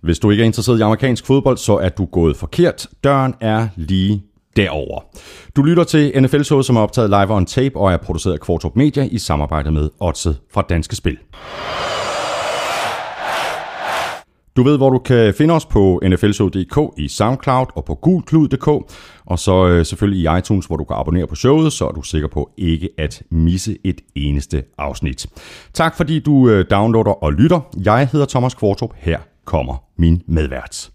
Hvis du ikke er interesseret i amerikansk fodbold, så er du gået forkert. Døren er lige derover. Du lytter til NFL-showet, som er optaget live on tape og er produceret af Kvartrup Media i samarbejde med Oddset fra Danske Spil. Du ved, hvor du kan finde os på nflshow.dk, i SoundCloud og på gulklud.dk, og så selvfølgelig i iTunes, hvor du kan abonnere på showet, så er du sikker på ikke at misse et eneste afsnit. Tak fordi du downloader og lytter. Jeg hedder Thomas Kvartrup. Her kommer min medvært.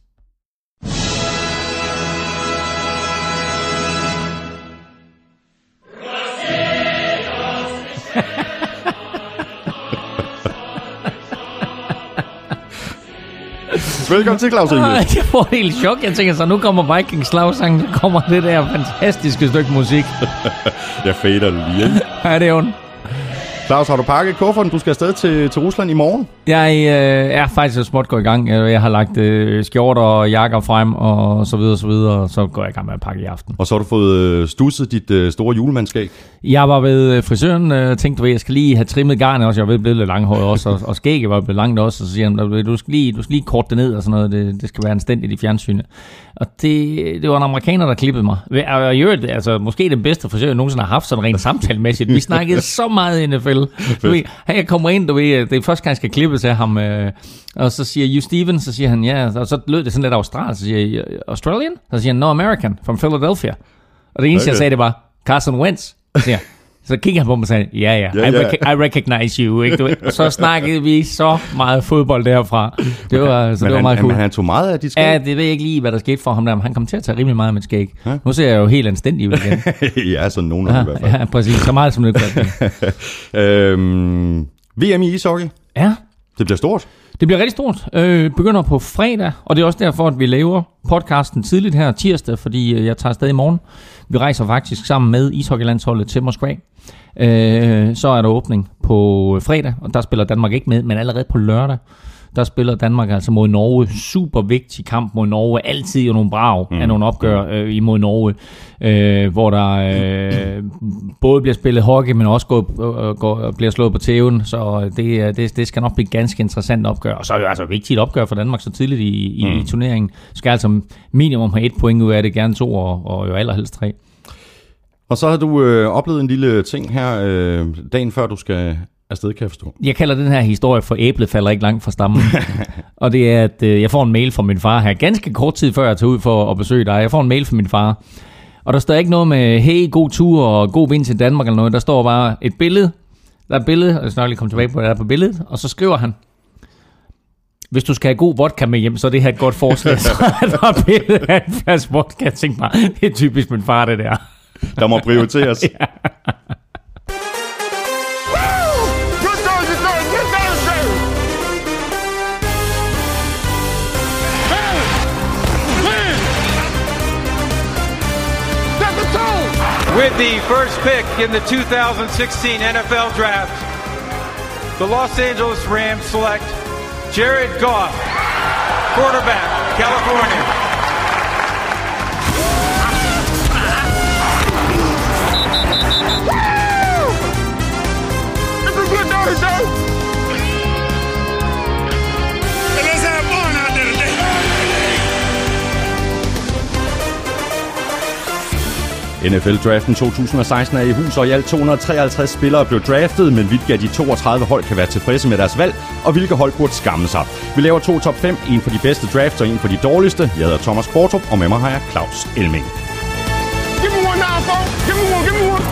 Velkommen til, Claus Elming. Jeg får helt chok. Jeg tænker så, nu kommer Vikings slagsangen, så kommer det der fantastiske stykke musik. Jeg fader det lige, ikke? Ja, det er ondt. Claus, har du pakket kufferten? Du skal afsted til Rusland i morgen? Jeg er faktisk småt gået i gang. Jeg har lagt skjorter og jakker frem og så videre, og så går jeg i gang med at pakke i aften. Og så har du fået stusset dit store julemandskab? Jeg var ved frisøren, tænkte, jeg skal lige have trimmet garnet også. Jeg var blevet lidt langhåret også, og skægget var blevet langt også. Og så siger han, du skal lige korte det ned og sådan noget. Det skal være anstændigt i fjernsynet. Og det var en amerikaner, der klippede mig. Og jeg hørte, altså måske den bedste frisør, jeg nogensinde har haft sådan rent samtalemæssigt. Vi snakkede så meget NFL. Jeg kommer ind, det er første gang, jeg skal klippe til ham. Og så siger you Steven, så siger han ja. Og så lød det sådan lidt australsk. Så siger jeg, Australian? Så siger han, no, American, from Philadelphia. Og det eneste, jeg sagde, det var Carson Wentz. Så kigger han på mig og sagde, ja, I recognize you. Ikke? Og så snakkede vi så meget fodbold derfra. Det var meget cool. Men han tog meget af dit skæg? Ja, det ved jeg ikke lige, hvad der skete for ham der, men han kom til at tage rimelig meget af mit skæg. Ja? Nu ser jeg jo helt anstændig ud igen. Ja, sådan nogen af i hvert fald. Ja, præcis. Så meget som det gør. VM i ishockey? Ja. Det bliver stort. Det bliver rigtig stort. Begynder på fredag, og det er også derfor, at vi laver podcasten tidligt her tirsdag, fordi jeg tager afsted i morgen. Vi rejser faktisk sammen med ishockeylandsholdet til Moskva. Så er der åbning på fredag, og der spiller Danmark ikke med, men allerede på lørdag, der spiller Danmark altså mod Norge. Super vigtig kamp mod Norge. Altid jo nogle brag af nogle opgør imod Norge, hvor der både bliver spillet hockey, men også bliver slået på tæven. Så det skal nok blive et ganske interessant opgør. Og så er det altså et vigtigt opgør for Danmark så tidligt i turneringen. Skal altså minimum have 1 point ud af det, gerne 2 og jo allerhelst 3. Og så har du oplevet en lille ting her dagen før du skal afsted, kan jeg forstå. Jeg kalder den her historie for æblet falder ikke langt fra stammen. Og det er, at jeg får en mail fra min far her, ganske kort tid før jeg tager ud for at besøge dig. Jeg får en mail fra min far, og der står ikke noget med, hey, god tur og god vind til Danmark eller noget. Der står bare et billede. Der er et billede, og jeg skal nok lige komme tilbage på, hvad der er på billedet. Og så skriver han, hvis du skal have god vodka med hjem, så er det her et godt forslag. Så er der et billede af en flaske vodka. Jeg tænkte mig, det er typisk min far, det der. Der må prioriteres. Ja. With the first pick in the 2016 NFL Draft, the Los Angeles Rams select Jared Goff, quarterback, California. It's a good day, Dave. Hey, let's have fun out there today. NFL-draften 2016 er i hus, og i alt 253 spillere blev draftet, men hvilke af de 32 hold kan være tilfredse med deres valg, og hvilke hold burde skamme sig. Vi laver 2 top 5, en for de bedste drafts og en for de dårligste. Jeg hedder Thomas Kvartrup, og med mig har jeg Claus Elming. Give me one now, folks. Give me one.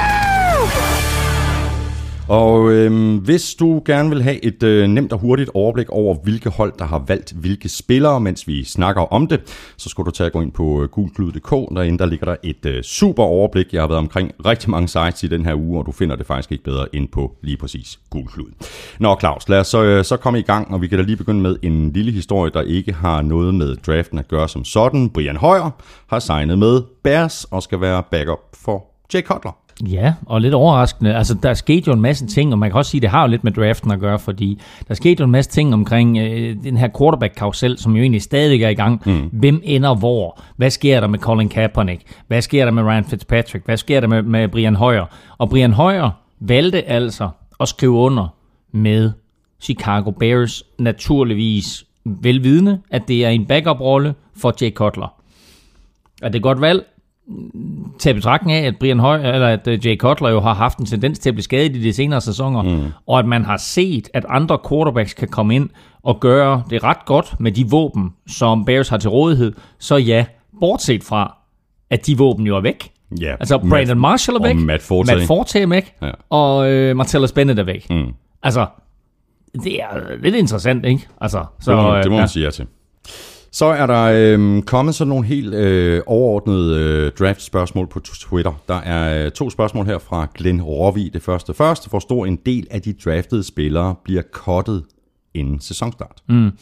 Og hvis du gerne vil have et nemt og hurtigt overblik over, hvilke hold, der har valgt hvilke spillere, mens vi snakker om det, så skal du tage at gå ind på gulklud.dk. Derinde der ligger der et super overblik. Jeg har været omkring rigtig mange sites i den her uge, og du finder det faktisk ikke bedre end på lige præcis Gulklud. Nå Claus, lad os så komme i gang, og vi kan da lige begynde med en lille historie, der ikke har noget med draften at gøre som sådan. Brian Hoyer har signet med Bears og skal være backup for Jay Cutler. Ja, og lidt overraskende. Altså, der skete jo en masse ting, og man kan også sige, at det har jo lidt med draften at gøre, fordi der skete jo en masse ting omkring den her quarterback-karusel, som jo egentlig stadig er i gang. Hvem ender hvor? Hvad sker der med Colin Kaepernick? Hvad sker der med Ryan Fitzpatrick? Hvad sker der med Brian Hoyer? Og Brian Hoyer valgte altså at skrive under med Chicago Bears, naturligvis velvidende, at det er en backup-rolle for Jay Cutler. Er det et godt valg? Til betragtning af, at Jay Cutler jo har haft en tendens til at blive skadet i de senere sæsoner, og at man har set, at andre quarterbacks kan komme ind og gøre det ret godt med de våben, som Bears har til rådighed, så ja, bortset fra, at de våben jo er væk. Yeah, altså Brandon Marshall er væk, Matt Forte er væk, ja. Og Martellus Bennett er væk. Altså, det er lidt interessant, ikke? Altså, så, det må man sige ja til. Så er der kommet sådan nogle helt overordnede draft-spørgsmål på Twitter. Der er 2 spørgsmål her fra Glenn Råvig. Det første. Hvor stor en del af de draftede spillere bliver cuttet inden sæsonstart?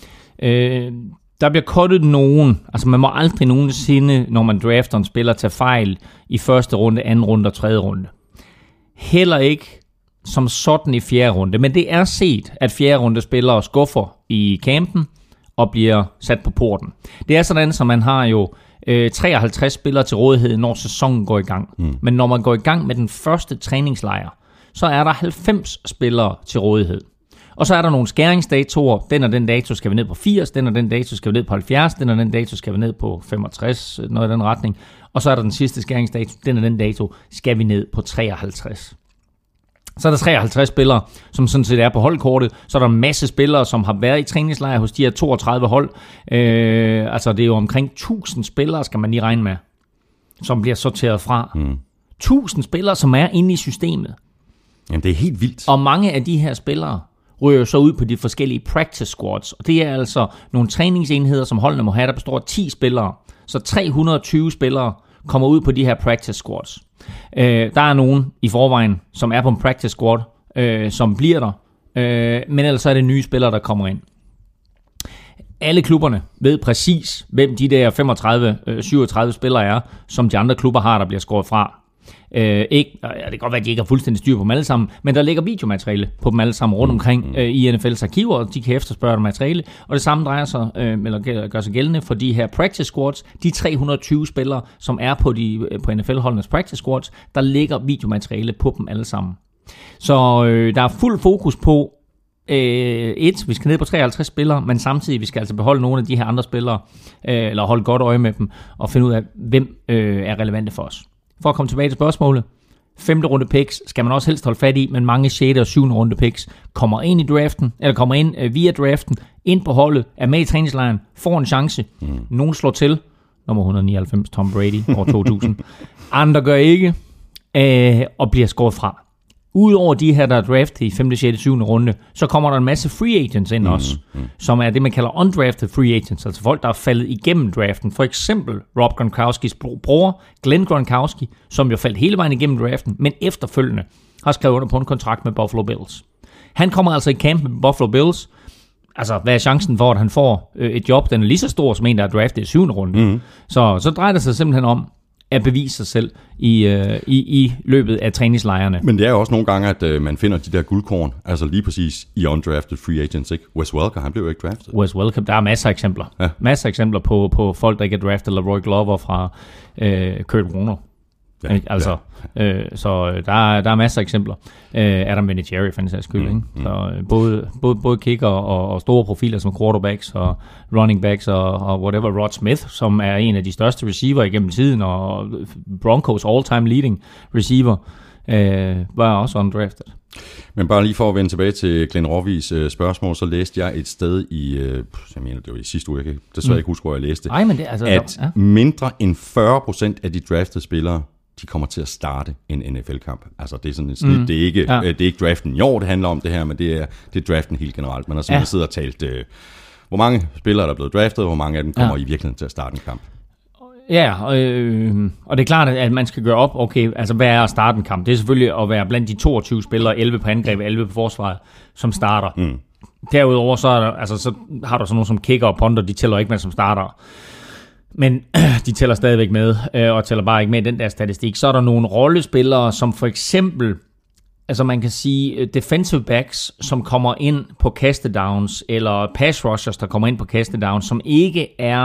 Der bliver cuttet nogen. Altså man må aldrig nogensinde, når man drafter en spiller, tage fejl i første runde, anden runde og tredje runde. Heller ikke som sådan i fjerde runde. Men det er set, at fjerde runde spillere skuffer i campen og bliver sat på porten. Det er sådan, så man har jo 53 spillere til rådighed, når sæsonen går i gang. Men når man går i gang med den første træningslejr, så er der 90 spillere til rådighed. Og så er der nogle skæringsdatoer. Den og den dato skal vi ned på 80, den og den dato skal vi ned på 70, den og den dato skal vi ned på 65, noget i den retning. Og så er der den sidste skæringsdato, den og den dato skal vi ned på 53. Så er der 53 spillere, som sådan set er på holdkortet. Så er der en masse spillere, som har været i træningslejr hos de her 32 hold. Altså det er jo omkring 1000 spillere, skal man lige regne med, som bliver sorteret fra. 1000 spillere, som er inde i systemet. Jamen det er helt vildt. Og mange af de her spillere ryger så ud på de forskellige practice squads. Og det er altså nogle træningsenheder, som holdene må have, der består af 10 spillere. Så 320 spillere kommer ud på de her practice squads. Der er nogen i forvejen, som er på en practice squad, som bliver der. Men ellers er det nye spillere, der kommer ind. Alle klubberne ved præcis, hvem de der 35-37 spillere er, som de andre klubber har, der bliver skåret fra. Det kan godt være, at de ikke har fuldstændig styr på dem alle sammen, men der ligger videomateriale på dem alle sammen rundt omkring i NFL's arkiver, og de kan efterspørge det materiale, og det samme drejer sig, eller gør sig gældende for de her practice squads, de 320 spillere, som er på NFL-holdenes practice squads, der ligger videomateriale på dem alle sammen. Så der er fuld fokus på vi skal ned på 53 spillere, men samtidig vi skal altså beholde nogle af de her andre spillere, eller holde godt øje med dem, og finde ud af, hvem er relevante for os. For at komme tilbage til spørgsmålet, 5. runde picks skal man også helst holde fat i, men mange 6. og 7. runde picks kommer ind i draften, eller kommer ind via draften, ind på holdet, er med i træningslejren, får en chance. Nogen slår til, nummer 199, Tom Brady, år 2000. Andre gør ikke, og bliver skåret fra. Udover de her, der er draftet i 5., 6., 7. runde, så kommer der en masse free agents ind også, som er det, man kalder undrafted free agents, altså folk, der er faldet igennem draften. For eksempel Rob Gronkowskis bror, Glenn Gronkowski, som jo faldt hele vejen igennem draften, men efterfølgende har skrevet under på en kontrakt med Buffalo Bills. Han kommer altså i camp med Buffalo Bills. Altså, hvad er chancen for, at han får et job, den er lige så stor som en, der er draftet i 7. runde. Så drejer det sig simpelthen om at bevise sig selv i løbet af træningslejrene. Men det er jo også nogle gange, at man finder de der guldkorn, altså lige præcis i undrafted free agents, ikke? Wes Welker, han blev jo ikke draftet. Wes Welker, der er masser af eksempler. Ja. Masser af eksempler på folk, der ikke er draftet, eller Roy Glover fra Kurt Warner. Ja, altså, så der er masser af eksempler. Adam Vinatieri, for en sags skyld. Så både kicker og store profiler som quarterbacks og running backs og whatever. Rod Smith, som er en af de største receiver igennem tiden, og Broncos all-time leading receiver, var også undrafted. Men bare lige for at vende tilbage til Glenn Råvigs spørgsmål, så læste jeg et sted i, jeg mener det var i sidste uge, jeg kan desværre ikke huske, hvor jeg læste, men det, altså, at mindre end 40% af de draftede spillere, de kommer til at starte en NFL-kamp. Altså det er sådan et snit. Det er ikke draften i år, det handler om det her, men det er draften helt generelt. Man har simpelthen siddet og talt, hvor mange spillere der er blevet draftet, og hvor mange af dem kommer i virkeligheden til at starte en kamp. Ja, og det er klart, at man skal gøre op, okay, altså hvad er at starte en kamp? Det er selvfølgelig at være blandt de 22 spillere, 11 på angreb, 11 på forsvaret, som starter. Derudover så, så har du sådan nogle som kicker og punter, de tæller ikke med som starter. Men de tæller stadigvæk med, og tæller bare ikke med i den der statistik. Så er der nogle rollespillere, som for eksempel, altså man kan sige defensive backs, som kommer ind på kastedowns, eller pass rushers, der kommer ind på kastedowns, som ikke er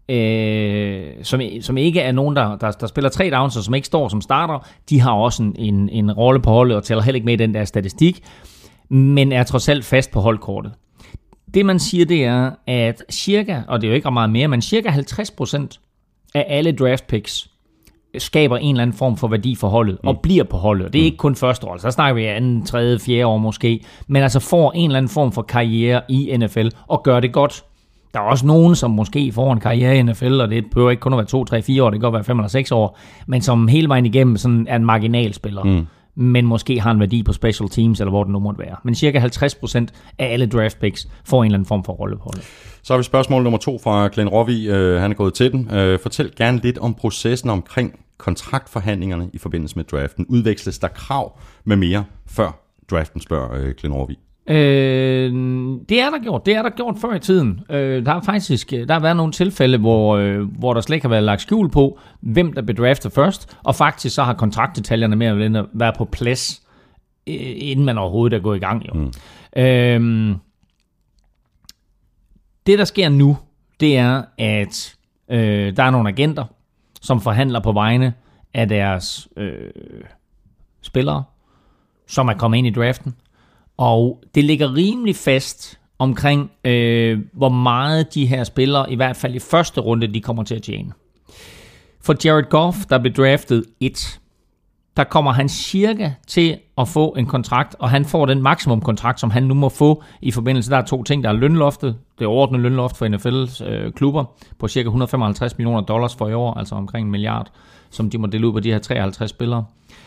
som ikke er nogen, der spiller 3 downs, og som ikke står som starter. De har også en rolle på holdet, og tæller heller ikke med i den der statistik, men er trods alt fast på holdkortet. Det man siger, det er, at cirka, og det er jo ikke ret meget mere, men cirka 50% af alle draft picks skaber en eller anden form for værdi for holdet, og bliver på holdet. Det er ikke kun første år, så snakker vi anden, tredje, fjerde år måske, men altså får en eller anden form for karriere i NFL, og gør det godt. Der er også nogen, som måske får en karriere i NFL, og det behøver ikke kun at være 2, 3, 4 år, det kan godt være 5 eller 6 år, men som hele vejen igennem sådan er en marginalspiller, men måske har en værdi på special teams, eller hvor det nu måtte være. Men cirka 50% af alle draft picks får en eller anden form for rolle på holdet. Så har vi spørgsmål nummer 2 fra Glenn Råvig. Han er gået til den. Fortæl gerne lidt om processen omkring kontraktforhandlingerne i forbindelse med draften. Udveksles der krav med mere før draften, spørger Glenn Råvig? Det er der gjort før i tiden. Der har været nogle tilfælde, hvor der slet ikke har været lagt skjul på, hvem der blev draftet først, og faktisk så har kontraktdetaljerne med at være på plads, inden man overhovedet er gået i gang. Jo. Det, der sker nu, det er, at der er nogle agenter, som forhandler på vegne af deres spillere, som er kommet ind i draften. Og det ligger rimelig fast omkring, hvor meget de her spillere, i hvert fald i første runde, de kommer til at tjene. For Jared Goff, der blev draftet 1, der kommer han cirka til at få en kontrakt, og han får den maksimumkontrakt, som han nu må få i forbindelse. Der er 2 ting. Der er lønloftet, det overordnede lønloft for NFL's klubber, på cirka $155 million for i år, altså omkring 1 milliard, som de må dele ud på de her 53 spillere.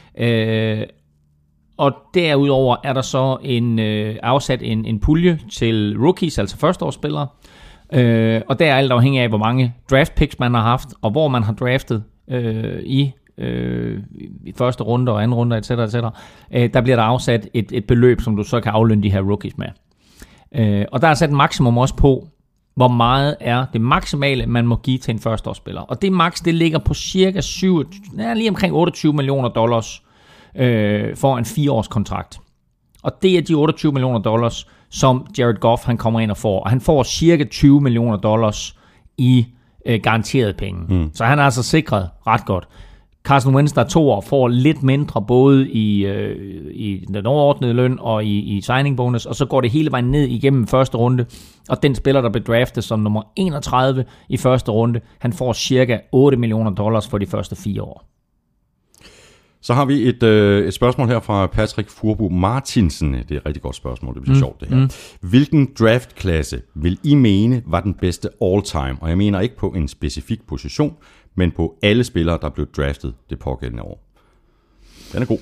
Og derudover er der så afsat en pulje til rookies, altså førsteårsspillere. Og der er alt afhængig af, hvor mange draft picks man har haft, og hvor man har draftet i første runde og anden runde, etc. Der bliver der afsat et beløb, som du så kan aflønne de her rookies med. Og der er sat en maksimum også på, hvor meget er det maksimale, man må give til en førsteårsspiller. Og det max, det ligger på cirka lige omkring $28 million for en 4-års kontrakt. Og det er de $28 million, som Jared Goff han kommer ind og får. Og han får cirka $20 million i garanterede penge. Så han er altså sikret ret godt. Carson Wentz, der er 2 år, får lidt mindre, både i den overordnede løn og i signing bonus, og så går det hele vejen ned igennem første runde. Og den spiller, der blev draftet som nummer 31 i første runde, han får cirka $8 million for de første 4 år. Så har vi et spørgsmål her fra Patrick Furbo Martinsen. Det er et rigtig godt spørgsmål, det bliver sjovt det her. Hvilken draftklasse vil I mene var den bedste all-time? Og jeg mener ikke på en specifik position, men på alle spillere, der blev draftet det pågældende år. Den er god.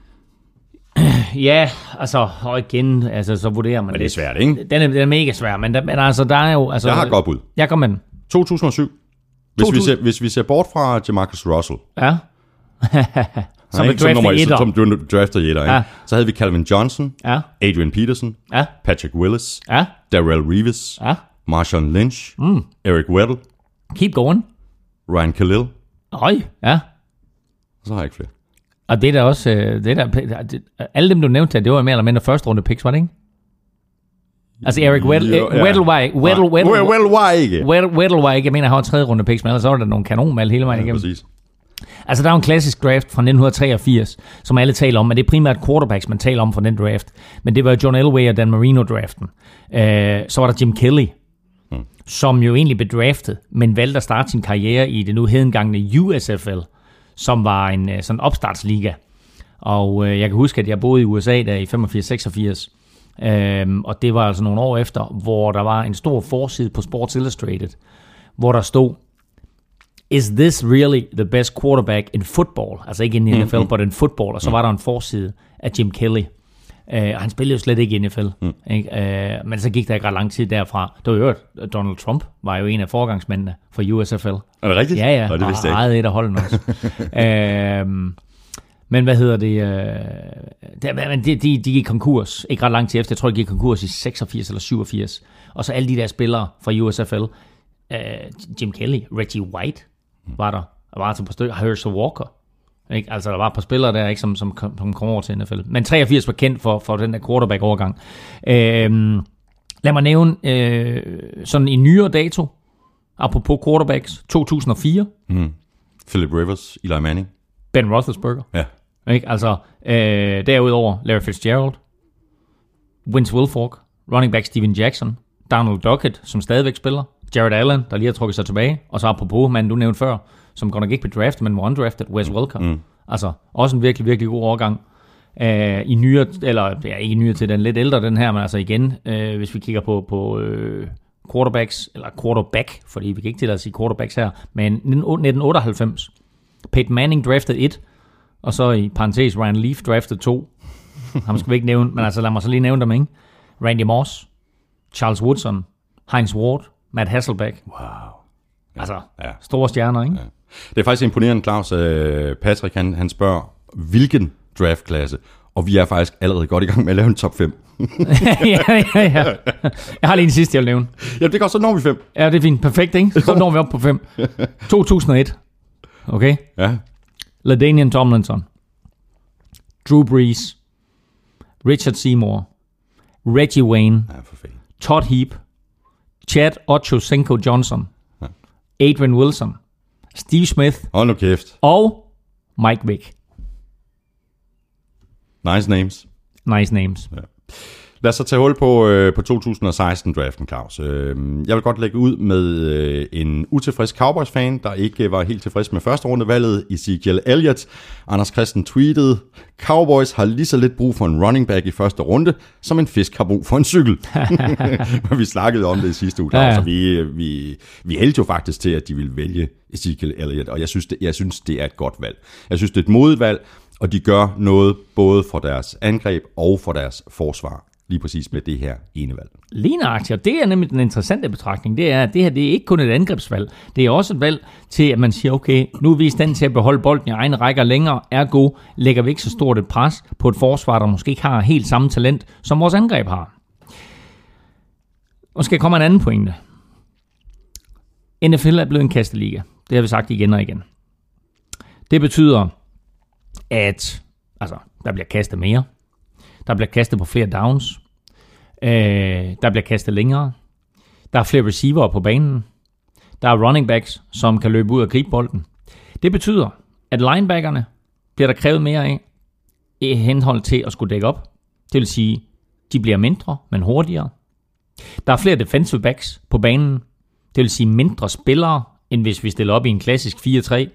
Ja, altså, og igen, altså, så vurderer man men det er svært, ikke? Den er mega svær, men altså, der er jo... Altså, jeg har et godt bud. Jeg kommer med den. 2007. Hvis vi ser bort fra Jamarcus Russell. Ja. Som du draftede etter, ikke? Så havde vi Calvin Johnson, Adrian Peterson, Patrick Willis, Darrell Reeves, Marshawn Lynch, Eric Weddle. Keep going. Ryan Khalil. Så har jeg ikke flere. Og det er da også... alle dem, du nævnte, det var mere eller mindre første runde picks, var det ikke? Altså Eric Weddle var ikke. Weddle var ikke. Jeg mener, han var 3. runde picks, men ellers så var der nogle kanonmal hele vejen igennem. Præcis. Altså, der er jo en klassisk draft fra 1983, som alle taler om, men det er primært quarterbacks, man taler om fra den draft. Men det var John Elway og Dan Marino-draften. Så var der Jim Kelly, som jo egentlig blev draftet, men valgte at starte sin karriere i det nu hedengangne USFL, som var en sådan opstartsliga. Og jeg kan huske, at jeg boede i USA der i 85-86. Og det var altså nogle år efter, hvor der var en stor forside på Sports Illustrated, hvor der stod, "Is this really the best quarterback in football?" Altså ikke i NFL, but in football. Og så var der en forside af Jim Kelly. Og han spillede jo slet ikke i NFL. Men så gik der ikke ret lang tid derfra. Det var jo Donald Trump var jo en af foregangsmændene for USFL. Er det rigtigt? Ja. Og det vidste jeg ikke. Og et af holdene også. Men hvad hedder det? De gik konkurs. Ikke ret lang tid efter. Jeg tror, de gik konkurs i 86 eller 87. Og så alle de der spillere fra USFL. Jim Kelly, Reggie White var der. Der var altså på stykker. Herschel Walker. Ikke? Altså, der var et par spillere der, ikke, som kom over til NFL. Men 83 var kendt for den der quarterback-overgang. Lad mig nævne sådan en nyere dato. Apropos quarterbacks. 2004. Philip Rivers, Eli Manning. Ben Roethlisberger. Ja. Ikke? Altså, derudover Larry Fitzgerald. Vince Wilfork. Running back Steven Jackson. Donald Duckett, som stadigvæk spiller, Jared Allen, der lige har trukket sig tilbage, og så apropos manden, du nævnte før, som godt nok ikke blev draftet, men var undrafted, Wes Welker. Altså, også en virkelig, virkelig god overgang. I nyere, eller ja, ikke nyere til den lidt ældre, den her, men altså igen, hvis vi kigger på quarterbacks, eller quarterback, fordi vi kan ikke tillade at sige quarterbacks her, men 1998, Peyton Manning drafted 1, og så i parentes Ryan Leaf drafted 2. Ham skal vi ikke nævne, men altså lad mig så lige nævne dem, ikke? Randy Moss, Charles Woodson, Heinz Ward, Matt Hasselbeck. Wow. Ja. Altså, store stjerner, ikke? Ja. Det er faktisk imponerende, Claus. Patrick, han spørger, hvilken draftklasse? Og vi er faktisk allerede godt i gang med at lave en top 5. ja. Jeg har lige en sidste, jeg vil nævne. Ja, det går så når vi 5. Ja, det er fint. Perfekt, ikke? Så når vi op på 5. 2001. Okay? Ja. LaDainian Tomlinson. Drew Brees. Richard Seymour. Reggie Wayne. Ja, for fanden. Todd Heap. Chad Ochocinco Johnson. Ja. Adrian Wilson. Steve Smith. Hold nu kæft. Og Mike Vick. Nice names. Nice names. Ja. Lad os så tage hul på 2016-draften, Claus. Jeg vil godt lægge ud med en utilfreds Cowboys-fan, der ikke var helt tilfreds med første rundevalget, Ezekiel Elliott. Anders Christen tweetede, Cowboys har lige så lidt brug for en running back i første runde, som en fisk har brug for en cykel. Vi snakkede om det i sidste uge, Claus, og vi hældte jo faktisk til, at de ville vælge Ezekiel Elliott, og jeg synes, det er et godt valg. Jeg synes, det er et modigt valg, og de gør noget både for deres angreb og for deres forsvar. Lige præcis med det her ene valg. Lineaktier, det er nemlig den interessante betragtning, det er, at det her det er ikke kun et angrebsvalg, det er også et valg til, at man siger, okay, nu er vi i stand til at beholde bolden i egne rækker længere, ergo lægger vi ikke så stort et pres på et forsvar, der måske ikke har helt samme talent, som vores angreb har. Og skal komme en anden pointe. NFL er blevet en kasteliga, det har vi sagt igen og igen. Det betyder, at der bliver kastet mere, der bliver kastet på flere downs, der bliver kastet længere, der er flere receiver på banen, der er running backs, som kan løbe ud og gribe bolden. Det betyder, at linebackerne bliver der krævet mere af i henhold til at skulle dække op. Det vil sige, de bliver mindre, men hurtigere. Der er flere defensive backs på banen. Det vil sige mindre spillere, end hvis vi stiller op i en klassisk 4-3.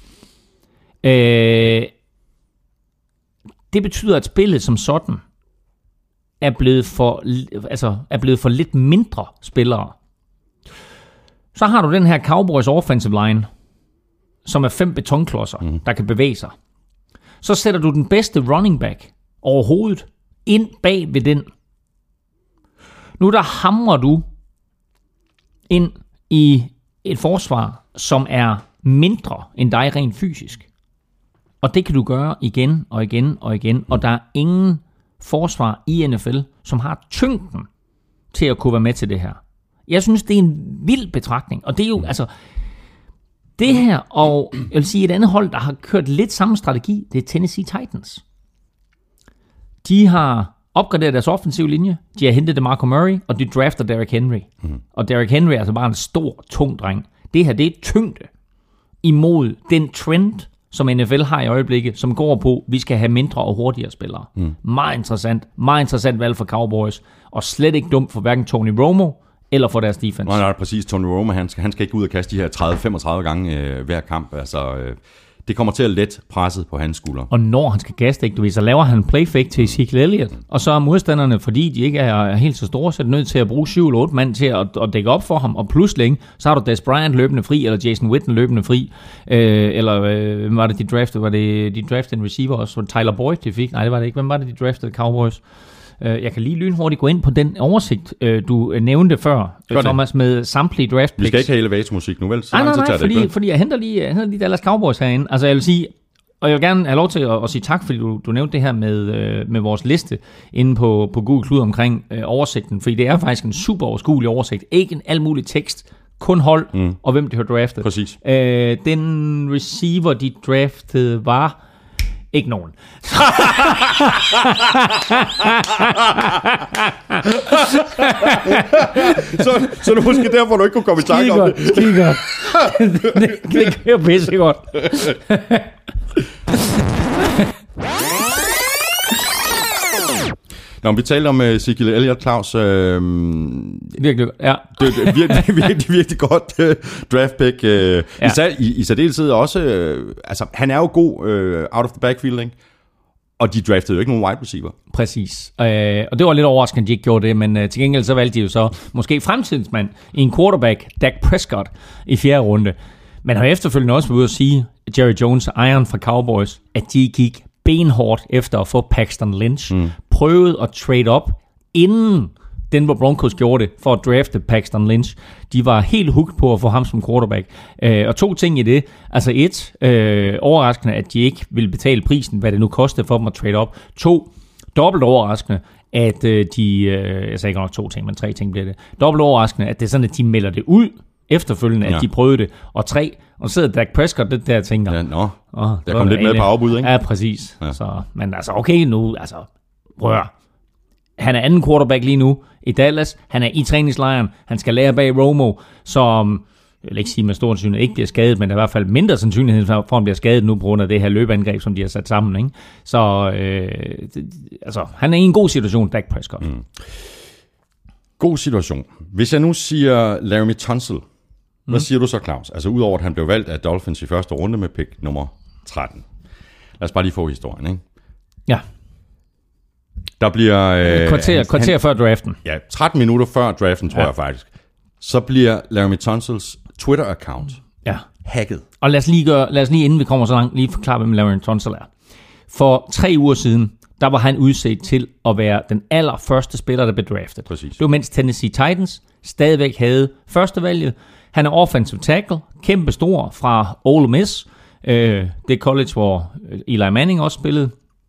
Det betyder, at spillet som sådan er blevet for lidt mindre spillere. Så har du den her Cowboys offensive line, som er 5 betonklodser, der kan bevæge sig. Så sætter du den bedste running back overhovedet ind bag ved den. Nu der hamrer du ind i et forsvar, som er mindre end dig rent fysisk. Og det kan du gøre igen og igen og igen. Og der er ingen forsvar i NFL, som har tyngden til at kunne være med til det her. Jeg synes, det er en vild betragtning. Og det er jo, det her, og jeg vil sige, et andet hold, der har kørt lidt samme strategi, det er Tennessee Titans. De har opgraderet deres offensive linje, de har hentet DeMarco Murray, og de drafter Derrick Henry. Og Derrick Henry er altså bare en stor, tung dreng. Det her, det er tyngde imod den trend, som NFL har i øjeblikket, som går på, at vi skal have mindre og hurtigere spillere. Meget interessant valg for Cowboys, og slet ikke dumt for hverken Tony Romo eller for deres defense. Nej, præcis. Tony Romo, han skal ikke ud og kaste de her 30-35 gange hver kamp. Det kommer til at let presset på hans skulder. Og når han skal kaste, ikke, så laver han en playfake til Ezekiel Elliott, og så er modstanderne, fordi de ikke er helt så store, så er de nødt til at bruge 7 eller 8 mand til at dække op for ham, og pludselig så har du Dez Bryant løbende fri, eller Jason Witten løbende fri, eller hvem var det, de draftede? Var det, de draftede en receiver også? Var det Tyler Boyd, de fik? Nej, det var det ikke. Hvem var det, de draftede Cowboys? Jeg kan lige lynhurtigt gå ind på den oversigt, du nævnte før, Thomas, med samtlige draft picks. Vi skal ikke have elevatormusik nu, vel? Nej, fordi jeg henter lige Dallas Cowboys herinde. Altså jeg vil sige, og jeg vil gerne have lov til at sige tak, fordi du nævnte det her med vores liste inde på Google Klud omkring oversigten, fordi det er faktisk en super overskuelig oversigt. Ikke en alt mulig tekst, kun hold og hvem de har draftet. Præcis. Den receiver, de draftede, var ikke nogen. så det er måske derfor, du ikke kunne komme i tanke om det. Skide godt. Det kan jo pisse godt. Når vi taler om Ezekiel Elliott, Claus. Virkelig, ja. virkelig godt draft pick. I særdeleshed også. Altså, han er jo god out of the backfield, ikke? Og de draftede jo ikke nogen wide receiver. Præcis. Og det var lidt overraskende, at de ikke gjorde det, men til gengæld så valgte de jo så måske fremtidens mand i en quarterback, Dak Prescott, i 4. runde. Men har efterfølgende også været ude at sige, Jerry Jones, Iron fra Cowboys, at de gik benhårdt efter at få Paxton Lynch. Prøvede at trade op, inden Denver Broncos gjorde det, for at drafte Paxton Lynch. De var helt hooked på at få ham som quarterback. Og 2 ting i det. Altså 1, overraskende, at de ikke ville betale prisen, hvad det nu kostede for dem at trade op. 2, dobbelt overraskende, at jeg sagde ikke nok 2 ting, men 3 ting bliver det. Dobbelt overraskende, at det er sådan, at de melder det ud efterfølgende, at de prøvede det. Og 3, og sidder Dak Prescott det der og tænker, der kom lidt med på afbud, ikke? Ja, præcis. Ja. Så, men altså, okay nu, altså, rør. Han er anden quarterback lige nu i Dallas. Han er i træningslejren. Han skal lære bag Romo, som jeg vil ikke sige med stor sandsynlighed ikke bliver skadet, men der er i hvert fald mindre sandsynlighed for, at han bliver skadet nu på grund af det her løbeangreb, som de har sat sammen. Ikke? Så altså, han er i en god situation, Dak Prescott. God situation. Hvis jeg nu siger Laramie Tunsil, hvad siger du så, Claus? Altså udover at han blev valgt af Dolphins i 1. runde med pick nummer 13. Lad os bare lige få historien, ikke? Ja. Der bliver... kvarter før draften. Ja, 13 minutter før draften, tror jeg faktisk. Så bliver Laramie Tunsils Twitter-account hacket. Og lad os lige, inden vi kommer så langt, lige forklare, hvem Laramie Tunsil er. For 3 uger siden, der var han udset til at være den allerførste spiller, der blev draftet. Præcis. Det var mens Tennessee Titans stadigvæk havde førstevalget. Han er offensive tackle, kæmpe stor fra Ole Miss. Det college, hvor Eli Manning også spillede.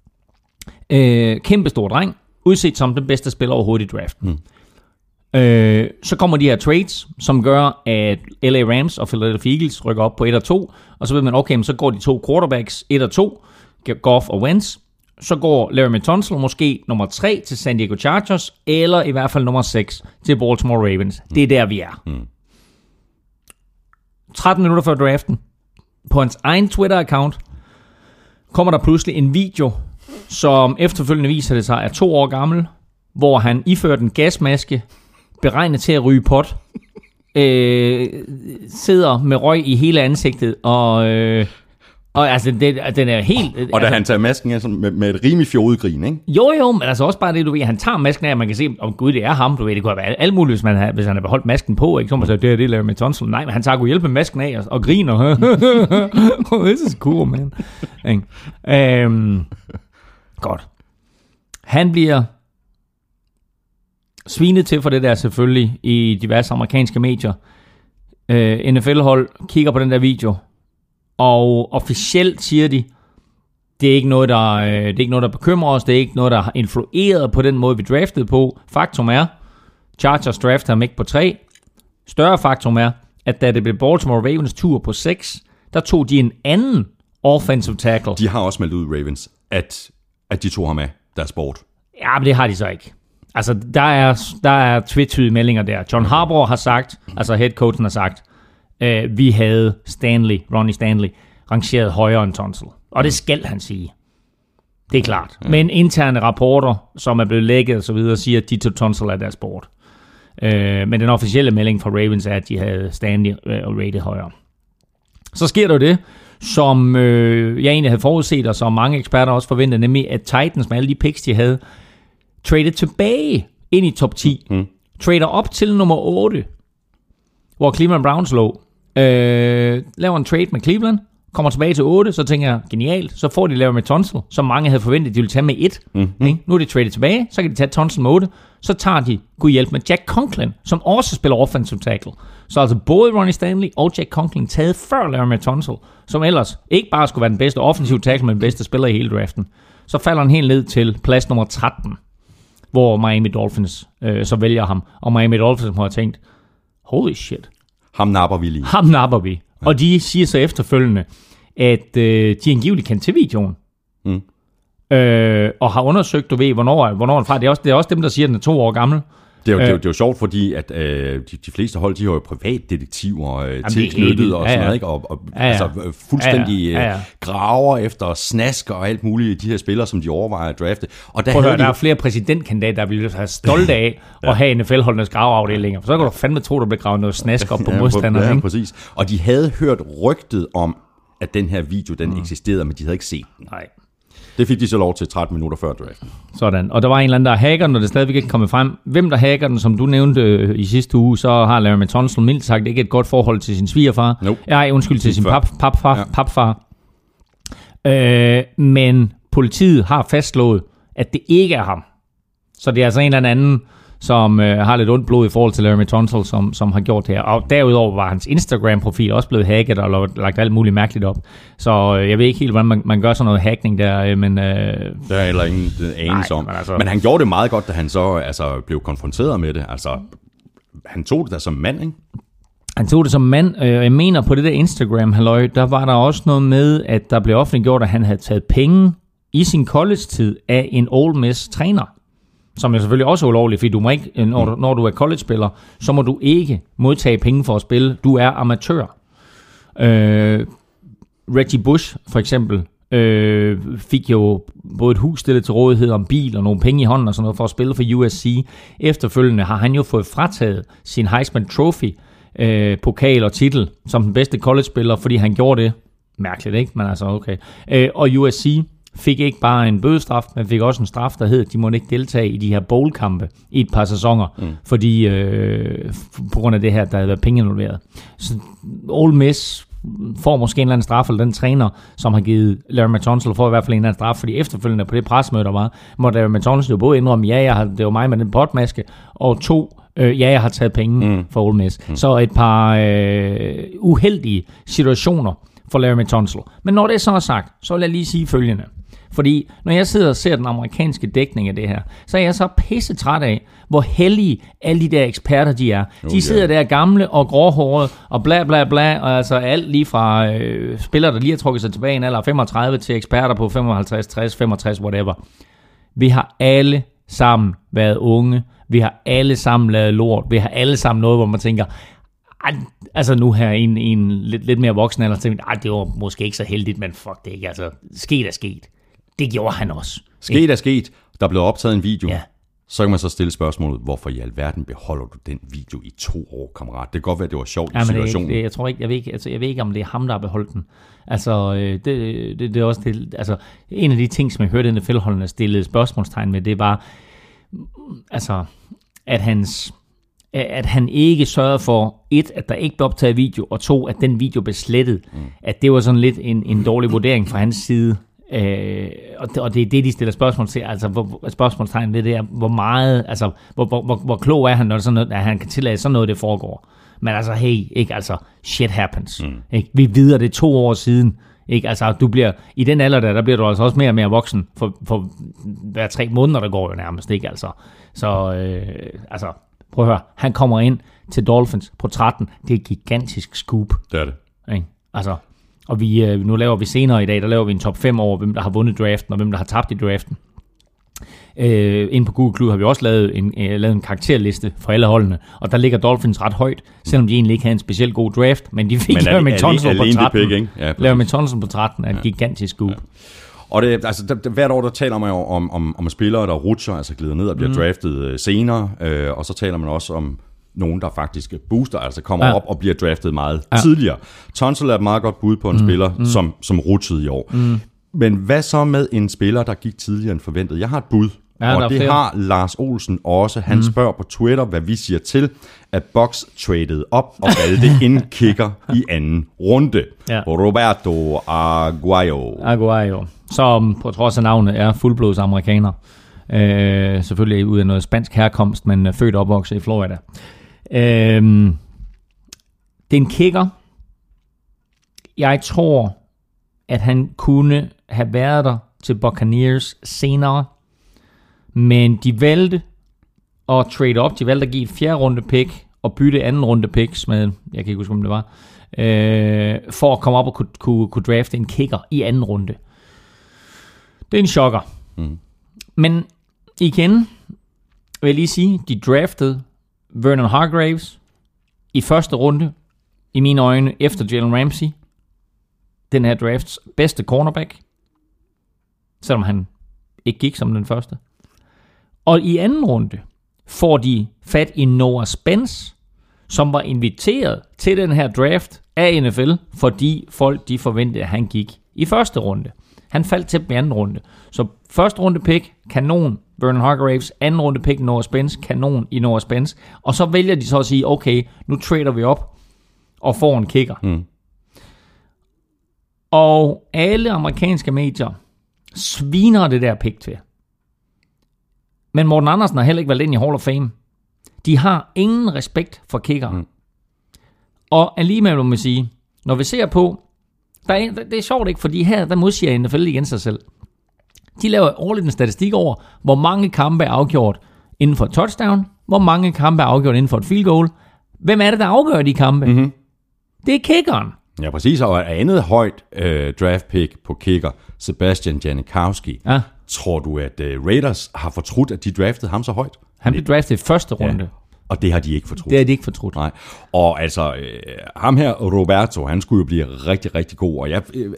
Kæmpe stor dreng, udset som den bedste spiller overhovedet i draften. Så kommer de her trades, som gør, at LA Rams og Philadelphia Eagles rykker op på 1 og 2, og så ved man, okay, så går de 2 quarterbacks, 1 og 2, Goff og Wentz. Så går Laramie Tunsil måske nummer 3 til San Diego Chargers, eller i hvert fald nummer 6 til Baltimore Ravens. Det er der, vi er. 13 minutter før draften, på hans egen Twitter-account, kommer der pludselig en video, som efterfølgende viser det sig er 2 år gammel, hvor han ifører en gasmaske, beregnet til at ryge pot, sidder med røg i hele ansigtet, og altså, den er helt... Og da han tager masken af med et rimelig fjodet grin, ikke? Jo, men altså også bare det, du ved, han tager masken af, og man kan se, gud, det er ham, du ved, det kunne være alt muligt, hvis han har beholdt masken på, ikke? Så man siger, det er Laramie Tunsil. Nej, men han tager hjælp med masken af og griner. This is cool, man. Godt. Han bliver svinet til for det der selvfølgelig i diverse amerikanske medier. NFL-hold kigger på den der video, og officielt siger de, det er ikke noget, der bekymrer os, det er ikke noget, der har influeret på den måde, vi draftede på. Faktum er, Chargers draftede ham ikke på 3. Større faktum er, at da det blev Baltimore Ravens tur på 6, der tog de en anden offensive tackle. De har også meldt ud, Ravens, at de tog ham af deres sport. Ja, men det har de så ikke. Altså, der er tvetydige meldinger der. John Harbaugh har sagt, altså headcoachen har sagt, vi havde Ronnie Stanley, rangeret højere end Tunsil. Og det skal han sige. Det er klart. Ja. Men interne rapporter, som er blevet lækket og så videre, siger, at de tog Tunsil af deres sport. Men den officielle melding fra Ravens er, at de havde Stanley og rated højere. Så sker der det, som jeg egentlig havde forudset, og som mange eksperter også forventede, nemlig at Titans med alle de picks, de havde, traded tilbage ind i top 10. Trader op til nummer 8, hvor Cleveland Browns lå. Laver en trade med Cleveland, kommer tilbage til 8, så tænker jeg, genialt, så får de lavet med Tunsil, som mange havde forventet, de ville tage med 1. Nu er de traded tilbage, så kan de tage Tunsil med 8, så tager de god hjælp med Jack Conklin, som også spiller offensive tackle. Så altså både Ronnie Stanley og Jack Conklin taget før Laramie Tunsil, som ellers ikke bare skulle være den bedste offensive tackle, men den bedste spiller i hele draften. Så falder han helt ned til plads nummer 13, hvor Miami Dolphins så vælger ham, og Miami Dolphins har tænkt, holy shit. Ham napper vi lige. Ham napper vi. Ja. Og de siger så efterfølgende, at de angiveligt kan til videoen. Og har undersøgt, du ved, hvornår han fra. Det er også dem, der siger, at den er 2 år gammel. Det er jo sjovt, fordi at de fleste hold, de har jo privatdetektiver tilknyttet og sådan noget, ikke? Og altså fuldstændig graver efter snask og alt muligt i de her spillere, som de overvejer at drafte. Og der der er flere præsidentkandidater, der bliver have stolte af at have NFL-holdenes graveafdelinger. For så kan du fandme tro, der bliver gravet noget snask op på modstanderen. Ja, præcis. Og de havde hørt rygtet om, at den her video, den eksisterede, men de havde ikke set den. Nej. Det fik de så lov til 13 minutter før draften. Sådan. Og der var en eller anden, der hacker den, og det er stadigvæk ikke kommet frem. Hvem der hacker den, som du nævnte i sidste uge, så har Laremy Tunsil mildt sagt ikke et godt forhold til sin svigerfar. Nope. Til sin papfar. Men politiet har fastslået, at det ikke er ham. Så det er altså en eller anden, som har lidt ondt blod i forhold til Laremy Tunsil, som har gjort det her. Og derudover var hans Instagram-profil også blevet hacket og lagt alt muligt mærkeligt op. Så jeg ved ikke helt, hvordan man gør sådan noget hackning der, men... Der er heller ingen anelse om. Men han gjorde det meget godt, da han så blev konfronteret med det. Altså, han tog det da som mand, ikke? Han tog det som mand. Jeg mener, på det der Instagram-halløj, der var der også noget med, at der blev offentliggjort, at han havde taget penge i sin college-tid af en Ole Miss-træner. Som er selvfølgelig også ulovligt, fordi du må ikke, når du er college-spiller, så må du ikke modtage penge for at spille. Du er amatør. Reggie Bush, for eksempel, fik jo både et hus stillet til rådighed om bil og nogle penge i hånden og sådan noget for at spille for USC. Efterfølgende har han jo fået frataget sin Heisman Trophy, pokal og titel som den bedste college-spiller, fordi han gjorde det. Mærkeligt, ikke? Men altså, okay. Og USC fik ikke bare en bødestraf, men fik også en straf, der hed, at de måtte ikke deltage i de her bowl-kampe i et par sæsoner, fordi på grund af det her, der havde været penge involveret. Så Ole Miss får måske en eller anden straf, eller den træner, som har givet Laremy Tunsil, får i hvert fald en eller anden straf, fordi efterfølgende på det pressemøde, der var, måtte Laremy Tunsil jo både indrømme, det var mig med den potmaske, og 2, jeg har taget penge for Ole Miss. Så et par uheldige situationer for Laremy Tunsil. Men når det så er sagt, så vil jeg lige sige følgende. Fordi når jeg sidder og ser den amerikanske dækning af det her, så er jeg så pisse træt af, hvor heldige alle de der eksperter de er. De sidder der gamle og gråhårede og bla bla bla, og altså alt lige fra spillere, der lige har trukket sig tilbage i en alder af 35 til eksperter på 55, 60, 65, whatever. Vi har alle sammen været unge. Vi har alle sammen lavet lort. Vi har alle sammen noget, hvor man tænker, altså nu her en lidt mere voksen alder, tænker det var måske ikke så heldigt, men fuck det ikke. Altså, sket er sket. Det gjorde han også. Sket er sket. Der blev optaget en video. Ja. Så kan man så stille spørgsmålet, hvorfor i alverden beholder du den video i 2 år, kammerat? Det kan godt være, det var sjovt i situationen. Jeg ved ikke, om det er ham, der har beholdt den. Altså, det er også det. Altså, en af de ting, som jeg hørte, at NFL-holdene stillede spørgsmålstegn med, det var, altså, at han ikke sørgede for, 1, at der ikke blev optaget video, og 2, at den video blev slettet. At det var sådan lidt en dårlig vurdering fra hans side. Og det er det, de stiller spørgsmål til. Altså, spørgsmålstegn ved det er, hvor meget, altså, hvor klog er han, når sådan noget, at han kan tillade sådan noget, det foregår. Men altså, hey, ikke, altså, shit happens. Ikke? Vi videre det 2 år siden. Ikke? Altså, du bliver, i den alder der bliver du altså også mere og mere voksen, for hver 3 måneder, der går jo nærmest, ikke? Altså, så, altså, prøv at høre, han kommer ind til Dolphins på 13. Det er et gigantisk scoop. Det er det. Ikke? Altså, og nu laver vi senere i dag, der laver vi en top 5 over, hvem der har vundet draften, og hvem der har tabt i draften. Inde på Google Klub har vi også lavet en karakterliste for alle holdene, og der ligger Dolphins ret højt, selvom de egentlig ikke havde en specielt god draft, men de fik Laremy Tunsil på 13. Laremy Tunsil på 13 er en gigantisk scoop. Ja. Og det, altså, hvert år der taler man jo om spillere, der rutscher, altså glider ned og bliver draftet senere, og så taler man også om nogen, der faktisk booster, altså kommer op og bliver draftet meget tidligere. Tunsil er et meget godt bud på en spiller, som rutsede i år. Men hvad så med en spiller, der gik tidligere end forventet? Jeg har et bud, og det har Lars Olsen også. Han spørger på Twitter, hvad vi siger til, at Bucks traded op og valgte en kicker i anden runde. Ja. Roberto Aguayo, som på trods af navnet er fuldblods amerikaner. Selvfølgelig ud af noget spansk herkomst, men født og opvokset i Florida. Det er en kicker. Jeg tror, at han kunne have været der til Buccaneers senere, men de valgte at trade op. De valgte at give et 4. runde pick og bytte 2. runde picks med, jeg kan ikke huske, om det var, for at komme op og kunne drafte en kicker i 2. runde. Det er en chokker. Men igen, vil jeg lige sige, de draftede Vernon Hargreaves i første runde, i mine øjne, efter Jalen Ramsey. Den her drafts bedste cornerback, selvom han ikke gik som den første. Og i anden runde får de fat i Noah Spence, som var inviteret til den her draft af NFL, fordi folk de forventede, at han gik i første runde. Han faldt til dem i anden runde. Så første runde pick, kanon, Vernon Hargreaves. Anden runde pick, Noah Spence, kanon i Noah Spence. Og så vælger de så at sige, okay, nu trader vi op og får en kicker. Og alle amerikanske medier sviner det der pick til. Men Morten Andersen har heller ikke valgt ind i Hall of Fame. De har ingen respekt for kicker. Og alligevel må man sige, når vi ser på, det er sjovt ikke, fordi her, der modsiger NFL igen sig selv. De laver årligt en statistik over, hvor mange kampe er afgjort inden for et touchdown, hvor mange kampe er afgjort inden for et field goal. Hvem er det, der afgør de kampe? Det er kickeren. Ja, præcis. Og andet højt draft pick på kicker, Sebastian Janikowski. Ja. Tror du, at Raiders har fortrudt, at de draftede ham så højt? Han blev draftet i første runde. Ja. Og det har de ikke fortrudt. Det har de ikke fortrudt. Nej. Og altså, ham her, Roberto, han skulle jo blive rigtig, rigtig god. Og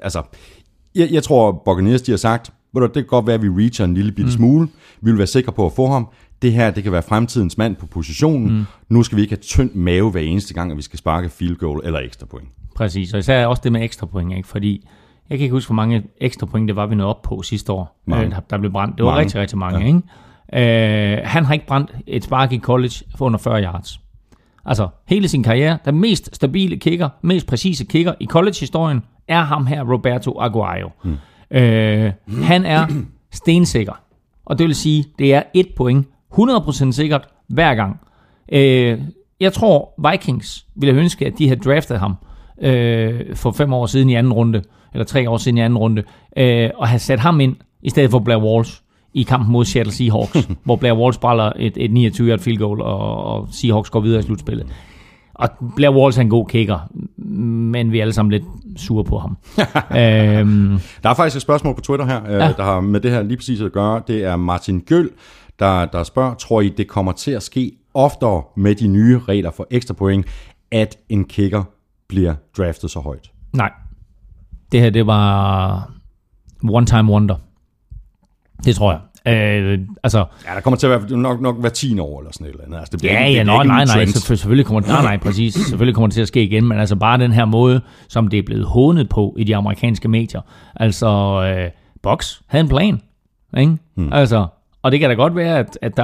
jeg tror, Buccaneers, de har sagt, det kan godt være, at vi reacher en lille bitte smule. Vi vil være sikre på at få ham. Det her, det kan være fremtidens mand på positionen. Nu skal vi ikke have tynd mave hver eneste gang, at vi skal sparke field goal eller ekstra point. Præcis, og især også det med ekstra point, ikke? Fordi jeg kan ikke huske, hvor mange ekstra point det var, vi nåede op på sidste år, der blev brændt. Det var rigtig, rigtig mange, ikke? Han har ikke brændt et spark i college for under 40 yards. Altså, hele sin karriere, den mest stabile kicker, mest præcise kicker i college-historien, er ham her, Roberto Aguayo. Han er stensikker. Og det vil sige, det er 1 point, 100% sikkert, hver gang. Jeg tror, Vikings ville ønske, at de havde draftet ham for 5 år siden i anden runde, eller 3 år siden i anden runde, og have sat ham ind, i stedet for Blair Walsh, i kampen mod Seattle Seahawks, hvor Blair Walsh brænder et 29-yard field goal, og Seahawks går videre i slutspillet. Og Blair Walsh er en god kicker, men vi er alle sammen lidt sure på ham. Der er faktisk et spørgsmål på Twitter her, der har med det her lige præcis at gøre. Det er Martin Gøl, der spørger, tror I, det kommer til at ske oftere med de nye regler for ekstra point, at en kicker bliver draftet så højt? Nej. Det her, det var one time wonder. Det tror jeg. Der kommer til at være nok hver 10 år eller sådan et eller andet. Altså, det bliver selvfølgelig kommer præcis. Selvfølgelig kommer det til at ske igen, men altså bare den her måde, som det er blevet hånet på i de amerikanske medier. Altså, Bucs havde en plan, ikke? Altså, og det kan da godt være, at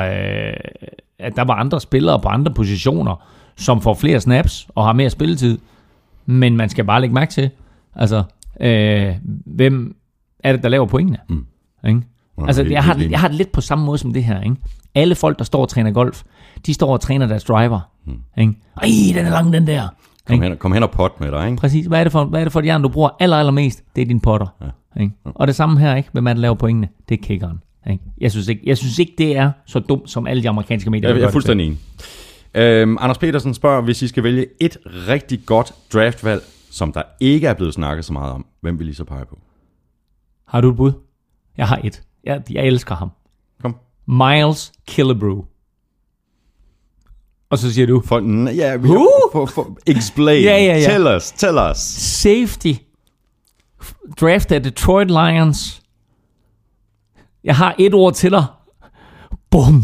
der var andre spillere på andre positioner, som får flere snaps og har mere spilletid, men man skal bare lægge mærke til, altså, hvem er det, der laver pointene? Ikke? Altså, jeg har det lidt på samme måde som det her, ikke? Alle folk, der står og træner golf, de står og træner deres driver. Ikke? Ej, den er lang, den der. Kom hen og pot med dig, ikke? Præcis. Hvad er det for de andre, du bruger allermest? Det er dine potter. Ja. Ikke? Og det samme her, ikke? Hvem er det, der laver pointene? Det er kickeren. Ikke? Jeg synes ikke, det er så dumt, som alle de amerikanske medier. Jeg er fuldstændig enig. Anders Petersen spørger, hvis I skal vælge et rigtig godt draftvalg, som der ikke er blevet snakket så meget om, hvem vil I så pege på? Har du et bud? Jeg har et. Jeg elsker ham. Kom. Miles Killebrew. Og så siger du... Explain. Ja. Tell us. Safety. Draft af Detroit Lions. Jeg har et ord til dig. Bum.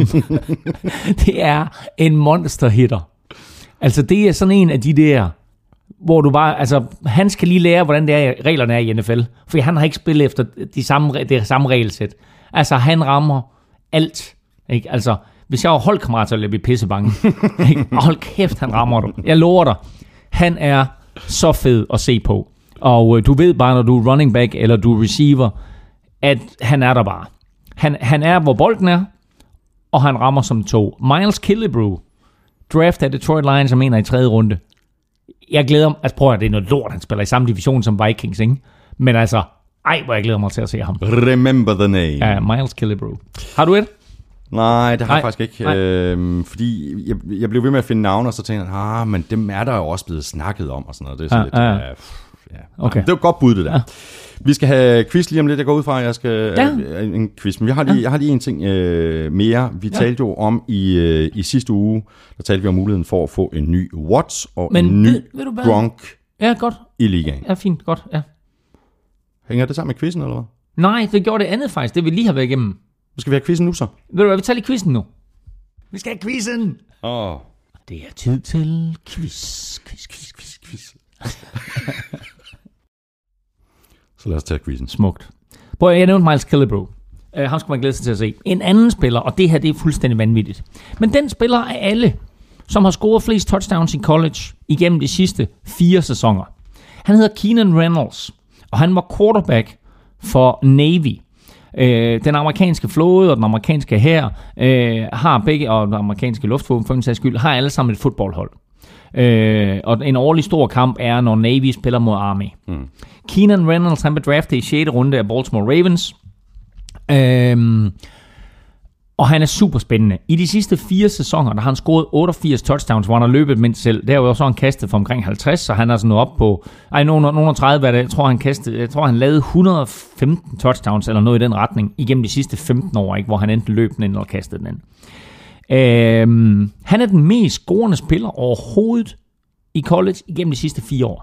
Det er en monster hitter. Altså, det er sådan en af de der... hvor du bare, altså, han skal lige lære, hvordan det er, reglerne er i NFL, for han har ikke spillet efter det samme regelsæt. Altså, han rammer alt, ikke? Altså, hvis jeg var holdkammerat, så ville jeg blive pissebange. Hold kæft, han rammer dig. Jeg lover dig. Han er så fed at se på. Og du ved bare, når du er running back, eller du er receiver, at han er der bare. Han er, hvor bolden er, og han rammer som to. Miles Killebrew, draft af Detroit Lions, jeg mener i 3. runde. Jeg glæder mig, altså prøv at det er noget lort, han spiller i samme division som Vikings, ikke? Men altså, hvor jeg glæder mig til at se ham. Remember the name. Ja, Miles Killebrew. Har du et? Nej, det har jeg faktisk ikke. Fordi jeg blev ved med at finde navne, og så tænkte jeg, men dem er der jo også blevet snakket om, og sådan noget. Det er sådan lidt, Okay. Det var et godt bud, det der. Ja. Vi skal have quiz lige om lidt. Jeg går ud fra, at jeg skal en quiz. Men jeg har lige en ting mere. Vi talte jo om i sidste uge, der talte vi om muligheden for at få en ny Watts og en ny Gronk i ligaen. Ja, fint. Godt, ja. Hænger det sammen med quizzen, eller hvad? Nej, det gjorde det andet faktisk. Det vi lige har været igennem. Så skal vi have quizzen nu så? Ved du hvad, vi tager lige quizzen nu. Vi skal have quizzen! Det er tid til quiz. Så lad os tage quizzen. Smukt. Prøv, jeg nævnte Miles Killebrew. Ham skal man glæde sig til at se. En anden spiller, og det her det er fuldstændig vanvittigt. Men den spiller af alle, som har scoret flest touchdowns i college igennem de sidste 4 sæsoner. Han hedder Keenan Reynolds, og han var quarterback for Navy. Den amerikanske flåde og den amerikanske hær har begge, og den amerikanske luftvåben for en sags skyld, har alle sammen et fodboldhold. Og en årlig stor kamp er, når Navy spiller mod Army. Keenan Reynolds, han blev draftet i 6. runde af Baltimore Ravens. Og han er super spændende. I de sidste 4 sæsoner, der har han scoret 88 touchdowns, hvor han har løbet mindst selv. Derudover så har han kastet for omkring 50, så han er sådan op på... nogen 30, jeg tror han lavede 115 touchdowns, eller noget i den retning, igennem de sidste 15 år, ikke, hvor han enten løb den ind, eller kastede den ind. Han er den mest scorende spiller overhovedet i college igennem de sidste 4 år.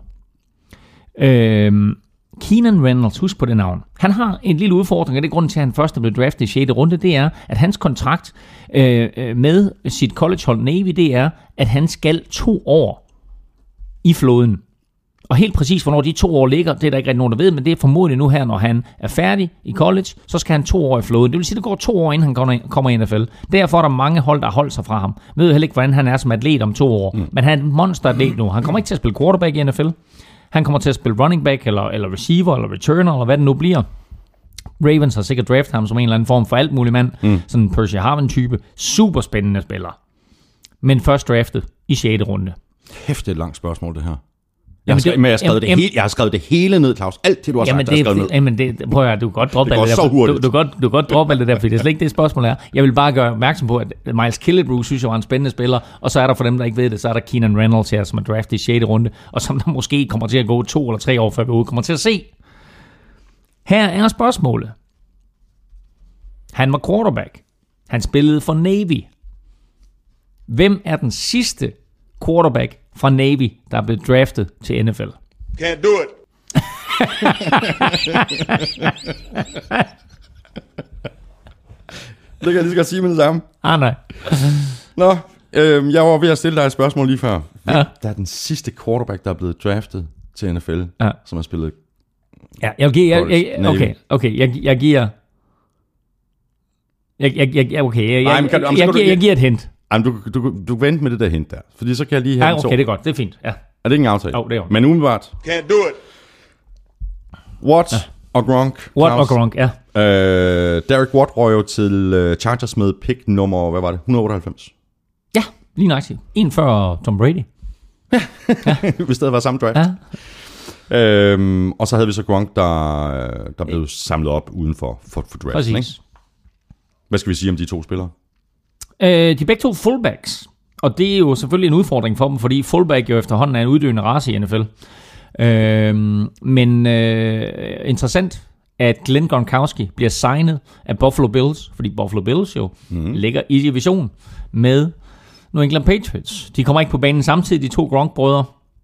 Keenan Reynolds, husk på det navn. Han har en lille udfordring, og det er grunden til, at han først er blevet draftet i 6. runde, det er, at hans kontrakt med sit collegehold Navy, det er, at han skal 2 år i flåden. Og helt præcis, hvornår de 2 år ligger, det er der ikke rigtig nogen, der ved, men det er formodentlig nu her, når han er færdig i college, så skal han 2 år i flåden. Det vil sige, at det går 2 år, inden han kommer i NFL. Derfor er der mange hold, der holder sig fra ham. Jeg ved heller ikke, hvordan han er som atlet om 2 år, men han er en monsteratlet nu. Han kommer ikke til at spille quarterback i NFL. Han kommer til at spille running back, eller receiver, eller returner, eller hvad det nu bliver. Ravens har sikkert draftet ham som en eller anden form for alt mulig mand. Sådan en Percy Harvin-type. Super spændende spiller. Men først draftet i 6. runde. Hæftigt et langt spørgsmål, det her. Jeg har skrevet det hele ned, Claus. Alt det, du har sagt, jeg har skrevet ned. Jamen, prøv at høre, du kan godt droppe alt det der. Du kan godt droppe alt det der, fordi det er slet ikke det spørgsmål er. Jeg vil bare gøre opmærksom på, at Miles Killebrew synes jeg var en spændende spiller, og så er der for dem, der ikke ved det, så er der Keenan Reynolds her, som er draftet i 6. runde, og som der måske kommer til at gå 2 eller 3 år, før vi kommer til at se. Her er spørgsmålet. Han var quarterback. Han spillede for Navy. Hvem er den sidste quarterback fra Navy, der er blevet draftet til NFL? Can't do it. Det kan jeg lige skal sige med det samme. Nej. Nå, jeg var ved at stille dig et spørgsmål lige før. Ja. Der er den sidste quarterback, der er blevet draftet til NFL, som har spillet... Ja, jeg giver et hint. Jamen, du venter med det der hint der, fordi så kan jeg lige have okay, det er godt, det er fint. Ja. Er det ikke en aftale? Jo, det er jo. Men umiddelbart. Can't do it. Watt og Gronk. Watt og Gronk, ja. Derek Watt røg jo til Chargers med pick nummer, hvad var det? 198. Ja, lige nøjagtigt. En før Tom Brady. Ja. Hvis det var samme draft. Ja. Og så havde vi så Gronk, der blev samlet op uden for draft. Præcis. Hvad skal vi sige om de 2 spillere? De er begge 2 fullbacks, og det er jo selvfølgelig en udfordring for dem, fordi fullback jo efterhånden er en uddøende race i NFL. Men interessant, at Glenn Gronkowski bliver signet af Buffalo Bills, fordi Buffalo Bills jo ligger i division med New England Patriots. De kommer ikke på banen samtidig, de 2 Gronk-brødre.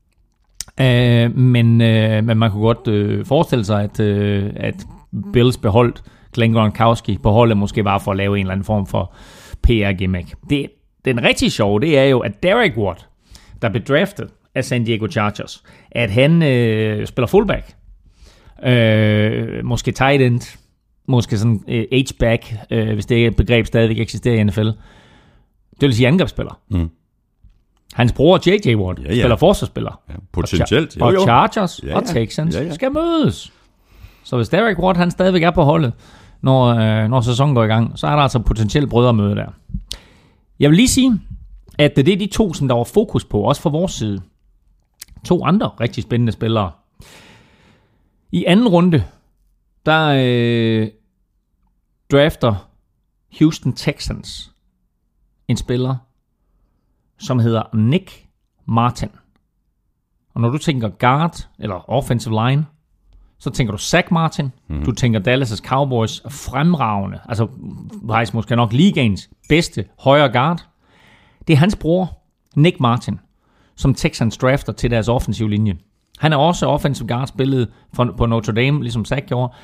Men man kunne godt forestille sig, at Bills beholdt Glenn Gronkowski på holdet, måske bare for at lave en eller anden form for PR-gimmick. Den rigtig sjove, det er jo, at Derek Watt, der blev draftet af San Diego Chargers, at han spiller fullback. Måske tight end, måske sådan H-back, hvis det er et begreb stadigvæk eksisterer i NFL. Det vil sige angrebsspiller. Hans bror J.J. Watt spiller forsvarsspiller. Ja, potentielt. Og Chargers og Texans skal mødes. Så hvis Derek Watt han stadigvæk er på holdet, når sæsonen går i gang, så er der altså potentielt brødremøde der. Jeg vil lige sige, at det er de 2, som der var fokus på, også fra vores side. 2 andre rigtig spændende spillere. I anden runde, der drafter Houston Texans en spiller, som hedder Nick Martin. Og når du tænker guard eller offensive line, så tænker du Zach Martin, du tænker Dallas' Cowboys fremragende, altså faktisk måske nok ligaens bedste højre guard. Det er hans bror, Nick Martin, som Texans drafter til deres offensive linje. Han er også offensive guard, spillet på Notre Dame, ligesom Zach gjorde.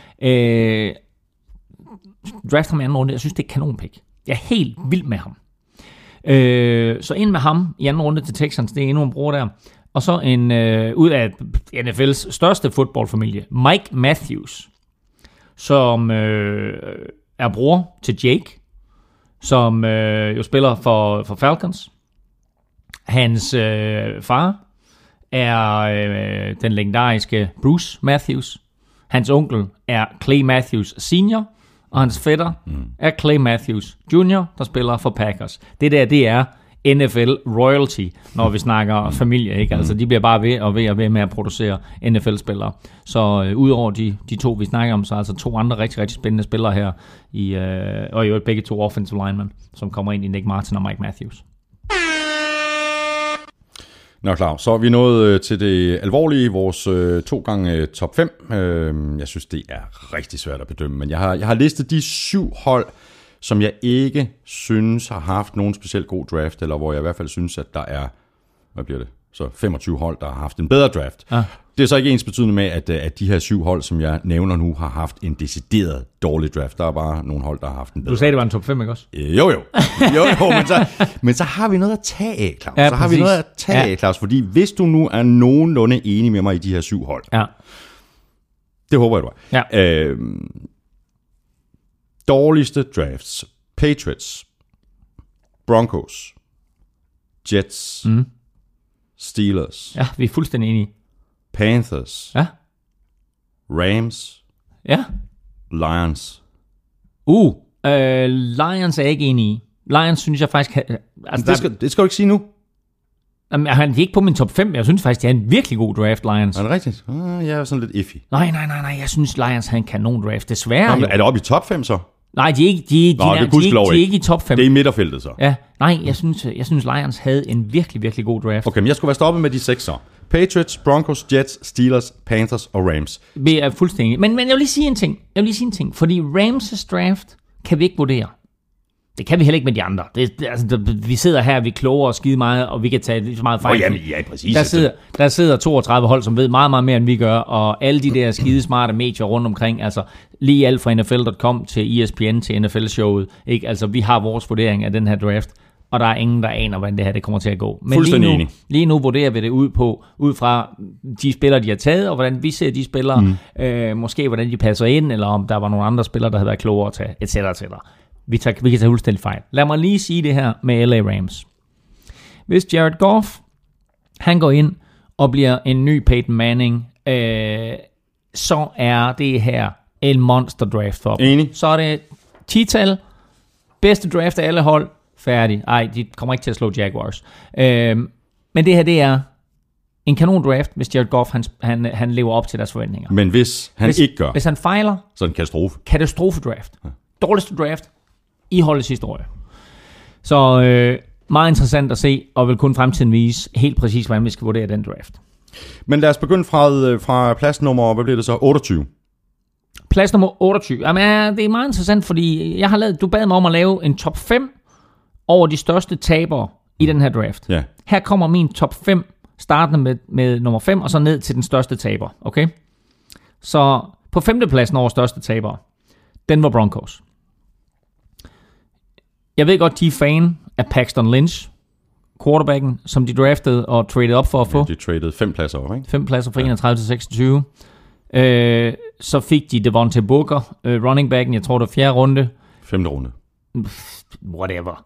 Drafter ham i anden runde, jeg synes, det er et kanonpick. Jeg er helt vild med ham. Så ind med ham i anden runde til Texans, det er endnu en bror der. Og så en ud af NFL's største fodboldfamilie, Mike Matthews, som er bror til Jake, som jo spiller for Falcons. Hans far er den legendariske Bruce Matthews. Hans onkel er Clay Matthews Senior, og hans fætter er Clay Matthews Jr., der spiller for Packers. Det er NFL royalty, når vi snakker familie, ikke? Altså, de bliver bare ved med at producere NFL-spillere. Så udover de to, vi snakker om, så er altså 2 andre rigtig, rigtig spændende spillere her, og i øvrigt begge 2 offensive linemen, som kommer ind i Nick Martin og Mike Matthews. Nå klar, så er vi nået til det alvorlige, vores 2 gange top 5. Jeg synes, det er rigtig svært at bedømme, men jeg har listet de 7 hold, som jeg ikke synes har haft nogen specielt god draft, eller hvor jeg i hvert fald synes, at der er, hvad bliver det, så 25 hold, der har haft en bedre draft. Ja. Det er så ikke ensbetydende med, at de her 7 hold, som jeg nævner nu, har haft en decideret dårlig draft. Der er bare nogle hold, der har haft en bedre. Du sagde, det var en top 5, ikke også? Jo, men så har vi noget at tage af, Claus. Ja, så har vi noget at tage af, Claus, fordi hvis du nu er nogenlunde enig med mig i de her 7 hold, det håber jeg, du er. Ja. Dårligste drafts: Patriots, Broncos, Jets, Steelers. Ja, vi er fuldstændig enige. Panthers. Ja. Rams. Ja. Lions. Lions er jeg ikke enig i. Lions synes jeg faktisk... Altså, det skal du ikke sige nu. Jamen, han er ikke på min top 5. Jeg synes faktisk, det er en virkelig god draft, Lions. Er det rigtigt? Jeg er sådan lidt iffy. Nej. Jeg synes, Lions har en kanon draft. Desværre. Nå, er det oppe i top 5 så? Nej, de er ikke i top 5. Det er i midterfeltet så? Ja. Nej, jeg synes Lions havde en virkelig, virkelig god draft. Okay, men jeg skulle være stoppet med de 6 så. Patriots, Broncos, Jets, Steelers, Panthers og Rams. Vi er fuldstændig. Men jeg vil lige sige en ting. Fordi Rams' draft kan vi ikke vurdere. Det kan vi heller ikke med de andre. Vi sidder her, vi er klogere og skide meget, og vi kan tage så meget fejl. Jamen, ja, præcis. Der sidder 32 hold, som ved meget, meget mere, end vi gør, og alle de der skide smarte medier rundt omkring, altså lige alt fra NFL.com til ESPN til NFL-showet, ikke? Altså, vi har vores vurdering af den her draft, og der er ingen, der aner, hvordan det her det kommer til at gå. Men lige nu vurderer vi det ud fra de spillere, de har taget, og hvordan vi ser de spillere, måske hvordan de passer ind, eller om der var nogle andre spillere, der havde været klogere at tage, etc. Vi kan tage fuldstændig fejl. Lad mig lige sige det her med LA Rams. Hvis Jared Goff, han går ind og bliver en ny Peyton Manning, så er det her en monster draft for dem. Enig. Så er det 10-tal, bedste draft af alle hold, færdig. Ej, de kommer ikke til at slå Jaguars. Men det her, det er en kanon draft, hvis Jared Goff han lever op til deres forventninger. Men hvis han ikke gør, hvis han fejler, så er det en katastrofe. Katastrofe draft. Dårligste draft i holdets historie. Så meget interessant at se, og vil kun fremtiden vise helt præcis, hvordan vi skal vurdere den draft. Men lad os begynde fra plads nummer, hvad bliver det så, 28? Plads nummer 28. Jamen, det er meget interessant, fordi du bad mig om at lave en top 5 over de største tabere i den her draft. Ja. Her kommer min top 5, startende med nummer 5, og så ned til den største taber. Okay? Så på 5. pladsen over største tabere, den var Broncos. Jeg ved godt, de er fan af Paxton Lynch, quarterbacken, som de draftede og traded op for at få. Ja, de traded 5 pladser over, ikke? 5 pladser fra 31 til 26. Så fik de Devontae Booker, running backen, jeg tror det var 4. runde. 5. runde. Whatever.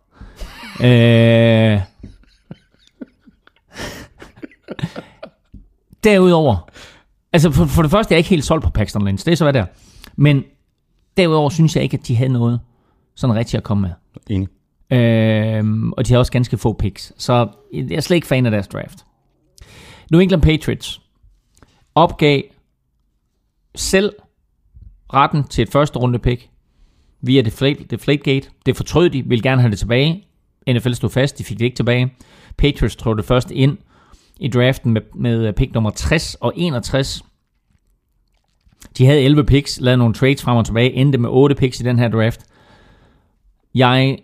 Derudover, altså for det første er jeg ikke helt solgt på Paxton Lynch, det er så hvad der. Men derudover synes jeg ikke, at de havde noget sådan rigtigt at komme med. Enig. Og de har også ganske få picks. Så jeg er slet ikke fan af deres draft. New England Patriots opgav selv retten til et første runde pick via Deflategate. Det fortrød de, ville gerne have det tilbage. NFL stod fast, de fik det ikke tilbage. Patriots trådte det først ind i draften med pick nummer 60 og 61. De havde 11 picks, lavede nogle trades frem og tilbage, endte med 8 picks i den her draft. Jeg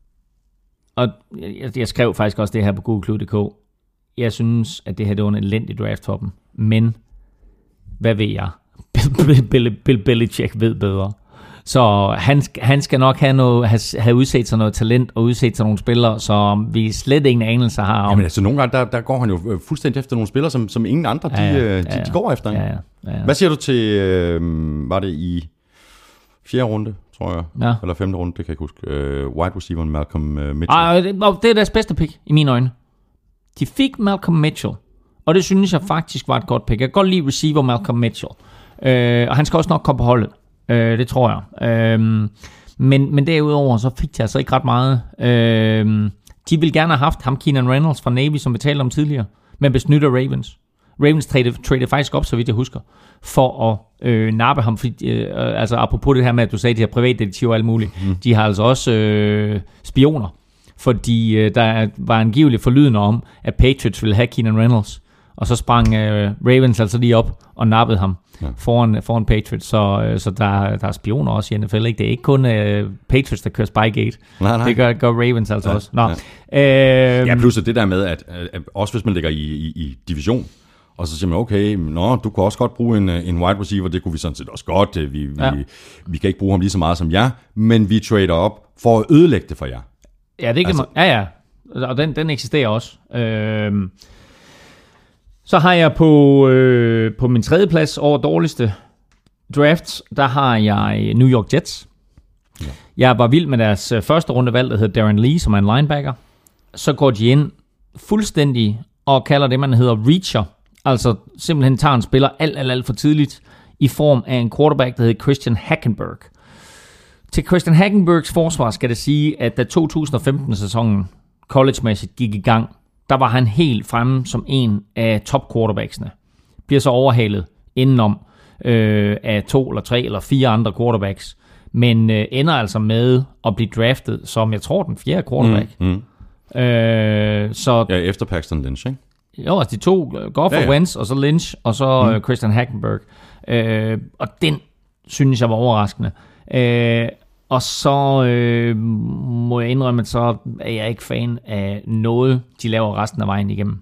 skrev faktisk også det her på GoogleClub.dk. Jeg synes, at det her det var en elendig draft for dem. Men, hvad ved jeg? Bill Belichick ved bedre. Så han skal nok have udset sig noget talent og udset sig nogle spillere, som vi slet ingen anelse har om. Jamen altså nogle gange, der går han jo fuldstændig efter nogle spillere, som ingen andre de går efter. Ja. Hvad siger du til, var det i 4. runde, tror jeg, eller 5. runde, det kan jeg ikke huske, wide receiver Malcolm Mitchell? Det er deres bedste pick, i mine øjne. De fik Malcolm Mitchell, og det synes jeg faktisk var et godt pick. Jeg kan godt lide receiver Malcolm Mitchell, og han skal også nok komme på holdet. Det tror jeg. Men derudover så fik de altså ikke ret meget. De ville gerne have haft ham, Keenan Reynolds fra Navy, som vi talte om tidligere, men besnytter Ravens. Ravens traded faktisk op, så vidt jeg husker, for at nappe ham. Altså apropos det her med, at du sagde, at de har privatdetektiver og alt muligt. De har altså også spioner, fordi der var angiveligt forlydende om, at Patriots ville have Keenan Reynolds. Og så sprang Ravens altså lige op og nappede ham foran Patriots. Så der er spioner også i NFL. Ikke? Det er ikke kun Patriots, der kører Spygate. Nej. Det gør Ravens altså også. Nå. Ja, plus det der med, at også hvis man ligger i division, og så siger man, okay, du kan også godt bruge en wide receiver, det kunne vi sådan set også godt. Vi kan ikke bruge ham lige så meget som jer, men vi trader op for at ødelægge det for jer. Ja, det kan man. Ja. Og den eksisterer også. Så har jeg på min 3. plads over dårligste drafts, der har jeg New York Jets. Ja. Jeg var vild med deres første rundevalg, der hedder Darren Lee, som er en linebacker. Så går de ind fuldstændig og kalder det, man hedder reacher. Altså simpelthen tager en spiller alt for tidligt i form af en quarterback, der hedder Christian Hackenberg. Til Christian Hackenbergs forsvar skal det sige, at da 2015-sæsonen college-mæssigt gik i gang, der var han helt fremme som en af top quarterbacksene. Bliver så overhalet indenom af 2 eller 3 eller 4 andre quarterbacks, men ender altså med at blive draftet som, jeg tror, den 4. quarterback. Så efter Paxton Lynch, ikke? Jo, altså de 2, Goff og Wentz, og så Lynch, og så Christian Hackenberg. Og den synes jeg var overraskende. Og så må jeg indrømme, at så er jeg ikke fan af noget, de laver resten af vejen igennem.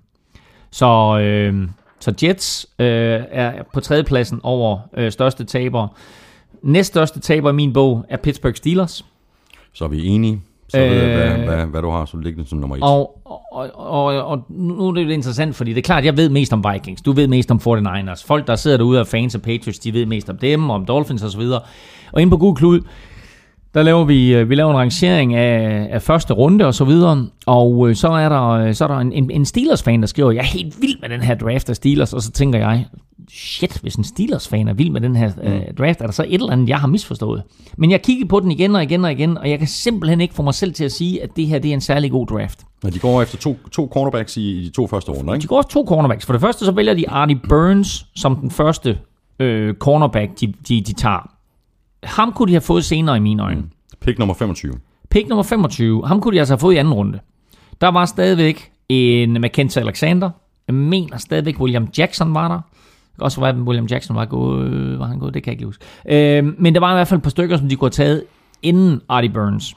Så Jets er på 3. pladsen over største tabere. Næststørste taber i min bog er Pittsburgh Steelers. Så er vi enige. Så ved jeg, hvad du har, så ligger det som nummer 1. Og nu er det lidt interessant, fordi det er klart, at jeg ved mest om Vikings. Du ved mest om 49ers. Folk, der sidder derude og fans af Patriots, de ved mest om dem, om Dolphins osv. Og inde på Google Klud, der laver vi laver en rangering af første runde og så videre, og så er der en Steelers-fan, der skriver, jeg er helt vild med den her draft af Steelers, og så tænker jeg, shit, hvis en Steelers-fan er vild med den her draft, er der så et eller andet, jeg har misforstået. Men jeg kigger på den igen, og jeg kan simpelthen ikke få mig selv til at sige, at det her det er en særlig god draft. Ja, de går efter to cornerbacks i de 2 første runder, ikke? De går efter 2 cornerbacks. For det første så vælger de Artie Burns som den første cornerback, de tager. Ham kunne de have fået senere i mine øjne. Pick nummer 25. Pick nummer 25. Ham kunne de altså have fået i anden runde. Der var stadigvæk en Mackenzie Alexander. Jeg mener stadigvæk William Jackson var der. Også var William Jackson var han gået, det kan jeg ikke huske. Men der var i hvert fald et par stykker, som de kunne have taget inden Artie Burns.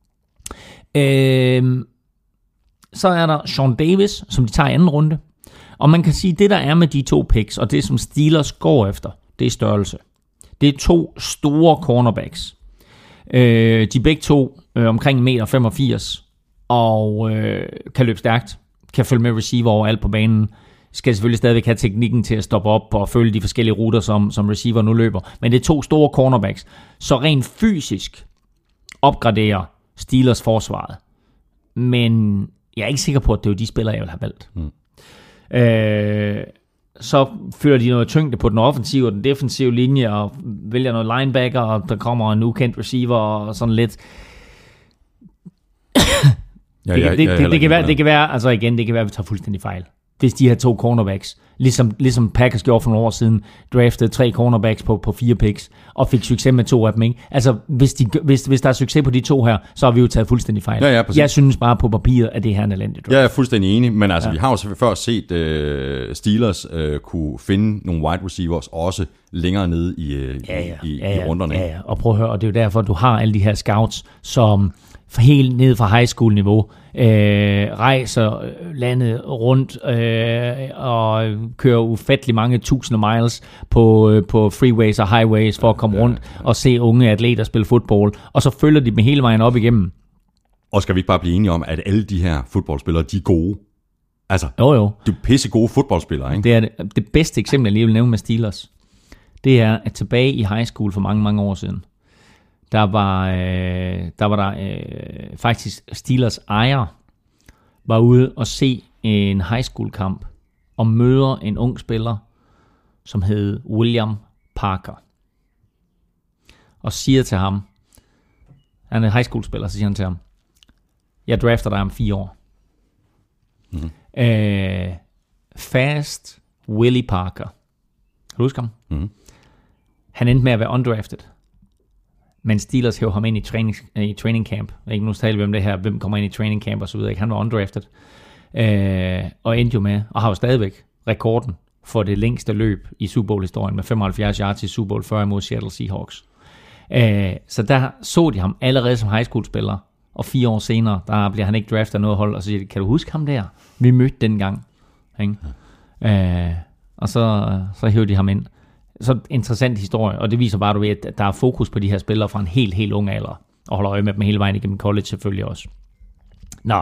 Så er der Sean Davis, som de tager i anden runde. Og man kan sige, det der er med de 2 picks, og det som Steelers går efter, det er størrelse. Det er 2 store cornerbacks. De begge 2 omkring 1,85 meter og kan løbe stærkt, kan følge med receiver overalt på banen, skal selvfølgelig stadigvæk have teknikken til at stoppe op og følge de forskellige ruter, som receiver nu løber. Men det er 2 store cornerbacks, så rent fysisk opgraderer Steelers forsvaret. Men jeg er ikke sikker på, at det er de spillere, jeg vil have valgt. Så fører de noget tyngde på den offensive og den defensive linje, og vælger noget linebacker, og der kommer en ukendt receiver og sådan lidt. Det kan være, altså igen, det kan være, at vi tager fuldstændig fejl. Hvis de her 2 cornerbacks Ligesom Packers gjorde for nogle år siden, draftede 3 cornerbacks på 4 picks, og fik succes med 2 af dem, ikke? Altså, hvis der er succes på de 2 her, så har vi jo taget fuldstændig fejl. Ja, jeg synes bare på papiret, at det her er en elendig draft. Jeg er fuldstændig enig, men altså, vi har jo selvfølgelig før set Steelers kunne finde nogle wide receivers også længere nede i runderne. Ja. Og prøv at høre, og det er jo derfor, du har alle de her scouts, som helt ned fra high school niveau rejser landet rundt og kører ufattelig mange tusinde miles på freeways og highways for at komme rundt og se unge atleter spille fodbold, og så følger de dem hele vejen op igennem. Og skal vi ikke bare blive enige om, at alle de her fodboldspillere, de er gode? Altså, jo. De er pisse gode fodboldspillere, ikke? Det er det bedste eksempel, jeg lige vil nævne med Steelers. Det er, at tilbage i high school for mange, mange år siden, der var faktisk Steelers ejer var ude og se en high school kamp og møder en ung spiller, som hed William Parker. Og siger til ham, han er en high school spiller, så siger han til ham, jeg drafter dig om 4 år. Mm-hmm. Fast Willie Parker. Kan du huske ham? Mm-hmm. Han endte med at være undrafted. Men Steelers hævde ham ind i training camp. Ikke? Nu taler vi om det her, hvem kommer ind i training camp og så videre. Han var undrafted. Og endte jo med, og har jo stadigvæk rekorden for det længste løb i Super Bowl-historien med 75 yards i Super Bowl 40 mod Seattle Seahawks. Så der så de ham allerede som high school-spiller, og 4 år senere, der bliver han ikke draftet af noget hold, og så siger de, kan du huske ham der? Vi mødte dengang. Og så hævde de ham ind. Så en interessant historie, og det viser bare, at der er fokus på de her spillere fra en helt, helt ung alder, og holder øje med dem hele vejen igennem college selvfølgelig også. Nå,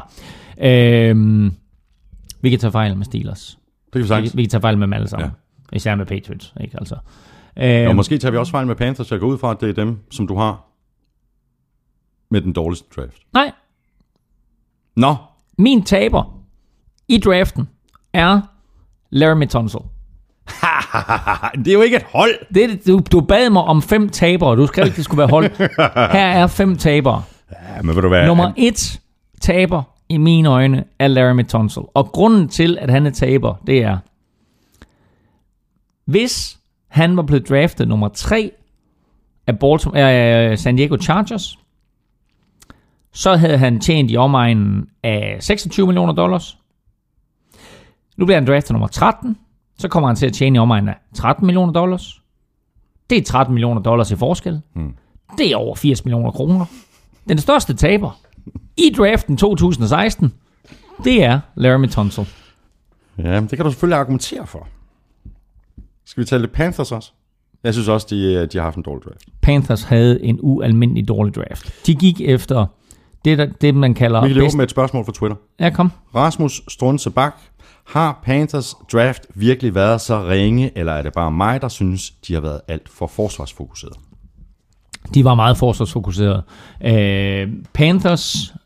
vi kan tage fejl med Steelers. Det kan vi kan tage fejl med dem alle sammen. Ja. Især med Patriots, ikke altså. Og måske tager vi også fejl med Panthers, jeg går ud fra, at det er dem, som du har med den dårligste draft. Nej. Nå. Min taber i draften er Laramie Tunsil. Det er jo ikke et hold. Du bad mig om 5 tabere. Du skrev ikke, det skulle være hold. Her er 5 tabere. Ja, men ved du hvad? Nummer 1 taber i mine øjne er Laramie Tunsil. Og grunden til, at han er taber, det er, hvis han var blevet draftet nummer 3 af San Diego Chargers, så havde han tjent i omegnen af $26 million. Nu bliver han draftet nummer 13. Så kommer han til at tjene i omegnen af $13 million. Det er $13 million i forskel. Det er over 80 millioner kroner. Den største taber i draften 2016, det er Laramie Tunsil. Ja, det kan du selvfølgelig argumentere for. Skal vi tale lidt Panthers også? Jeg synes også, de har haft en dårlig draft. Panthers havde en ualmindelig dårlig draft. De gik efter det man kalder... Vi kan lige åbne med et spørgsmål fra Twitter. Ja, kom. Rasmus Strunse Bak. Har Panthers draft virkelig været så ringe, eller er det bare mig, der synes, de har været alt for forsvarsfokuseret? De var meget forsvarsfokuseret. Panthers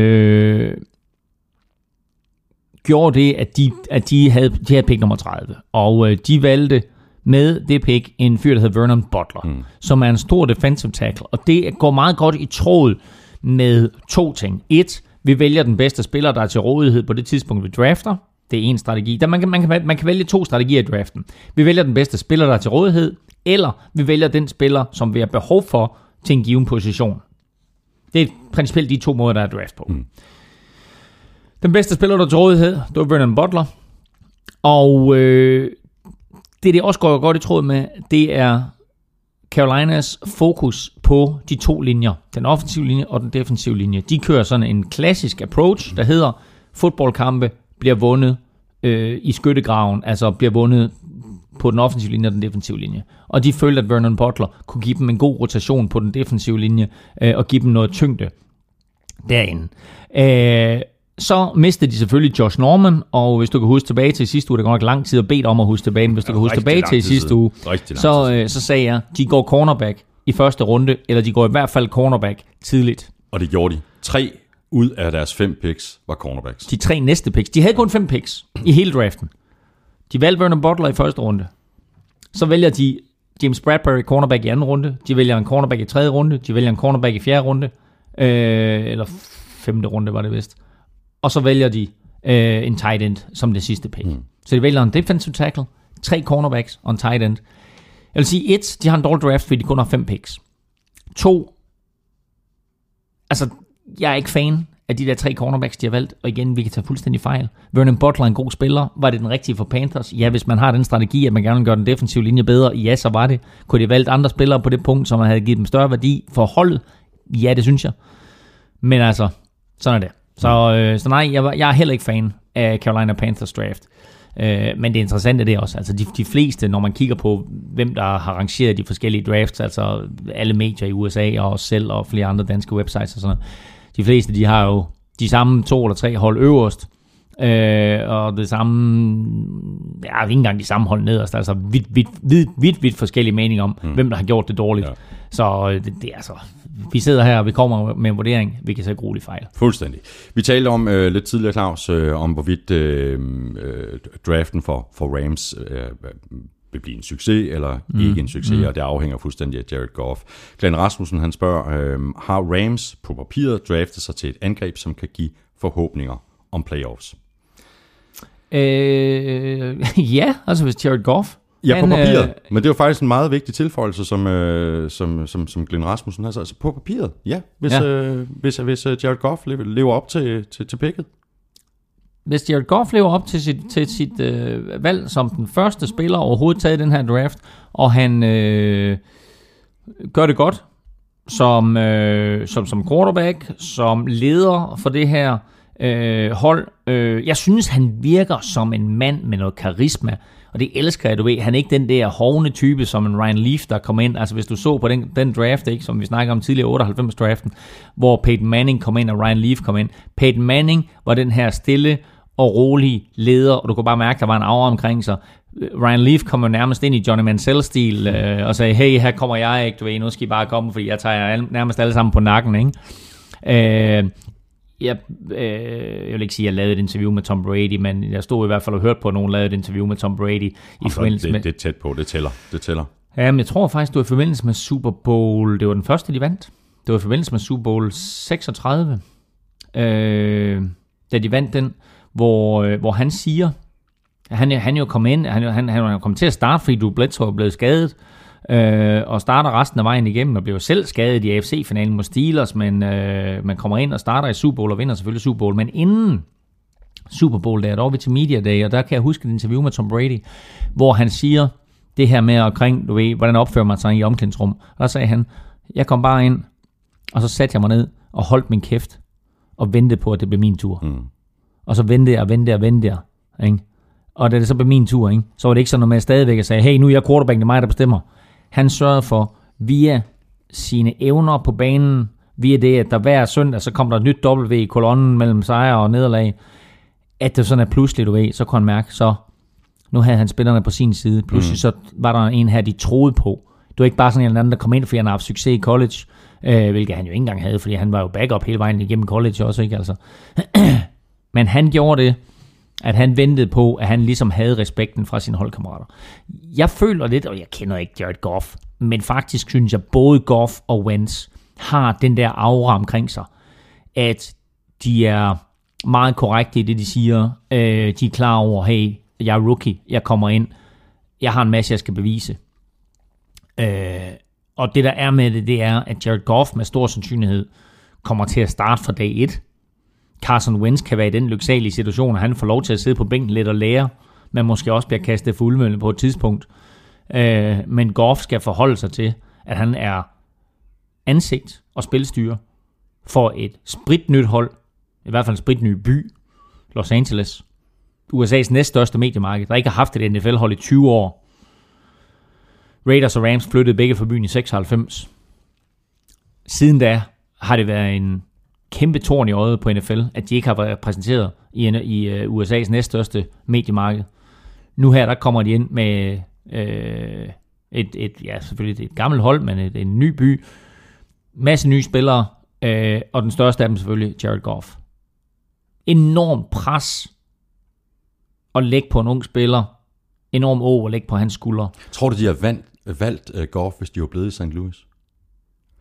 gjorde det, at de havde pick nummer 30, og de valgte med det pick en fyr, der hedder Vernon Butler, som er en stor defensive tackle, og det går meget godt i tråd med 2 ting. 1, vi vælger den bedste spiller, der er til rådighed på det tidspunkt, vi drafter. Det er en strategi. Man kan vælge 2 strategier i draften. Vi vælger den bedste spiller, der er til rådighed, eller vi vælger den spiller, som vi har behov for til en given position. Det er principielt de 2 måder, der er draft på. Den bedste spiller, der er til rådighed, det var Vernon Butler. Og det også går godt i tråd med, det er Carolinas fokus på de 2 linjer. Den offensive linje og den defensive linje. De kører sådan en klassisk approach, der hedder fodboldkampe bliver vundet i skyttegraven, altså bliver vundet på den offensive linje og den defensive linje. Og de følte, at Vernon Butler kunne give dem en god rotation på den defensive linje og give dem noget tyngde derinde. Så mistede de selvfølgelig Josh Norman, og hvis du kan huske tilbage til sidste uge, det går nok lang tid at bede om at huske tilbage, men hvis du kan huske tilbage til sidste uge, så sagde jeg, de går cornerback i første runde, eller de går i hvert fald cornerback tidligt. Og det gjorde de. 3 ud af deres 5 picks var cornerbacks. De 3 næste picks. De havde kun 5 picks i hele draften. De valgte Vernon Butler i første runde. Så vælger de James Bradbury cornerback i anden runde. De vælger en cornerback i tredje runde. De vælger en cornerback i fjerde runde. Eller 5. runde var det vist. Og så vælger de en tight end som det sidste pick. Så de vælger en defensive tackle, 3 cornerbacks og en tight end. Jeg vil sige, 1, de har en dårlig draft, fordi de kun har 5 picks. 2, altså, jeg er ikke fan af de der 3 cornerbacks, de har valgt, og igen, vi kan tage fuldstændig fejl. Vernon Butler er en god spiller. Var det den rigtige for Panthers? Ja, hvis man har den strategi, at man gerne vil gøre den defensive linje bedre, ja, så var det. Kunne de have valgt andre spillere på det punkt, som man havde givet dem større værdi for holdet? Ja, det synes jeg. Men altså, sådan er det. Så nej, jeg er heller ikke fan af Carolina Panthers draft. Men det interessante det er også, altså de fleste, når man kigger på, hvem der har rangeret de forskellige drafts, altså alle medier i USA og os selv og flere andre danske websites og sådan noget, de fleste, de har jo de samme 2 eller 3 hold øverst, og det samme, ja, ikke engang de samme hold nederst, altså vidt forskellige meninger om, hvem der har gjort det dårligt. Ja. Så det er altså, vi sidder her, og vi kommer med en vurdering, vi kan så grueligt fejl. Fuldstændig. Vi talte om lidt tidligere, Claus, om hvorvidt draften for Rams vil blive en succes, eller ikke en succes, og det afhænger fuldstændig af Jared Goff. Glenn Rasmussen, han spørger, har Rams på papiret draftet sig til et angreb, som kan give forhåbninger om playoffs? Ja, altså hvis Jared Goff... Ja, på papiret. Men det er jo faktisk en meget vigtig tilføjelse, som Glenn Rasmussen har sagt. Altså på papiret, ja. Hvis Jared Goff lever op til picket. Hvis Jared Goff lever op til sit valg som den første spiller overhovedet taget i den her draft, og han gør det godt som quarterback, som leder for det her hold. Jeg synes, han virker som en mand med noget karisma, og det elsker jeg, du ved. Han er ikke den der hovne type som en Ryan Leaf, der kom ind. Altså hvis du så på den draft, ikke, som vi snakker om tidligere, 98-draften, hvor Peyton Manning kom ind, og Ryan Leaf kom ind. Peyton Manning var den her stille og rolig leder, og du kunne bare mærke, der var en aura omkring sig. Ryan Leaf kom jo nærmest ind i Johnny Manziel-stil og sagde, hey, her kommer jeg, ikke, du ved, nu skal I bare komme, fordi jeg tager nærmest alle sammen på nakken, ikke? Jeg vil ikke sige, at jeg lavede et interview med Tom Brady, men jeg stod i hvert fald og hørte på, at nogen lavede et interview med Tom Brady. Det er tæt på, det tæller. Ja, men jeg tror faktisk, det var i forbindelse med Super Bowl, det var den første, de vandt. Det var i forbindelse med Super Bowl 36, da de vandt den, hvor han siger, han jo kom ind, han er kommet til at starte, fordi Bledsoe er blevet skadet, og starter resten af vejen igennem, og bliver selv skadet i AFC-finalen mod Steelers, men man kommer ind og starter i Super Bowl og vinder selvfølgelig Super Bowl, men inden Super Bowl, der er vi til Media Day, og der kan jeg huske et interview med Tom Brady, hvor han siger det her med omkring, du ved, hvordan opfører man sig i omklædningsrum, og der sagde han, jeg kom bare ind, og så satte jeg mig ned og holdt min kæft, og ventede på, at det blev min tur. Og så ventede jeg, ikke? Og da det så blev min tur, ikke, så var det ikke sådan noget med, at jeg stadigvæk sagde, hey, nu er jeg quarterback, det er mig, der bestemmer. Han sørgede for, via sine evner på banen, via det, at der hver søndag, så kom der et nyt W i kolonnen mellem sejr og nederlag, at det sådan er pludselig, du ved, så kunne han mærke, så nu havde han spillerne på sin side. Pludselig så var der en her, de troede på. Det var ikke bare sådan en eller anden, der kom ind, fordi han har haft succes i college, hvilket han jo ikke engang havde, fordi han var jo backup hele vejen igennem college også, ikke altså. Men han gjorde det, at han ventede på, at han ligesom havde respekten fra sine holdkammerater. Jeg føler lidt, og jeg kender ikke Jared Goff, men faktisk synes jeg, både Goff og Wentz har den der aura omkring sig, at de er meget korrekte i det, de siger. De er klar over, hey, jeg er rookie, jeg kommer ind, jeg har en masse, jeg skal bevise. Og det, der er med det, det er, at Jared Goff med stor sandsynlighed kommer til at starte fra dag 1. Carson Wentz kan være i den lyksalige situation, at han får lov til at sidde på bænken lidt og lære, men måske også bliver kastet fuldmøllen på et tidspunkt. Men Goff skal forholde sig til, at han er ansigt og spilstyre for et spritnyt hold, i hvert fald en spritny by, Los Angeles, USA's næststørste mediemarked, der ikke har haft et NFL-hold i 20 år. Raiders og Rams flyttede begge fra byen i 96. Siden da har det været en kæmpe torn i øjet på NFL, at de ikke har været repræsenteret i USA's næststørste mediemarked. Nu her, der kommer de ind med selvfølgelig et gammelt hold, men en ny by, masse nye spillere, og den største af dem selvfølgelig Jared Goff. Enorm pres at lægge på en ung spiller, enorm at lægge på hans skuldre. Tror du, de har valgt Goff, hvis de var blevet i St. Louis?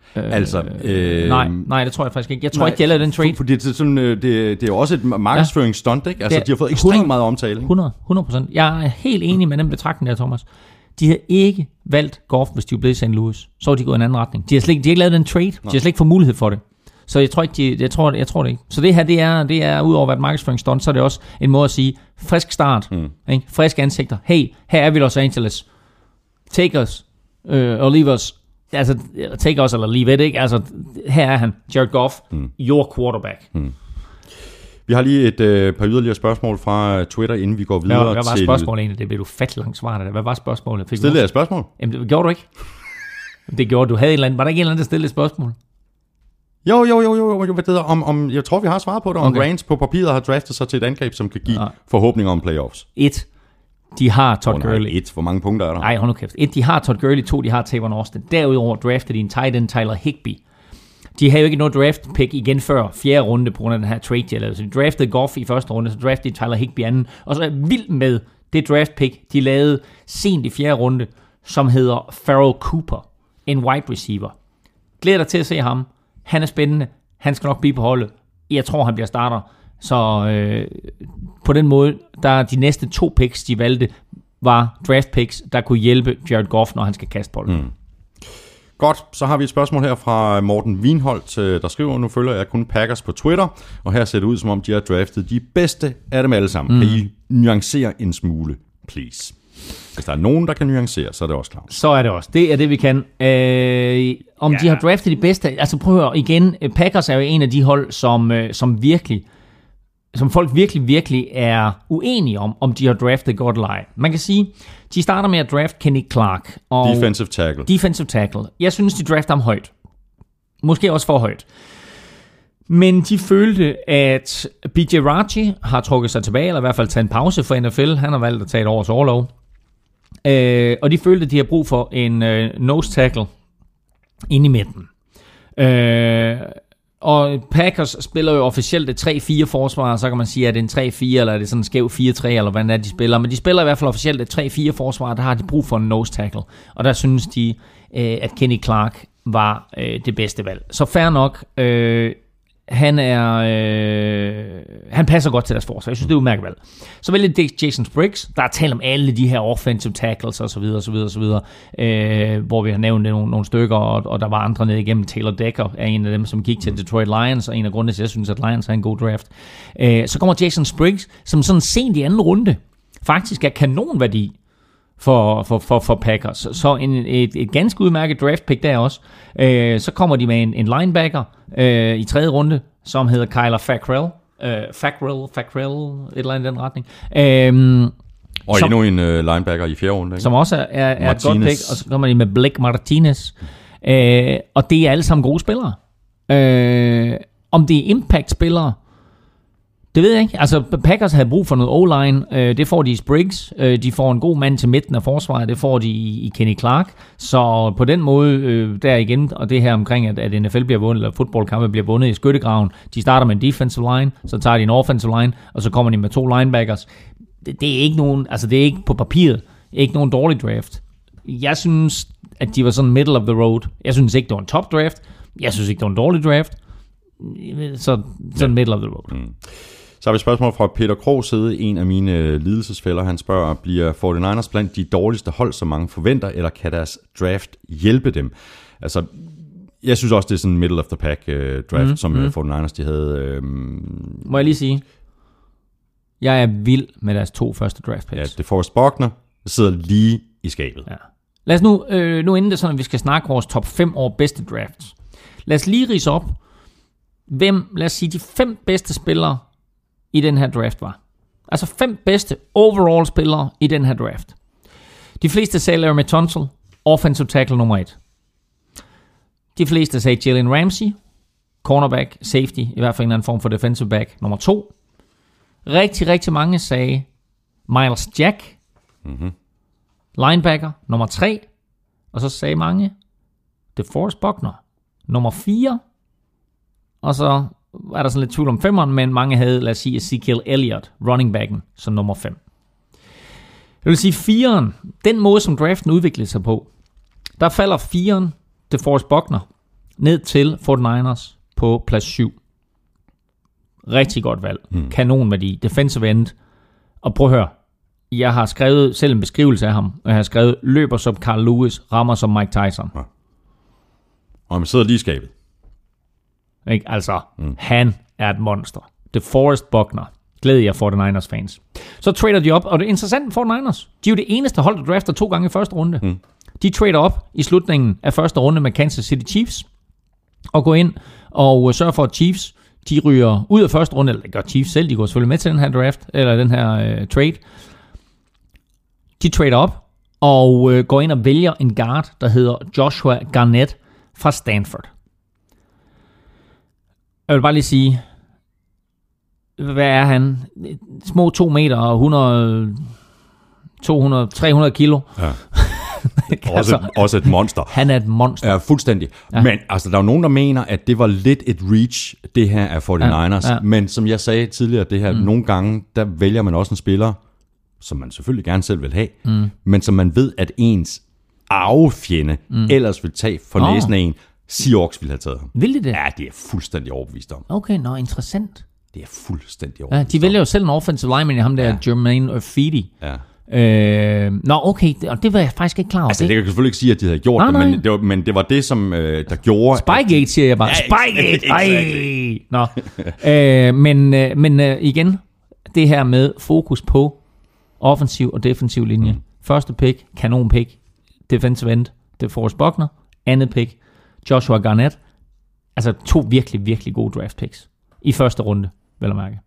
Nej, det tror jeg faktisk ikke. Jeg tror ikke, de har lavet den trade. Fordi det er jo også et markedsføringsstunt, ikke? Altså, de har fået ekstremt meget omtale. 100%. Jeg er helt enig med den betragtning der, Thomas. De havde ikke valgt Goff, hvis de var blevet i St. Louis. Så var de gået en anden retning. De har ikke lavet den trade. De har slet ikke fået mulighed for det. Så jeg tror det ikke. Så det her, det er udover at være et markedsføringsstunt, så er det også en måde at sige, frisk start, ikke? Friske ansigter. Hey, her er vi Los Angeles. Take us, or leave us. Altså, take us eller leave it, ikke? Altså, her er han, Jared Goff, your quarterback. Vi har lige et par yderligere spørgsmål fra Twitter, inden vi går videre til... Hvad var spørgsmålet egentlig? Det blev du fat langt svaret. Hvad var spørgsmålet? Stillede jeg et spørgsmål? Jamen, det gjorde du ikke. Det gjorde du. Var der ikke en eller anden, der stillede et spørgsmål? Jo. Jeg tror, vi har svaret på det. Om Rams på papiret har draftet sig til et angreb, som kan give forhåbninger om playoffs. De har Todd Gurley. Hvor mange punkter er der? Nej, hold nu kæft. De har Todd Gurley. 2, de har Tavon Austin. Derudover draftede de en tight end, Tyler Higbee. De havde jo ikke noget draft pick igen før 4. runde på grund af den her trade, de lavede. Så de draftede Goff i 1. runde, så draftede de Tyler Higbee i 2. Og så er jeg vild med det draft pick, de lavede sent i 4. runde, som hedder Pharoh Cooper, en wide receiver. Glæder dig til at se ham. Han er spændende. Han skal nok blive på holdet. Jeg tror, han bliver starter. Så på den måde, der de næste 2 picks, de valgte, var draft picks, der kunne hjælpe Jared Goff, når han skal kaste bolden. Godt, så har vi et spørgsmål her fra Morten Wienholdt, der skriver, nu følger jeg kun Packers på Twitter, og her ser det ud, som om de har draftet de bedste af dem alle sammen. Kan I nuancere en smule, please? Hvis der er nogen, der kan nuancere, så er det også klart. Så er det også. Det er det, vi kan. Om de har draftet de bedste... Altså prøv at høre igen. Packers er jo en af de hold, som folk virkelig er uenige om de har draftet godt eller ej. Man kan sige, de starter med at draft Kenny Clark. Og Defensive tackle. Jeg synes, de drafter ham højt. Måske også for højt. Men de følte, at B.J. Raji har trukket sig tilbage, eller i hvert fald taget en pause for NFL. Han har valgt at tage et års orlov. Og de følte, at de har brug for en nose tackle inde i midten. Og Packers spiller jo officielt et 3-4 forsvar, så kan man sige, at det er en 3-4, eller er det sådan en skæv 4-3, eller hvad det er, de spiller. Men de spiller i hvert fald officielt et 3-4 forsvar, der har de brug for en nose tackle. Og der synes de, at Kenny Clark var det bedste valg. Så fair nok, han passer godt til deres forsvar. Jeg synes, det er udmærket valg. Så vælger de Jason Spriggs. Der er talt om alle de her offensive tackles og så videre, hvor vi har nævnt nogle stykker, og der var andre nede igennem. Taylor Decker er en af dem, som gik til Detroit Lions, og en af grundene til, at jeg synes, at Lions er en god draft. Så kommer Jason Spriggs, som sådan sent i 2. runde faktisk er kanonværdi for Packers. Så et ganske udmærket draft pick der også. Så kommer de med en linebacker i 3. runde, som hedder Kyler Fackrell. Fackrell, et eller andet i den retning. Og endnu en linebacker i 4. runde. Ikke? Som også er et godt pick. Og så kommer de med Blake Martinez. Og det er alle sammen gode spillere. Om det er impact-spillere, det ved jeg ikke. Altså, Packers havde brug for noget O-line. Det får de i Spriggs. De får en god mand til midten af forsvaret. Det får de i Kenny Clark. Så på den måde, der igen, og det her omkring, at NFL bliver vundet, eller fodboldkampe bliver vundet i skyttegraven. De starter med en defensive line, så tager de en offensive line, og så kommer de med 2 linebackers. Det er ikke nogen, altså det er ikke på papiret, ikke nogen dårlig draft. Jeg synes, at de var sådan middle of the road. Jeg synes ikke, det var en top draft. Jeg synes ikke, det var en dårlig draft. Så middle of the road. Så har vi et spørgsmål fra Peter Krogsede, en af mine lidelsesfælder. Han spørger, bliver 49ers blandt de dårligste hold, som mange forventer, eller kan deres draft hjælpe dem? Altså, jeg synes også, det er sådan en middle of the pack draft, som 49ers de havde. Må jeg lige sige, jeg er vild med deres 2 første draft picks. Ja, det DeForest Buckner sidder lige i skabet. Ja. Lad os nu inden det sådan, at vi skal snakke vores top 5 år bedste drafts. Lad os lige ridse op, lad os sige, de 5 bedste spillere i den her draft var. Altså 5 bedste overall spillere i den her draft. De fleste sagde Laremy Tunsil, offensive tackle nummer 1. De fleste sagde Jalen Ramsey, cornerback, safety, i hvert fald en anden form for defensive back, nummer 2. Rigtig mange sagde Miles Jack, linebacker, nummer 3. Og så sagde mange DeForest Buckner, nummer 4. Og så er der sådan lidt tvivl om 5'eren, men mange havde, lad os sige, Ezekiel Elliott, running backen, som nummer 5. Jeg vil sige 4'eren, den måde, som draften udviklede sig på, der falder 4'eren DeForest Buckner ned til 49ers på plads 7. Rigtig godt valg. Kanonværdi. Defensive end. Og prøv at høre. Jeg har skrevet selv en beskrivelse af ham. Og jeg har skrevet, løber som Carl Lewis, rammer som Mike Tyson. Ja. Og man sidder lige i skabet. Ikke? Altså, han er et monster. DeForest Buckner. Glæder jer 49ers fans. Så trader de op, og det er interessant for 49ers. De er jo det eneste hold, der drafter 2 gange i første runde. De trader op i slutningen af første runde med Kansas City Chiefs, og går ind og sørger for, at Chiefs, de ryger ud af første runde, eller det gør Chiefs selv, de går selvfølgelig med til den her draft, eller den her trade. De trader op, og går ind og vælger en guard, der hedder Joshua Garnett fra Stanford. Jeg vil bare lige sige, hvad er han? Små 2 meter og 100, 200, 300 kilo. Ja. Også et monster. Han er et monster. Ja, fuldstændig. Ja. Men altså, der er jo nogen, der mener, at det var lidt et reach, det her af 49ers. Ja. Men som jeg sagde tidligere, det her, nogle gange, der vælger man også en spiller, som man selvfølgelig gerne selv vil have, men som man ved, at ens arvefjende ellers vil tage for næsen af en. Seahawks ville have taget ham. Vil de det? Ja, det er fuldstændig overbevist om. Okay, interessant. Det er fuldstændig overbevist. Ja, de vælger jo selv en offensive lineman i ham der, Jermaine Ifedi. Ja. Okay, og det var jeg faktisk ikke klar over. Altså, det kan jeg selvfølgelig ikke sige, at de havde gjort det, men det var det, som der gjorde... Spygate, siger jeg bare. Ja, Spygate! Men igen, det her med fokus på offensiv og defensiv linje. Første pick, kanon pick, defensive end, DeForest Buckner. Andet pick, Joshua Garnett. Altså 2 virkelig, virkelig gode draft picks i første runde, vel at mærke.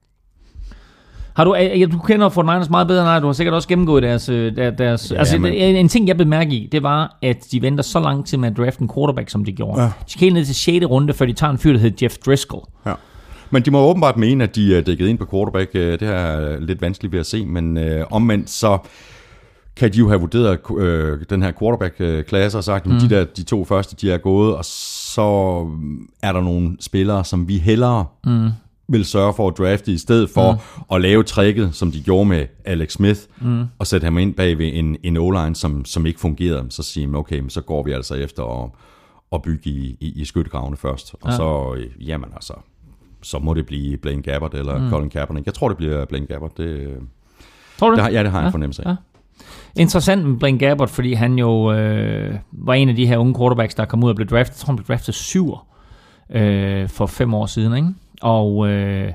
Du kender 49ers meget bedre end dig. Du har sikkert også gennemgået deres en ting, jeg blev mærke i, det var, at de venter så lang tid med at drafte en quarterback, som de gjorde. Ja. De skal helt ned til 6. runde, før de tager en fyr, der hedder Jeff Driscoll. Ja. Men de må åbenbart mene, at de er dækket ind på quarterback. Det her er lidt vanskeligt ved at se, men omvendt så kan de jo have vurderet den her quarterback-klasse og sagt, at de 2 første, de er gået, og så er der nogle spillere, som vi hellere vil sørge for at drafte, i stedet for at lave tricket, som de gjorde med Alex Smith, og sætte ham ind bag ved en O-line, som ikke fungerede. Så siger man, okay, så går vi altså efter at bygge i skyttegravene først. Og så, jamen altså, så må det blive Blaine Gabbert eller Colin Kaepernick. Jeg tror, det bliver Blaine Gabbert. Tror du det? Det har jeg en fornemmelse af. Ja. Interessant med Blaine Gabbert, fordi han jo var en af de her unge quarterbacks, der kom ud og blev draftet. Jeg tror, han blev draftet 7 for 5 år siden, ikke? Og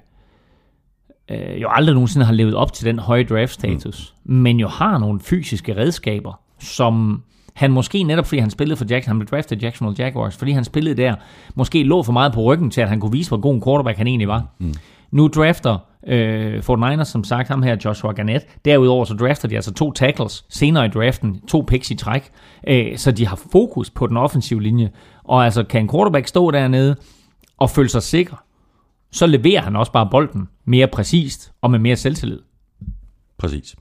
jo aldrig nogensinde har levet op til den høje draft-status, men jo har nogle fysiske redskaber, som han måske netop, fordi han spillede for Jackson, han blev draftet Jacksonville Jaguars, fordi han spillede der, måske lå for meget på ryggen til, at han kunne vise, hvor god en quarterback han egentlig var. Nu drafter 49ers, som sagt, ham her, Joshua Garnett. Derudover så drafter de altså 2 tackles senere i draften, 2 picks i træk, så de har fokus på den offensive linje. Og altså, kan en quarterback stå dernede og føle sig sikker, så leverer han også bare bolden mere præcist og med mere selvtillid. Præcis.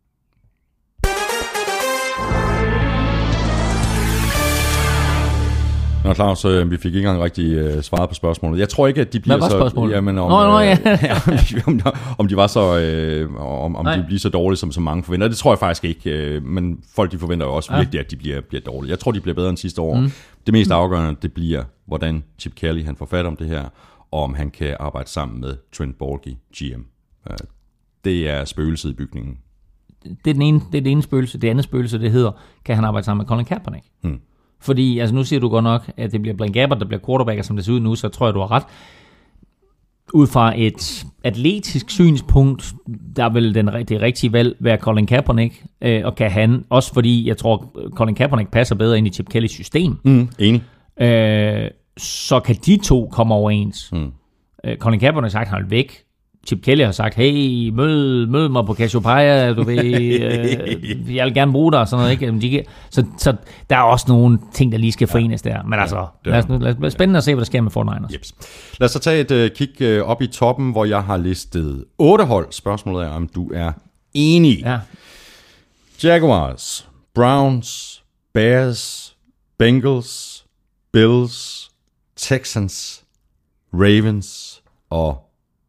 Nå, Claus, vi fik ikke engang rigtig svaret på spørgsmålet. Jeg tror ikke, at de bliver så... spørgsmålet? Jamen, om de var så... om de bliver så dårlige, som så mange forventer. Det tror jeg faktisk ikke. Men folk, de forventer jo også virkelig, at de bliver dårlige. Jeg tror, de bliver bedre end sidste år. Det mest afgørende, det bliver, hvordan Chip Kelly han får fat om det her, og om han kan arbejde sammen med Trent Baalke, GM. Det er spøgelset i bygningen. Det er det ene spøgelse. Det andet spøgelse, det hedder, kan han arbejde sammen med Colin Kaepernick? Fordi, altså nu siger du godt nok, at det bliver Blaine Gabbert, der bliver quarterbacker, som det ser ud nu, så tror jeg, du har ret. Ud fra et atletisk synspunkt, der vil det rigtige valg være Colin Kaepernick, og kan han, også fordi jeg tror, Colin Kaepernick passer bedre ind i Chip Kellys system. Enig. Så kan de 2 komme overens. Colin Kaepernick har sagt, han er væk. Chip Kelly har sagt, hey, mød mig på Cassiopeia, du ved, jeg vil gerne bruge dig, og sådan noget, ikke? Så der er også nogle ting, der lige skal forenes der. Men altså, lad os spændende at se, hvad der sker med 49ers. Yep. Lad os så tage et kig op i toppen, hvor jeg har listet 8 hold. Spørgsmålet er, om du er enig. Ja. Jaguars, Browns, Bears, Bengals, Bills, Texans, Ravens og...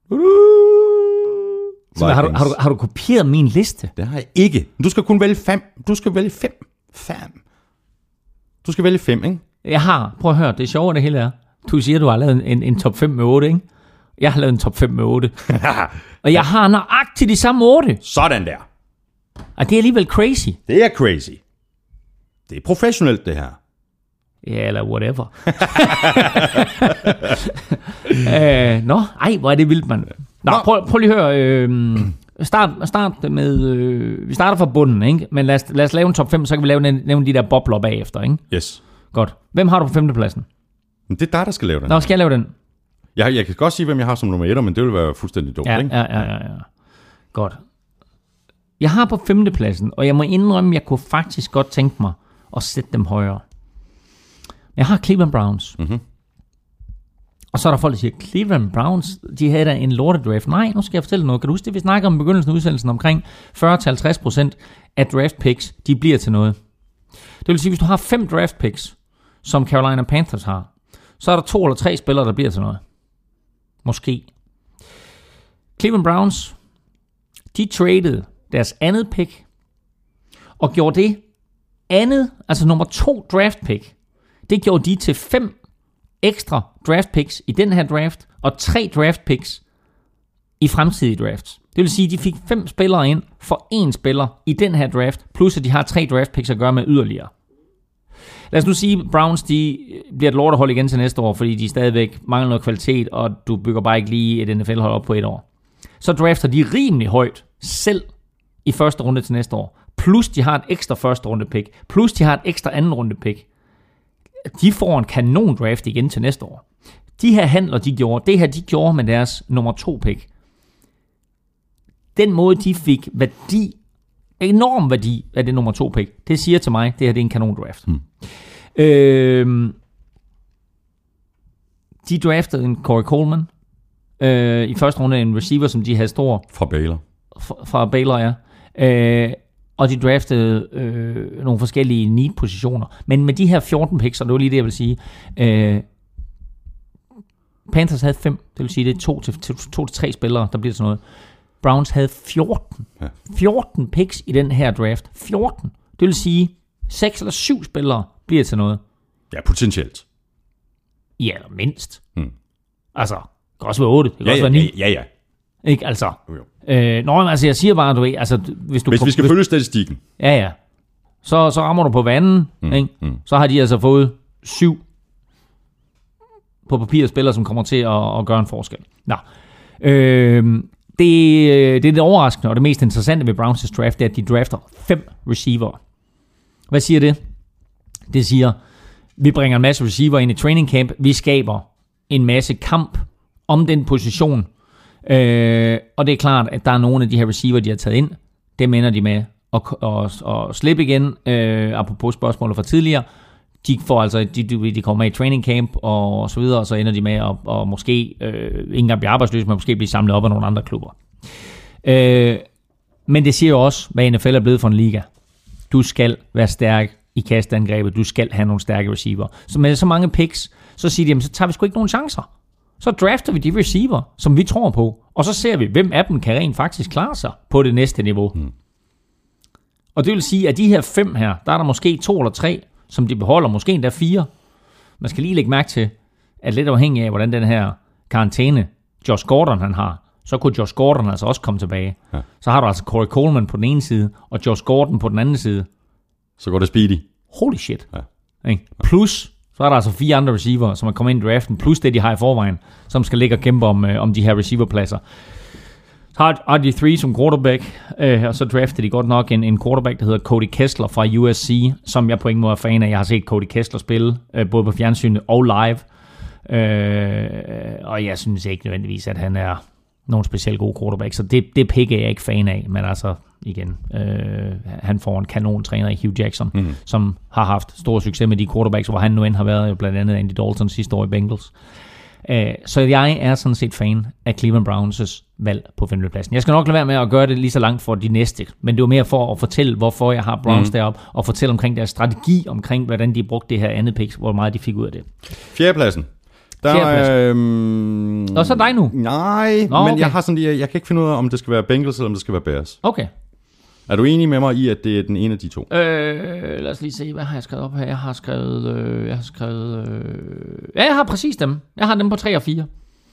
Har du kopieret min liste? Det har jeg ikke. Du skal kun vælge 5. Du skal vælge 5. Du skal vælge 5, ikke? Prøv at høre, det er sjovt, det hele er. Du siger, du har lavet en top 5 med 8, ikke? Jeg har lavet en top 5 med 8. Og jeg har nøjagtigt de samme 8. Sådan der. Og det er alligevel crazy. Det er crazy. Det er professionelt, det her. Ja, eller whatever. Hvor er det vildt, mand. Prøv lige at høre. Start med... vi starter fra bunden, ikke? Men lad os lave en top 5, så kan vi lave de der bobler bagefter, ikke? Yes. Godt. Hvem har du på 5. pladsen? Men det er dig, der skal lave den. Nå, skal jeg lave den? Jeg kan godt sige, hvem jeg har som nummer 1, men det vil være fuldstændig dumt, ikke? Ja. Godt. Jeg har på 5. pladsen, og jeg må indrømme, jeg kunne faktisk godt tænke mig at sætte dem højere. Jeg har Cleveland Browns. Mm-hmm. Og så er der folk, der siger, Cleveland Browns, de havde da en lortedraft. Nej, nu skal jeg fortælle noget. Kan du huske det, vi snakker om begyndelsen af udsendelsen omkring 40-50% af draft picks, de bliver til noget. Det vil sige, hvis du har 5 draft picks, som Carolina Panthers har, så er der 2 eller 3 spillere, der bliver til noget. Måske. Cleveland Browns, de traded deres andet pick, og gjorde det andet, altså nummer 2 draft pick, det gjorde de til 5 ekstra draft picks i den her draft, og 3 draft picks i fremtidige drafts. Det vil sige, at de fik 5 spillere ind for 1 spiller i den her draft, plus at de har 3 draft picks at gøre med yderligere. Lad os nu sige, at Browns de bliver et lortehold igen til næste år, fordi de stadigvæk mangler noget kvalitet, og du bygger bare ikke lige et NFL-hold op på 1 år. Så drafter de rimelig højt selv i første runde til næste år. Plus de har et ekstra første runde pick. Plus de har et ekstra anden runde pick. De får en kanon draft igen til næste år. De her handler, de gjorde med deres nummer 2 pick. Den måde, de fik værdi, enorm værdi af det nummer 2 pick, det siger til mig, det her det er en kanon draft. De draftede en Corey Coleman i første runde, en receiver, som de havde stor. Fra Baylor. Fra Baylor, ja. Og de draftede nogle forskellige need-positioner. Men med de her 14 picks, og det var lige det, jeg vil sige, Panthers havde 5, det vil sige, det er 2-3 spillere, der bliver sådan noget. Browns havde 14. Ja. 14 picks i den her draft. 14. Det vil sige, 6 eller 7 spillere bliver til noget. Ja, potentielt. Ja, mindst. Altså, det kan også være 8, det kan også være 9. Ja. Ikke, altså. Altså, jeg siger bare, du ved, altså, hvis vi skal følge statistikken. Ja. Så rammer du på vandet, ikke? Så har de altså fået 7 på papir spillere, som kommer til at gøre en forskel. Nå. Det er det overraskende, og det mest interessante ved Browns' draft, det er, at de drafter 5 receiver. Hvad siger det? Det siger, vi bringer en masse receiver ind i training camp, vi skaber en masse kamp om den position, og det er klart, at der er nogle af de her receiver, de har taget ind, det ender de med at slippe igen, apropos spørgsmålet fra tidligere. De får altså, de kommer med i training camp og så videre, og så ender de med at måske ikke engang blive arbejdsløse, men måske blive samlet op af nogle andre klubber. Men det siger jo også, hvad NFL er blevet for en liga. Du skal være stærk i kastangrebet, du skal have nogle stærke receiver. Så med så mange picks, så siger de, jamen, så tager vi sgu ikke nogen chancer. Så drafter vi de receiver, som vi tror på, og så ser vi, hvem af dem kan rent faktisk klare sig på det næste niveau. Og det vil sige, at de her 5 her, der er der måske 2 eller 3, som de beholder, måske endda 4. Man skal lige lægge mærke til, at lidt afhængig af, hvordan den her karantæne Josh Gordon han har, så kunne Josh Gordon altså også komme tilbage. Ja. Så har du altså Corey Coleman på den ene side, og Josh Gordon på den anden side. Så går det speedy. Holy shit. Ja. Plus, så er der altså 4 andre receiver, som er kommet ind i draften, plus det, de har i forvejen, som skal ligge og kæmpe om de her receiverpladser. Så har de 3 som quarterback, og så draftede de godt nok en quarterback, der hedder Cody Kessler fra USC, som jeg på ingen måde er fan af. Jeg har set Cody Kessler spille, både på fjernsynet og live, og jeg synes ikke nødvendigvis, at han er nogen specielt god quarterback, så det pick er jeg ikke fan af, men altså igen, han får en kanontræner i Hugh Jackson, som har haft stor succes med de quarterbacks, hvor han nu end har været, blandt andet Andy Dalton sidste år i Bengals. Så jeg er sådan set fan af Cleveland Browns' valg på 5. pladsen. Jeg skal nok lade være med at gøre det lige så langt for de næste, men det var mere for at fortælle, hvorfor jeg har Browns deroppe, og fortælle omkring deres strategi, omkring hvordan de brugte det her andet pick, hvor meget de fik ud af det. 4. pladsen. Og så dig nu? Nej, men okay. Jeg har sådan lige, jeg kan ikke finde ud af, om det skal være Bengals, eller om det skal være Bears. Okay. Er du enig med mig i, at det er den ene af de to? Lad os lige se, hvad har jeg skrevet op her? Jeg har præcis dem. Jeg har dem på 3 og 4.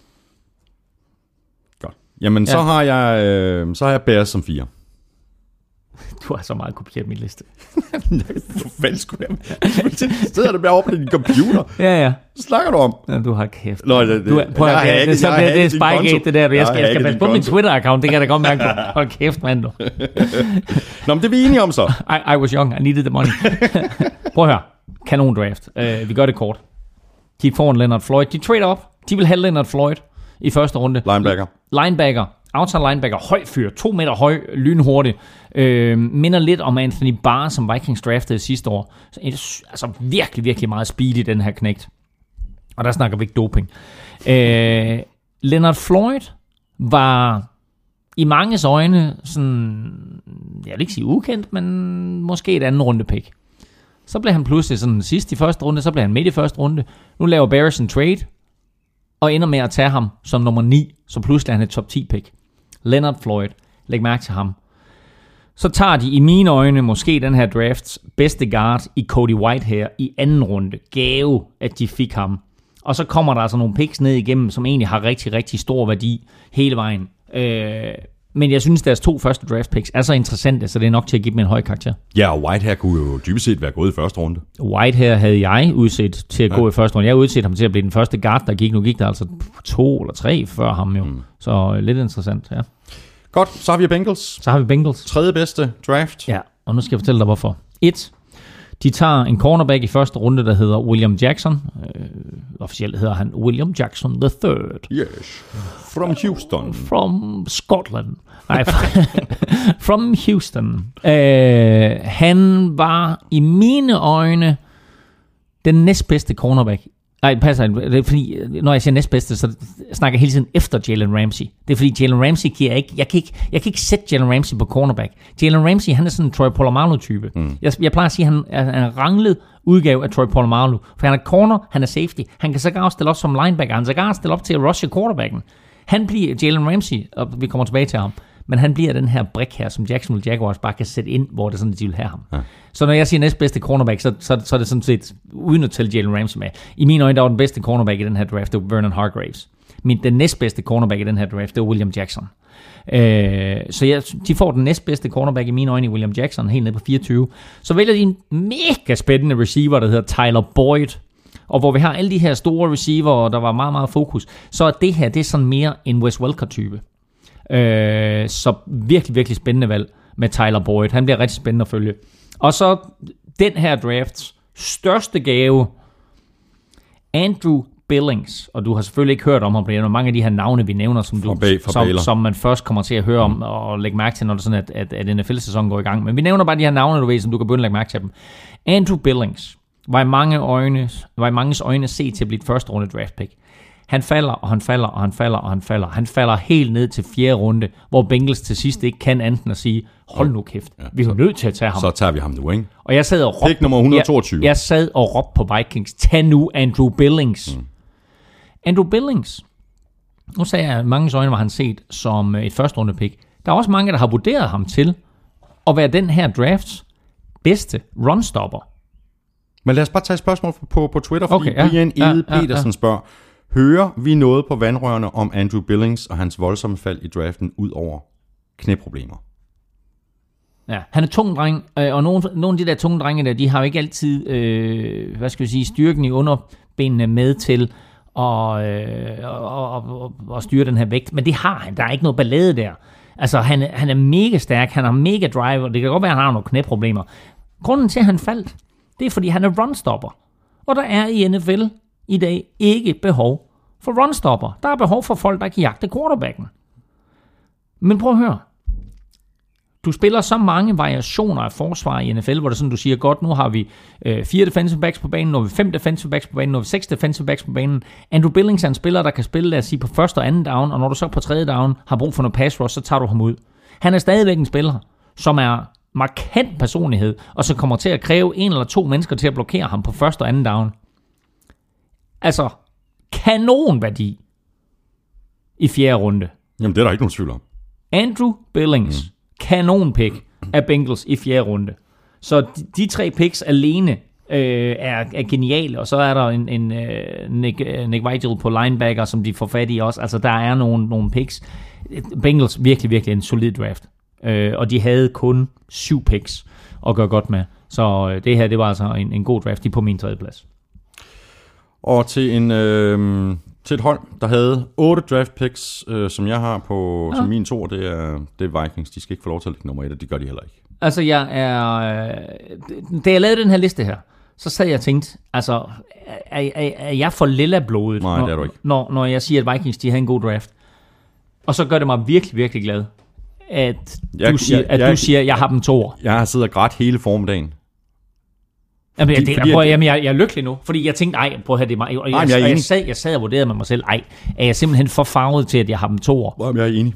Godt. Jamen, så har jeg Bears som 4. Du har så meget kopieret min liste. Hvor fanden skulle jeg? Sidder det bare oppe på din computer? Ja. Hvad snakker du om? Ja, du har kæft. Nå, det er Spygate, det der. Jeg skal passe på min Twitter-account, det kan jeg da godt mærke på. Hold kæft, mand. Nå, men det er vi enige om så. I was young, I needed the money. Prøv at høre. Kanon draft. Vi gør det kort. De får en Leonard Floyd. De trader op. De vil have Leonard Floyd i første runde. Linebacker. Outside linebacker, høj fyr, 2 meter høj, lynhurtig. Minder lidt om Anthony Barr, som Vikings draftede sidste år. Altså virkelig, virkelig meget speed i den her knægt. Og der snakker vi ikke doping. Leonard Floyd var i manges øjne sådan, jeg vil ikke sige ukendt, men måske et anden runde pick. Så blev han pludselig sådan sidst i første runde, så blev han midt i første runde. Nu laver Bears en trade, og ender med at tage ham som nummer 9, så pludselig er han et top 10 pick. Leonard Floyd, læg mærke til ham. Så tager de i mine øjne måske den her drafts bedste guard i Cody Whitehair i anden runde. Gave, at de fik ham. Og så kommer der altså nogle picks ned igennem, som egentlig har rigtig, rigtig stor værdi hele vejen. Men jeg synes, deres 2 første draft picks er så interessante, så det er nok til at give dem en høj karakter. Ja, og Whitehair kunne jo dybest set være gået i første runde. Whitehair havde jeg udset til at gå i første runde. Jeg havde udset ham til at blive den første guard, der gik. Nu gik der altså 2 eller 3 før ham jo. Så lidt interessant, ja. Godt, så har vi Bengals. Tredje bedste draft. Ja, og nu skal jeg fortælle dig hvorfor. 1. De tager en cornerback i første runde, der hedder William Jackson. Officielt hedder han William Jackson III. Yes. From Houston. From Scotland. Nej, from Houston. Han var i mine øjne den næstbedste cornerback. Nej, passer. Det er fordi, når jeg siger næstbedste, så snakker jeg hele tiden efter Jalen Ramsey. Det er fordi, Jalen Ramsey giver ikke... Jeg kan ikke sætte Jalen Ramsey på cornerback. Jalen Ramsey, han er sådan en Troy Polamalu-type. Jeg plejer at sige, at han er en ranglet udgave af Troy Polamalu. For han er corner, han er safety. Han kan sågar stille op som linebacker. Han kan sågar stille op til at rushe quarterbacken. Han bliver Jalen Ramsey, og vi kommer tilbage til ham. Men han bliver den her brik her, som Jacksonville Jaguars bare kan sætte ind, hvor det sådan, de vil have ham. Ja. Så når jeg siger næstbedste cornerback, så er det sådan set uden at tælle Jalen Ramsey med. I mine øjne, der var den bedste cornerback i den her draft, det var Vernon Hargreaves. Men den næstbedste cornerback i den her draft, det var William Jackson. Så de får den næstbedste cornerback i mine øjne i William Jackson, helt ned på 24. Så vælger de en mega spændende receiver, der hedder Tyler Boyd. Og hvor vi har alle de her store receiver, og der var meget, meget fokus, så er det her, det er sådan mere en Wes Welker-type. Så virkelig, virkelig spændende valg med Tyler Boyd. Han bliver rigtig spændende at følge. Og så den her drafts største gave, Andrew Billings. Og du har selvfølgelig ikke hørt om ham, for mange af de her navne, vi nævner, som man først kommer til at høre om og lægge mærke til, når det sådan, at NFL-sæsonen går i gang. Men vi nævner bare de her navne, du ved, som du kan begynde at lægge mærke til dem. Andrew Billings var i manges øjne set til at blive et første runde draft pick. Han falder, og han falder, og han falder, og han falder. Han falder helt ned til 4. runde, hvor Bengals til sidst ikke kan andet at sige, hold nu kæft, vi er nødt til at tage ham. Så tager vi ham nu, ikke? Og jeg sad og råbte... Pick nummer 122. Jeg sad og råbte på Vikings, tag nu Andrew Billings. Andrew Billings, nu sagde jeg, at manges øjne var han set som et første runde pick. Der er også mange, der har vurderet ham til at være den her drafts bedste runstopper. Men lad os bare tage et spørgsmål på Twitter, fordi Brian Ede Petersen spørger, hører vi noget på vandrørene om Andrew Billings og hans voldsomme fald i draften ud over knæproblemer? Ja, han er tung dreng, og nogle af de der tunge drenge der, de har jo ikke altid, styrken i underbenene med til at styre den her vægt, men det har han. Der er ikke noget ballade der. Altså, han er mega stærk, han har mega drive, og det kan godt være, at han har nogle knæproblemer. Grunden til, at han faldt, det er, fordi han er runstopper. Og der er i NFL i dag ikke behov for runstopper. Der er behov for folk, der kan jagte quarterbacken. Men prøv at høre. Du spiller så mange variationer af forsvar i NFL, hvor det sådan, du siger, godt, nu har vi 4 defensive backs på banen, nu har vi 5 defensive backs på banen, nu har vi 6 defensive backs på banen. Andrew Billings er en spiller, der kan spille, lad os sige, på første og anden down, og når du så på tredje down har brug for noget pass rush, så tager du ham ud. Han er stadigvæk en spiller, som er markant personlighed, og så kommer til at kræve 1 eller 2 mennesker til at blokere ham på første og anden down. Altså, kanonværdi i 4. runde. Jamen, det er der ikke nogen tvivl om. Andrew Billings, kanonpick af Bengals i 4. runde. Så de 3 picks alene er geniale, og så er der en Nick Vigil på linebacker, som de får fat i også. Altså, der er nogle picks. Bengals virkelig, virkelig en solid draft. Og de havde kun 7 picks at gøre godt med. Så det her, det var altså en god draft. De er på min 3. plads. Og til et hold, der havde 8 draft picks, som jeg har på som min 2, det er Vikings. De skal ikke få lov til at lægge nummer 1, og det gør de heller ikke. Altså, da jeg lavede den her liste her, så sad jeg og tænkte, altså, er jeg for lilla-blodet, Nej, det er du ikke. Når jeg siger, at Vikings, de har en god draft? Og så gør det mig virkelig, virkelig glad, at du siger, at jeg har dem 2 år. Jeg har siddet og grædt hele formiddagen. Jamen, jeg er lykkelig nu, fordi jeg tænkte, prøv at have det mig. Jeg sad og vurderede med mig selv, er jeg simpelthen for farvet til, at jeg har dem 2 år? Jeg er enig.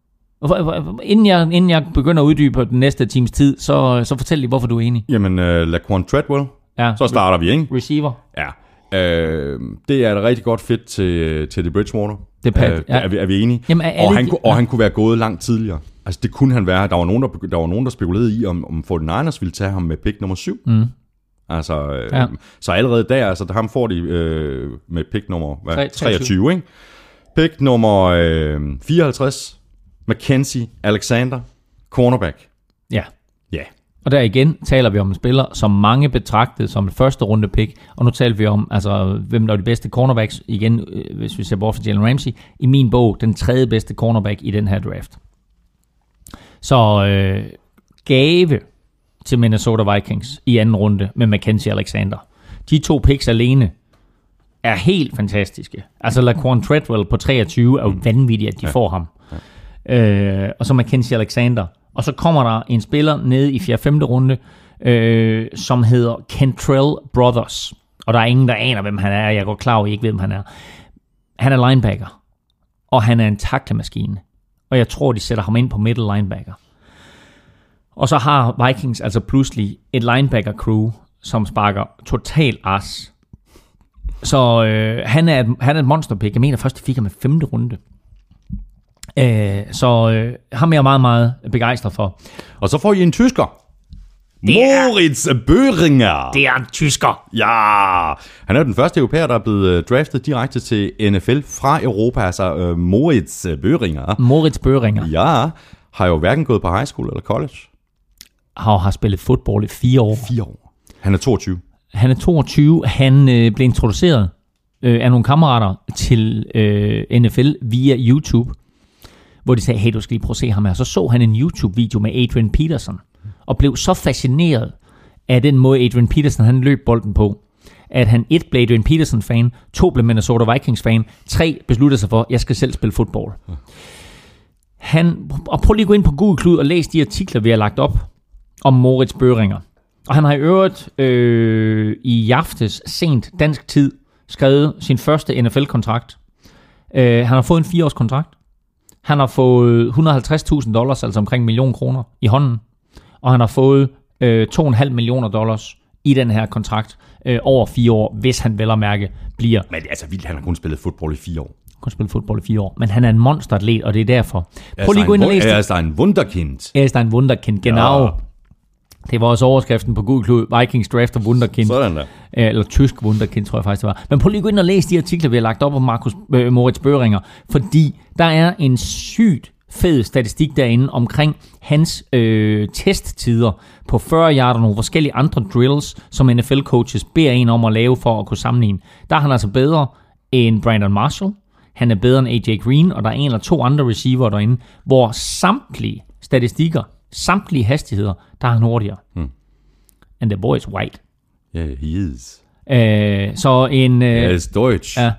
Inden jeg begynder at uddybe den næste times tid, så fortæl lige, hvorfor du er enig. Jamen, Laquan Treadwell, så starter vi, ikke? Receiver. Ja. Det er et rigtig godt fit til The Bridgewater. Er vi enige? Jamen, han kunne være gået langt tidligere. Altså, det kunne han være. Der var nogen, der spekulerede i, om 49ers ville tage ham med pick nummer 7. Mm. Altså, så allerede der, altså, ham får de med pick nummer 23, ikke? Pick nummer 54, Mackenzie Alexander, cornerback. Ja. Og der igen taler vi om en spiller, som mange betragtede som et første runde pick, og nu taler vi om, altså, hvem der er de bedste cornerbacks, igen, hvis vi ser bort fra Jalen Ramsey, i min bog, den 3. bedste cornerback i den her draft. Så gave til Minnesota Vikings i 2. runde med Mackenzie Alexander. De 2 picks alene er helt fantastiske. Altså Laquan Treadwell på 23 er jo vanvittigt, at de får ham. Og så Mackenzie Alexander. Og så kommer der en spiller nede i 4. og 5. runde, som hedder Kentrell Brothers. Og der er ingen, der aner, hvem han er. Jeg går klar over, ikke hvem han er. Han er linebacker. Og han er en tackle-maskine. Og jeg tror, de sætter ham ind på middle linebacker. Og så har Vikings altså pludselig et linebacker-crew, som sparker total as. Så han er et monsterpick. Jeg mener først, de fik ham i 5. runde. Ham er jeg meget, meget begejstret for. Og så får I en tysker. Moritz Böhringer. Det er en tysker. Ja, han er den første europæer, der er blevet draftet direkte til NFL fra Europa. Altså Moritz Böhringer. Moritz Böhringer. Ja, har jo hverken gået på high school eller college. Har spillet fodbold i 4 år. 4 år. Han er 22. Han blev introduceret af nogle kammerater til NFL via YouTube, hvor de sagde, hey, du skal lige prøve at se ham her. Så han en YouTube-video med Adrian Peterson, og blev så fascineret af den måde, Adrian Peterson han løb bolden på, at han 1 blev Adrian Peterson-fan, 2 blev Minnesota Vikings-fan, 3 besluttede sig for, jeg skal selv spille fodbold. Og prøv lige at gå ind på Google Klud og læse de artikler, vi har lagt op om Moritz Böhringer. Og han har i øvrigt i aftes sent dansk tid skrevet sin første NFL-kontrakt. Han har fået en 4-års kontrakt. Han har fået $150,000, altså omkring $1 million i hånden. Og han har fået $2,5 million i den her kontrakt over 4 år, hvis han vel at mærke bliver. Men altså vildt, han har kun spillet fodbold i 4 år. Kun spillet fodbold i 4 år, men han er en monsteratlet, og det er derfor. Prøv lige at gå ind og læse det. Er en Wunderkind? Er en Wunderkind, genau. Ja. Det var også overskriften på Google Klud, Vikings Draft of Wunderkind. Sådan der. Eller tysk Wunderkind, tror jeg faktisk det var. Men prøv lige at gå ind og læse de artikler, vi har lagt op om Moritz Böhringer, fordi der er en sygt fed statistik derinde omkring hans testtider på 40 yards og nogle forskellige andre drills, som NFL-coaches beder en om at lave for at kunne sammenligne. Der er han altså bedre end Brandon Marshall, han er bedre end AJ Green, og der er 1 eller 2 andre receiver derinde, hvor samtlige statistikker, samtlige hastigheder, der er han hurtigere. And the boy is white. Yeah, he is. Så en... Yes, Deutsch. Ja.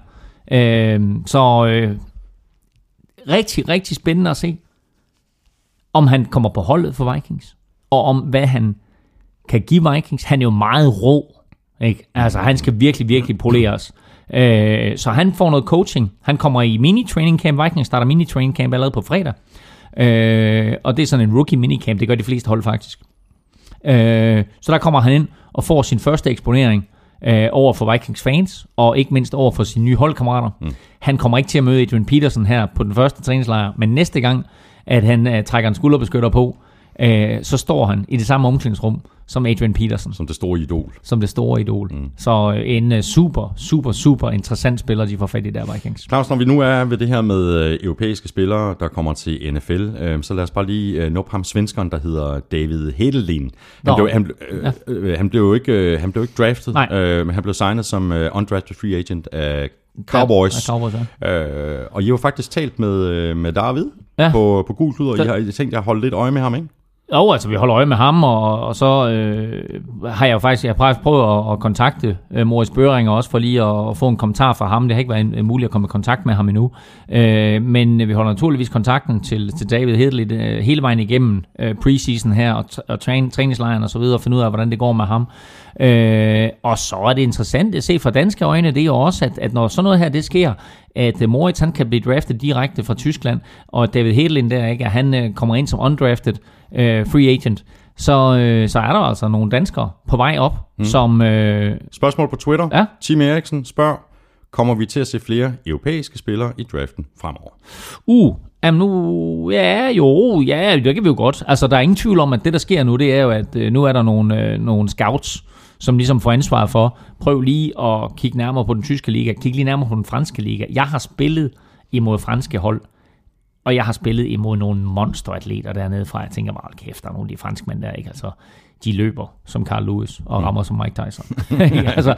Rigtig, rigtig spændende at se, om han kommer på holdet for Vikings, og om hvad han kan give Vikings. Han er jo meget rå, ikke? Altså, han skal virkelig, virkelig poleres. Så han får noget coaching. Han kommer i mini-training camp. Vikings starter mini-training camp allerede på fredag. Og det er sådan en rookie minicamp. Det gør de fleste hold faktisk. Så der kommer han ind og får sin første eksponering over for Vikings fans, og ikke mindst over for sine nye holdkammerater. Han kommer ikke til at møde Adrian Peterson her på den første træningslejr, men næste gang, at han trækker en skulderbeskytter på, så står han i det samme omklædningsrum som Adrian Peterson. Som det store idol. Som det store idol. Så en super interessant spiller, de får fat i der, Vikings. Claus, når vi nu er ved det her med europæiske spillere, der kommer til NFL, så lad os bare lige nuppe ham svenskeren, der hedder David Hedelin. Han blev jo ikke draftet, men han blev signet som undrafted free agent af Cowboys. Og I har faktisk talt med David på Gul Klud, og I har tænkt jer at holde lidt øje med ham, ikke? Jo, altså vi holder øje med ham, og så har jeg jo faktisk prøvet at kontakte Moritz Bøhringer også for lige at få en kommentar fra ham. Det har ikke været muligt at komme i kontakt med ham endnu. Men vi holder naturligvis kontakten til David Hedelin hele vejen igennem preseason her og træningslejren og så videre, og finde ud af, hvordan det går med ham. Og så er det interessant at se fra danske øjne, det er jo også, at når sådan noget her det sker, at Moritz han kan blive draftet direkte fra Tyskland, og David Hedelin der ikke, at han kommer ind som undrafted free agent, så er der altså nogle danskere på vej op, som... Spørgsmål på Twitter. Ja? Tim Eriksen spørger, kommer vi til at se flere europæiske spillere i draften fremover? Det kan vi jo godt. Altså, der er ingen tvivl om, at det, der sker nu, det er jo, at nu er der nogle scouts, som ligesom får ansvar for, prøv lige at kigge nærmere på den tyske liga, kigge lige nærmere på den franske liga. Jeg har spillet imod franske hold, og jeg har spillet imod nogle monsteratleter dernede fra. Jeg tænker bare, kæft, der er nogle af de franskmænd der, ikke? Altså, de løber som Carl Lewis og rammer som Mike Tyson. Altså,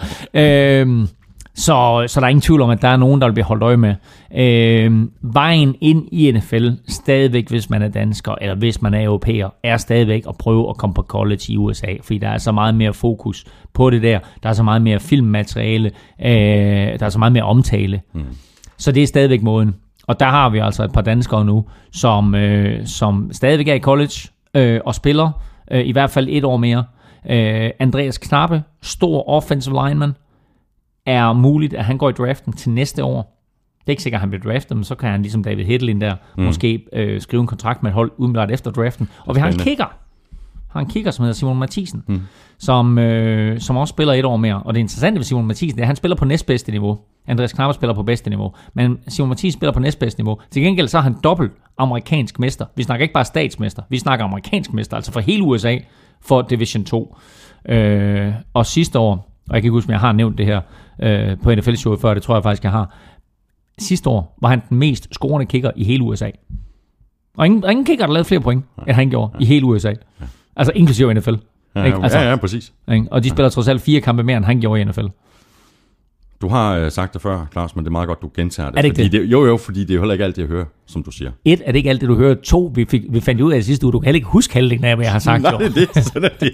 så der er ingen tvivl om, at der er nogen, der vil blive holdt øje med. Vejen ind i NFL, stadigvæk hvis man er dansker, eller hvis man er europæer, er stadigvæk at prøve at komme på college i USA, fordi der er så meget mere fokus på det der. Der er så meget mere filmmateriale, der er så meget mere omtale. Så det er stadigvæk måden. Og der har vi altså et par danskere nu, som stadigvæk er i college og spiller, i hvert fald 1 år mere. Andreas Knappe, stor offensive lineman, er muligt, at han går i draften til næste år. Det er ikke sikkert, at han bliver draftet, men så kan han ligesom David Hedelin der måske skrive en kontrakt med et hold umiddelbart efter draften. Og vi har en kicker, som hedder Simon Mathisen, som også spiller 1 år mere. Og det interessante ved Simon Mathisen, det er, at han spiller på næstbedste niveau. Andreas Knapper spiller på bedste niveau. Men Simon Mathisen spiller på næstbedste niveau. Til gengæld så er han dobbelt amerikansk mester. Vi snakker ikke bare statsmester, vi snakker amerikansk mester, altså for hele USA for Division 2. Og sidste år, og jeg kan ikke huske, om jeg har nævnt det her på NFL-showet før, det tror jeg faktisk, jeg har. Sidste år var han den mest scorende kicker i hele USA. Og ingen kicker, der lavede flere point, end han gjorde i hele USA. Altså inklusive NFL. Ja, præcis. Og de spiller trods alt 4 kampe mere, end han gjorde i NFL. Du har sagt det før, Claus, men det er meget godt, du gentager det. Er det ikke fordi det? Jo, fordi det er jo heller ikke alt det, jeg hører, som du siger. 1, er det ikke alt det, du hører. 2, vi fandt ud af det sidste uge. Du kan heller ikke huske halvdelen af, hvad jeg har sagt. Nej, det er sådan, det.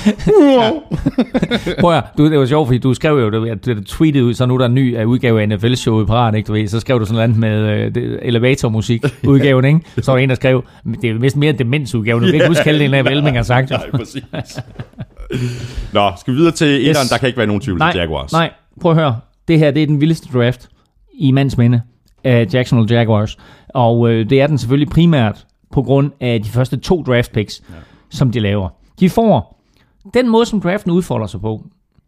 Prøv at det var sjovt, fordi du skrev jo, at du tweetede ud, så nu er der en ny udgave af NFL-showet parat, ikke? Du ved, så skrev du sådan noget med elevatormusik-udgaven, ikke? Så var der en, der skrev, det er vist mere demensudgaven. Du kan ikke huske halvdelen af, hvad Elming har sagt. Nej, præcis. Nå, skal vi videre til etteren? Der kan ikke være nogen tvivl til Jaguars. Nej, prøv at høre. Det her, det er den vildeste draft i mands minde af Jacksonville Jaguars. Og det er den selvfølgelig primært på grund af de første 2 draft picks, som de laver. De får den måde, som draften udfolder sig på.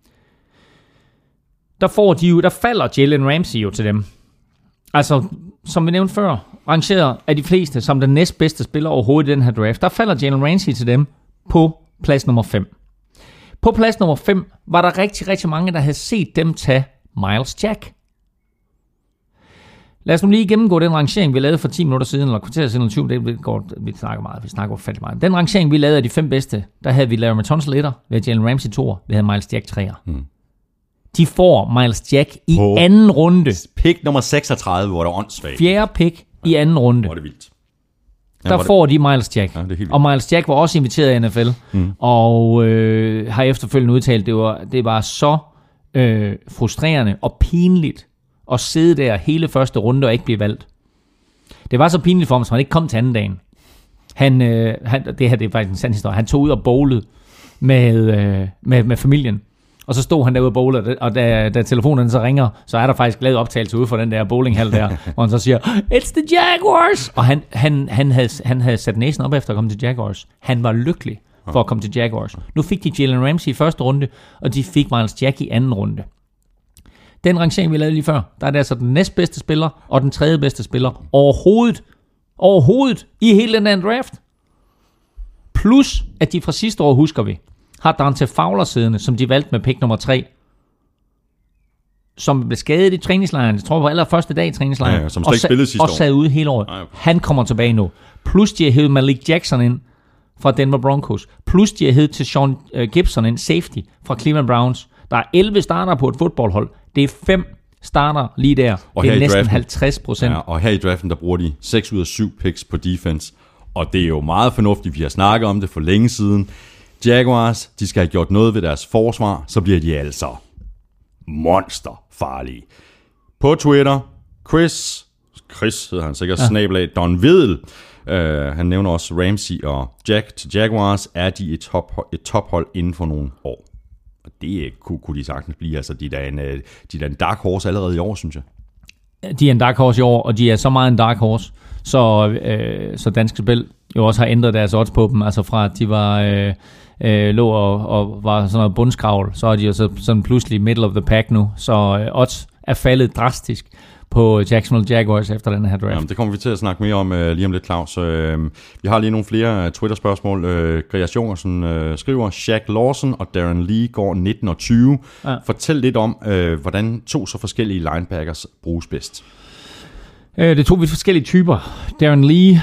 Der falder Jalen Ramsey jo til dem. Altså, som vi nævnte før, rangeret af de fleste som den næstbedste spiller overhovedet i den her draft. Der falder Jalen Ramsey til dem på plads nummer 5. På plads nummer 5 var der rigtig, rigtig mange, der havde set dem tage Miles Jack. Lad os nu lige gennemgå den rangering, vi lavede for 10 minutter siden, eller kvarter siden, eller 20, vi snakker ufattelig meget. Den rangering, vi lavede af de 5 bedste, der havde vi Larry Tunsil 1'er, vi havde Jalen Ramsey 2'er, vi havde Miles Jack 3'er. De får Miles Jack i anden runde. Pick nummer 36, hvor der er åndssvagt. 4. pick i anden runde. Hvor er det vildt. Der får de Miles Jack. Ja, og Miles Jack var også inviteret af NFL, og har efterfølgende udtalt, det var så frustrerende og pinligt at sidde der hele første runde og ikke blive valgt. Det var så pinligt for ham, så han ikke kom til anden dagen. Det her det er faktisk en sand historie. Han tog ud og bowlede med familien. Og så stod han derude og bowlede, og da telefonen så ringer, så er der faktisk lavet optagelse ude for den der bowlinghal der, hvor han så siger, it's the Jaguars! Og han havde sat næsen op efter at komme til Jaguars. Han var lykkelig for at komme til Jaguars. Nu fik de Jalen Ramsey i første runde, og de fik Miles Jack i anden runde. Den rangering, vi lavede lige før, der er det altså den næstbedste spiller, og den tredje bedste spiller overhovedet i hele den der draft. Plus, at de fra sidste år, husker vi, har Dante Fowler siddende, som de valgte med pick nummer 3, som blev skadet i træningslejren. Jeg tror, på allerførste dag i træningslejren. Ja, som slet ikke spillede sidste år. Og sad ude hele året. Okay. Han kommer tilbage nu. Plus, de har hævet Malik Jackson ind fra Denver Broncos. Plus, de har hævet til Sean Gibson ind, safety fra Cleveland Browns. Der er 11 starter på et fodboldhold. Det er 5 starter lige der. Og det er næsten 50%. Ja, og her i draften, der bruger de 6 ud af 7 picks på defense. Og det er jo meget fornuftigt. Vi har snakket om det for længe siden. Jaguars, de skal have gjort noget ved deres forsvar, så bliver de altså monsterfarlige. På Twitter, Chris hedder han sikkert, snabelag Don Vedel. Han nævner også Ramsey og Jack til Jaguars. Er de et tophold inden for nogle år? Og det kunne de sagtens blive. Altså, de er en dark horse allerede i år, synes jeg. De er en dark horse i år, og de er så meget en dark horse, så Danske Spil jo også har ændret deres odds på dem. Altså fra at de var lå og var sådan noget bundskravl, så er de jo sådan pludselig middle of the pack nu. Så odds er faldet drastisk på Jacksonville Jaguars efter den her draft. Jamen, det kommer vi til at snakke mere om lige om lidt, Claus. Vi har lige nogle flere Twitter-spørgsmål. Gregers Jungersen skriver, Shaq Lawson og Darren Lee går 19 og 20. Ja. Fortæl lidt om, hvordan 2 så forskellige linebackers bruges bedst. Det er 2 vidt forskellige typer. Darren Lee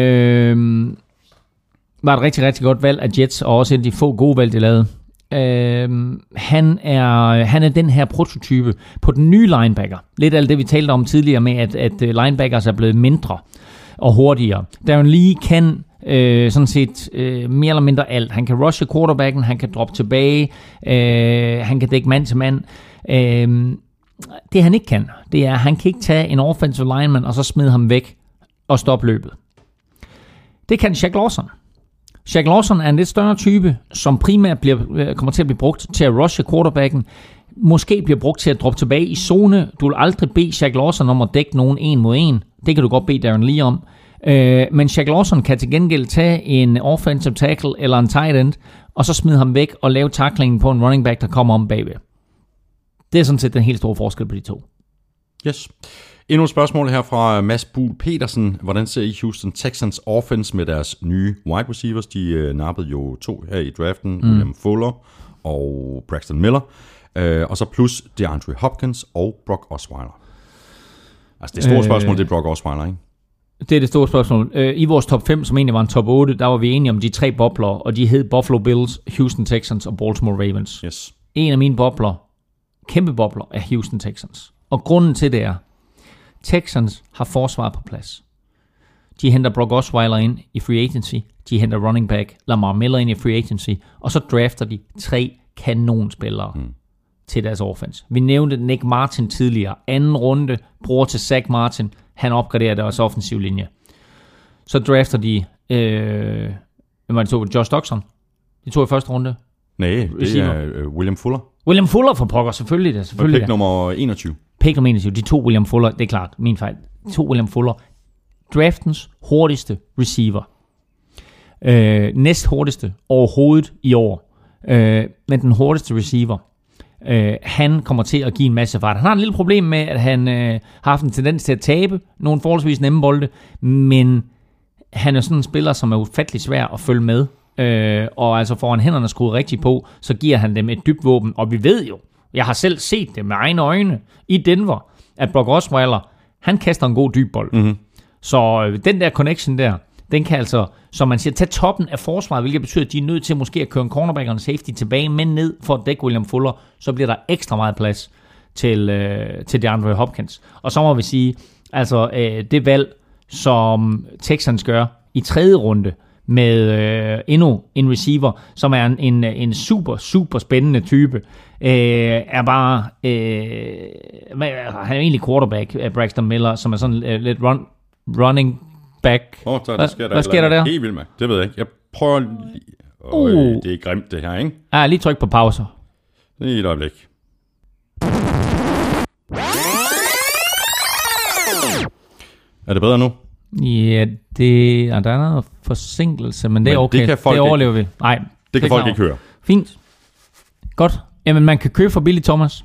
var et rigtig, rigtig godt valg af Jets, og også en af de få gode valg, de lavede. Han er den her prototype på den nye linebacker. Lidt af det, vi talte om tidligere med, at linebackers er blevet mindre og hurtigere. Darren Lee kan sådan set mere eller mindre alt. Han kan rushe quarterbacken, han kan droppe tilbage, han kan dække mand til mand. Det han ikke kan, det er, at han kan ikke tage en offensive lineman og så smide ham væk og stoppe løbet. Det kan Shaq Lawson. Shaq Lawson er en lidt større type, som primært kommer til at blive brugt til at rushe quarterbacken. Måske bliver brugt til at droppe tilbage i zone. Du vil aldrig bede Shaq Lawson om at dække nogen 1 mod 1. Det kan du godt bede Darren Lee om. Men Shaq Lawson kan til gengæld tage en offensive tackle eller en tight end, og så smide ham væk og lave tacklingen på en running back, der kommer om bagved. Det er sådan set den helt store forskel på de 2. Yes. Endnu et spørgsmål her fra Mads Buhl Petersen. Hvordan ser I Houston Texans offense med deres nye wide receivers? De nappede jo 2 her i draften. William Fuller og Braxton Miller. Og så plus DeAndre Hopkins og Brock Osweiler. Altså det store spørgsmål, det er Brock Osweiler, ikke? Det er det store spørgsmål. I vores top 5, som egentlig var en top 8, der var vi enige om de 3 bobler, og de hed Buffalo Bills, Houston Texans og Baltimore Ravens. Yes. En af mine bobler, kæmpe bobler, er Houston Texans. Og grunden til det er, Texans har forsvar på plads. De henter Brock Osweiler ind i free agency. De henter running back Lamar Miller ind i free agency. Og så drafter de 3 kanonspillere til deres offense. Vi nævnte Nick Martin tidligere. 2. runde, bror til Zach Martin. Han opgraderer deres offensiv linje. Så drafter de Josh Doctson. De 2 i første runde. Nej, det er William Fuller. William Fuller for pokker, selvfølgelig. Det, selvfølgelig. Pick nummer 21. Pick nummer 21. De 2 William Fuller, det er klart, min fejl. 2 William Fuller. Draftens hurtigste receiver. Næst hurtigste overhovedet i år. Men den hurtigste receiver. Han kommer til at give en masse fart. Han har et lille problem med, at han har haft en tendens til at tabe nogle forholdsvis nemme bolde, men han er sådan en spiller, som er ufattelig svær at følge med. Og altså får han hænderne skruet rigtigt på, så giver han dem et dybt våben. Og vi ved jo, jeg har selv set det med egne øjne i Denver, at Brock Osweiler, han kaster en god dyb bold. Mm-hmm. Så den der connection der, den kan altså, som man siger, tage toppen af forsvaret, hvilket betyder, at de er nødt til måske at køre en cornerback og en safety tilbage, men ned for at dække William Fuller, så bliver der ekstra meget plads til DeAndre Hopkins. Og så må vi sige, altså det valg, som Texans gør i 3. runde, med endnu en receiver, som er en super, super spændende type, er bare, han er egentlig quarterback, Braxton Miller, som er sådan lidt running back. Hvad sker der der? Helt vildt med. Det ved jeg ikke. Jeg prøver lige. Det er grimt det her, ikke? Ja, lige tryk på pauser. Det er et øjeblik. Er det bedre nu? Ja, der er noget forsinkelse, men det er okay. Det overlever vi. Nej, det kan folk ikke høre. Fint. Godt. Jamen, man kan købe for billigt, Thomas.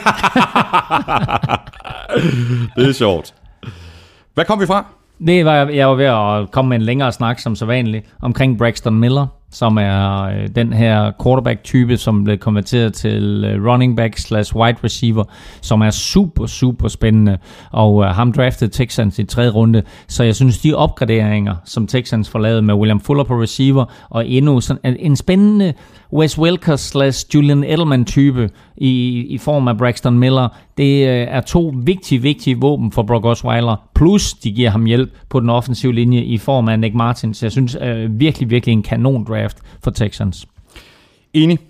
Det er sjovt. Hvad kom vi fra? Jeg var ved at komme med en længere snak, som så vanligt, omkring Braxton Miller. som er den her quarterback-type, som blev konverteret til running back/wide receiver, som er super, super spændende. Og ham draftede Texans i 3. runde. Så jeg synes, de opgraderinger, som Texans får lavet med William Fuller på receiver, og endnu sådan en spændende Wes Welker/Julian Edelman-type i form af Braxton Miller, det er 2 vigtige våben for Brock Osweiler, plus de giver ham hjælp på den offensive linje i form af Nick Martin. Så jeg synes virkelig en kanon draft for Texans. Enig.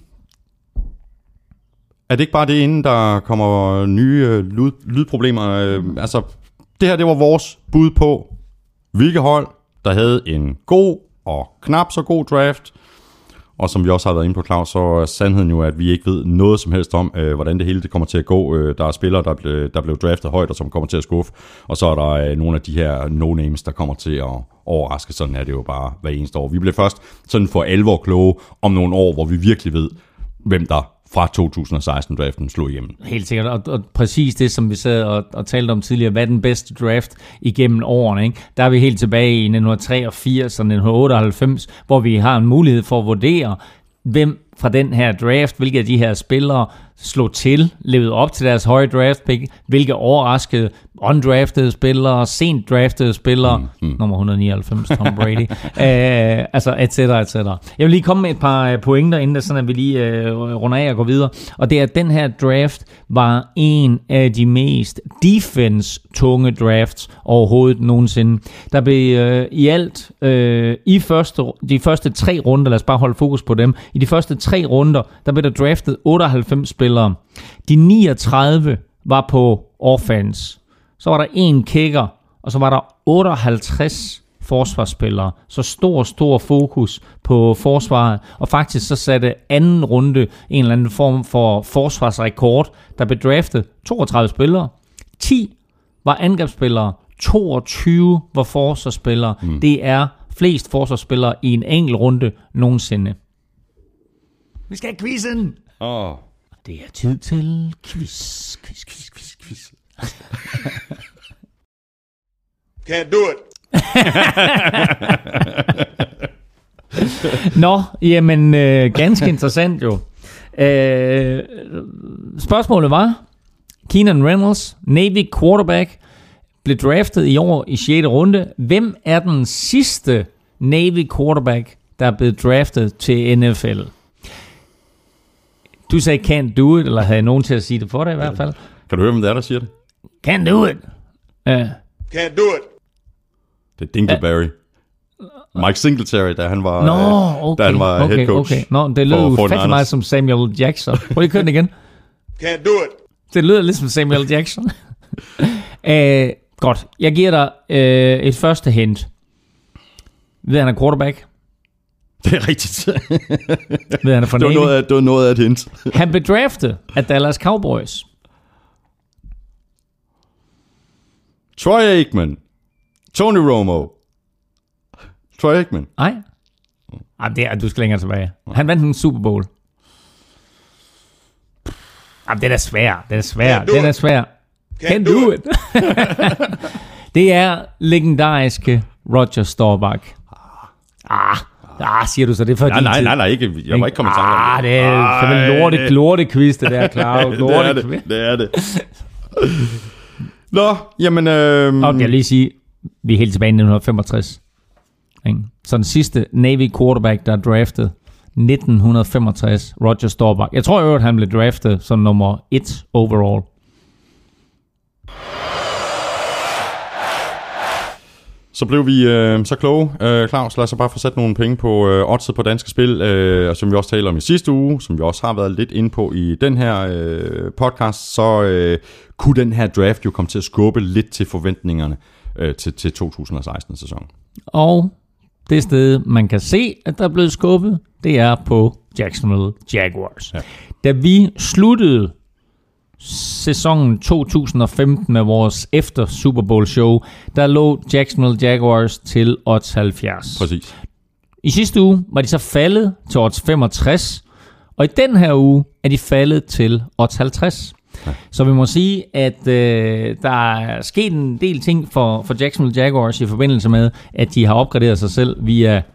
Er det ikke bare det, inden der kommer nye lydproblemer? Altså, det her, det var vores bud på, hvilke hold, der havde en god og knap så god draft. Og som vi også har været inde på, Claus, så er sandheden jo, at vi ikke ved noget som helst om, hvordan det hele det kommer til at gå. Der er spillere, der blev draftet højt, og som kommer til at skuffe. Og så er der nogle af de her no-names, der kommer til at overraske. Sådan er det jo bare hver eneste år. Vi bliver først sådan for alvor kloge om nogle år, hvor vi virkelig ved, hvem der fra 2016-draften slog igennem. Helt sikkert, og præcis det, som vi sad og talte om tidligere, hvad er den bedste draft igennem årene, ikke? Der er vi helt tilbage i 1983 og 1998, hvor vi har en mulighed for at vurdere, hvem fra den her draft, hvilke af de her spillere slog til, levede op til deres høje draft pick, hvilke overraskede undraftede spillere, sent draftede spillere, nummer 199, Tom Brady, altså et cetera. Jeg vil lige komme med et par pointer, inden sådan at vi lige runder af og går videre, og det er, at den her draft var en af de mest defense-tunge drafts overhovedet nogensinde. Der blev i alt de første 3 runder, lad os bare holde fokus på dem, i de første 3 runder, der blev der draftet 98 spillere. De 39 var på offense. Så var der 1 kicker, og så var der 58 forsvarsspillere. Så stor fokus på forsvaret. Og faktisk så satte anden runde en eller anden form for forsvarsrekord. Der blev draftet 32 spillere. 10 var angrebsspillere. 22 var forsvarsspillere. Det er flest forsvarsspillere i en enkelt runde nogensinde. Vi skal have quizzen! Det er tid til quiz. Can't do it. Nå, jamen ganske interessant jo. Spørgsmålet var, Keenan Reynolds, Navy quarterback, blev draftet i år i 6. runde. Hvem er den sidste Navy quarterback, der er blevet draftet til NFL? Du sagde can't do it, eller havde nogen til at sige det for dig i hvert fald? Kan du høre, hvem det er, der siger det? Can't do it. Can't do it. Det er Dingleberry. Mike Singletary, da han var, head coach. Okay. Nå, det lød jo fandme meget som Samuel Jackson. Prøv lige at køre den igen. Can't do it. Det lyder lidt som Samuel Jackson. Godt. Jeg giver dig et første hint. Ved han er quarterback? Det er rigtigt. Ved han er for Navy? Det var noget af et hint. Han blev draftet af Dallas Cowboys. Troy Aikman. Tony Romo. Troy Aikman. Nej. Du skal længere tilbage. Han vandt en Super Bowl. Den er svær. Can't do it. Det er legendariske Roger Staubach. Siger du så det for nej, ikke. Jeg var ikke kommet i tanke om det. Det er simpelthen lortequiz, det der, Claus. Det er det. Nå, jamen... Og jeg vil lige sige, vi er helt tilbage i 1965. Så den sidste Navy quarterback, der er draftet 1965, Roger Staubach. Jeg tror jo, at han blev draftet som nummer 1 overall. Så blev vi så kloge, Claus. Lad os bare få sat nogle penge på oddset på danske spil, som vi også talte om i sidste uge, som vi også har været lidt inde på i den her podcast, så kunne den her draft jo komme til at skubbe lidt til forventningerne til 2016-sæsonen. Og det sted, man kan se, at der er blevet skubbet, det er på Jacksonville Jaguars. Ja. Da vi sluttede sæsonen 2015 med vores efter Super Bowl show, der lå Jacksonville Jaguars til odds 70. Præcis. I sidste uge var de så faldet til odds 65, og i den her uge er de faldet til odds 50. Ja. Så vi må sige, at der er sket en del ting for Jacksonville Jaguars i forbindelse med, at de har opgraderet sig selv via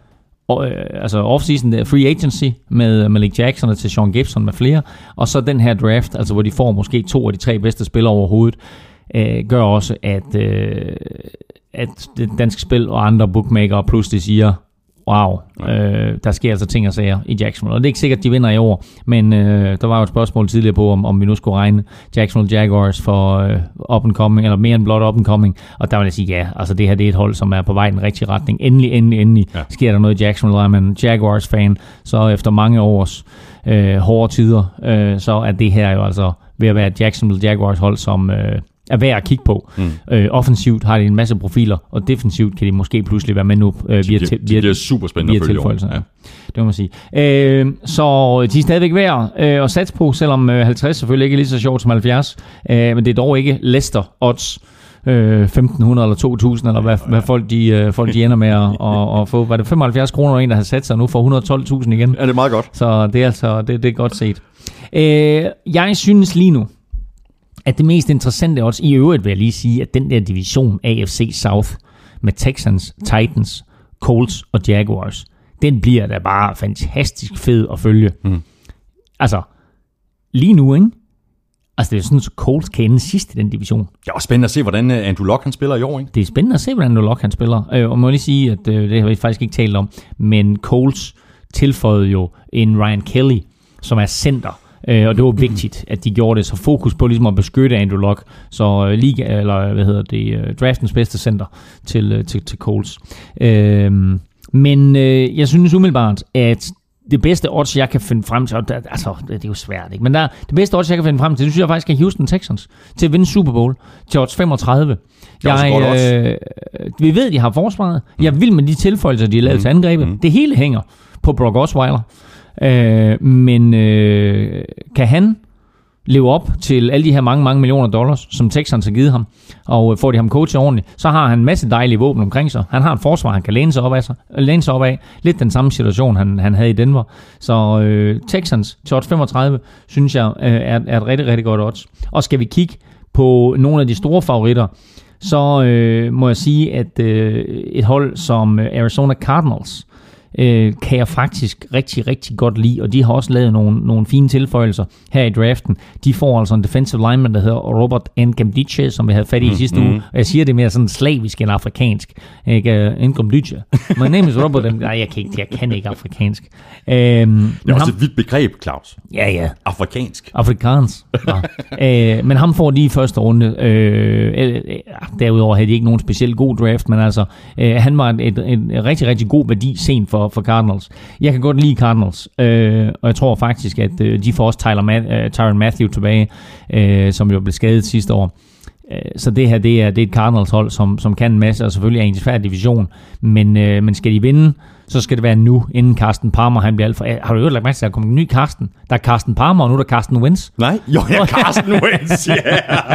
altså off-season free agency med Malik Jackson og til Sean Gibson med flere, og så den her draft, altså hvor de får måske 2 af de 3 bedste spillere overhovedet, gør også, at det danske spil og andre bookmakere pludselig siger, wow, der sker altså ting og sager i Jacksonville. Og det er ikke sikkert, at de vinder i år, men der var jo et spørgsmål tidligere på, om vi nu skulle regne Jacksonville Jaguars for up and coming, eller mere end blot up and coming. Og der vil jeg sige, ja, altså det her det er et hold, som er på vej i den rigtige retning. Endelig sker der noget i Jacksonville, og er man Jaguars-fan, så efter mange års hårde tider, så er det her jo altså ved at være et Jacksonville Jaguars-hold, som er værd at kigge på. Offensivt har de en masse profiler, og defensivt kan de måske pludselig være med nu via det er super spændende at følge over. Ja. Det må man sige. Så de er stadigvæk værd at satse på, selvom 50 selvfølgelig ikke er lige så sjovt som 70, men det er dog ikke Leicester odds 1500 eller 2000, eller hvad folk de ender med at få. Var det 75 kroner, en der har sat sig nu for 112.000 igen? Ja, det er meget godt. Så det er altså det er godt set. Jeg synes lige nu, at det mest interessante også i øvrigt vil jeg lige sige, at den der division AFC South med Texans, Titans, Colts og Jaguars, den bliver da bare fantastisk fed at følge. Altså, lige nu, ikke? Altså, det er sådan, så Colts kan ende sidst i den division. Det er også spændende at se, hvordan Andrew Luck han spiller i år, ikke? Det er spændende at se, hvordan Andrew Luck han spiller. Og må jeg lige sige, at det har vi faktisk ikke talt om, men Colts tilføjede jo en Ryan Kelly, som er center. Og det var vigtigt, at de gjorde det, så fokus på ligesom at beskytte Andrew Luck, så draftens bedste center til Colts. Men jeg synes umiddelbart, at det bedste odds, jeg kan finde frem til, altså det er jo svært, ikke? Men det bedste odds, jeg kan finde frem til, det synes jeg faktisk er Houston Texans til at vinde Super Bowl til odds 35. Vi ved, de har forsvaret. Jeg vil med de tilføjelser, de har lavet til angrebet. Det hele hænger på Brock Osweiler. Men kan han leve op til alle de her mange millioner dollars, som Texans har givet ham, og får de ham coachet ordentligt, så har han en masse dejlige våben omkring sig. Han har et forsvar, han kan læne sig op af. Lidt den samme situation, han havde i Denver. Så Texans til odds 35, synes jeg, er et rigtig, rigtig godt odds. Og skal vi kigge på nogle af de store favoritter, så må jeg sige, at et hold som Arizona Cardinals kan jeg faktisk rigtig, rigtig godt lide, og de har også lavet nogle fine tilføjelser her i draften. De får altså en defensive lineman, der hedder Robert Nkemdiche, som vi havde fat i sidste uge, og jeg siger det mere sådan slavisk end afrikansk. Nkemdiche. My name is Robert. Nej, jeg kan ikke afrikansk. Det er også et vidt begreb, Claus. Ja. Afrikansk. Men ham får de i første runde. Derudover havde de ikke nogen specielt god draft, men altså, han var en rigtig, rigtig god værdi sent for Cardinals. Jeg kan godt lide Cardinals, og jeg tror faktisk, at de får også Tyrann Mathieu tilbage, som jo blev skadet sidste år. Så det her, det er et Cardinals-hold, som kan en masse, og selvfølgelig er en svær division, men skal de vinde, så skal det være nu, inden Carsten Palmer, han bliver alt for... Har du jo lagt mærke til, at der kommer en ny Carsten? Der er Carsten Palmer, og nu er der Carsten Wentz. Nej, jo, ja, Carsten Wentz, ja.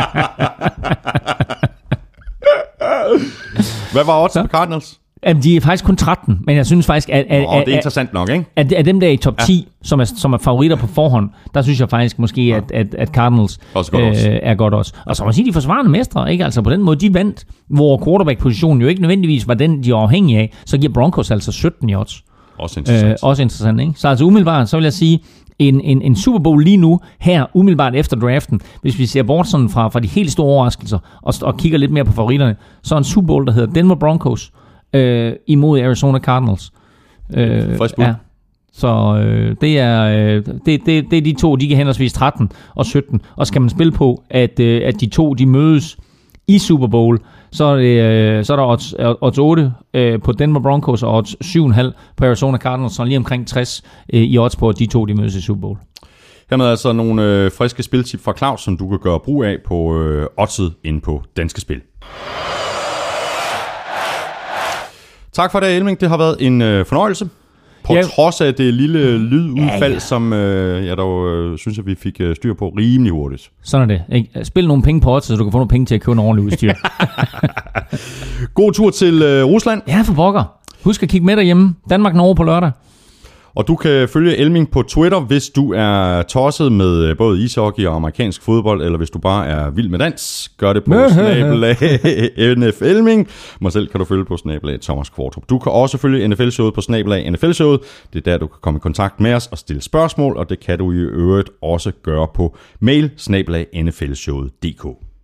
Hvad var odds på Cardinals? Jamen, de er faktisk kun 13, men jeg synes faktisk, at det er interessant nok, ikke? At dem der i top 10, som er favoritter på forhånd, der synes jeg faktisk måske, at Cardinals er godt også. Og så må man sige, de forsvarende mestre, ikke? Altså på den måde, de vandt, hvor quarterback-positionen jo ikke nødvendigvis var den, de var afhængige af, så giver Broncos altså 17 i odds. Også interessant, ikke? Så altså umiddelbart, så vil jeg sige, en Super Bowl lige nu, her umiddelbart efter draften, hvis vi ser bort sådan fra de helt store overraskelser, og kigger lidt mere på favoritterne, så en Super Bowl, der hedder Denver Broncos, imod Arizona Cardinals. Ja. Så det er de to, de kan henholdsvis 13 og 17. Og skal man spille på, at de to de mødes i Super Bowl, så er der odds 8 på Denver Broncos og odds 7,5 på Arizona Cardinals, så lige omkring 60 i odds på, at de to de mødes i Super Bowl. Hermed altså nogle friske spiltip fra Claus, som du kan gøre brug af på oddset inde på Danske Spil. Tak for det, Elming. Det har været en fornøjelse. På trods af det lille lydudfald, som jeg dog synes, at vi fik styr på rimelig hurtigt. Sådan er det. Ikke? Spil nogle penge på odds, så du kan få nogle penge til at købe en ordentlig udstyr. God tur til Rusland. Ja, for pokker. Husk at kigge med derhjemme. Danmark-Norge på lørdag. Og du kan følge Elming på Twitter, hvis du er tosset med både ishockey og amerikansk fodbold, eller hvis du bare er vild med dans. Gør det på @NFElming. Mig selv kan du følge på @Thomas Kvartrup. Du kan også følge NFL-showet på @NFL-showet. Det er der, du kan komme i kontakt med os og stille spørgsmål, og det kan du i øvrigt også gøre på mail @nflshowet.dk.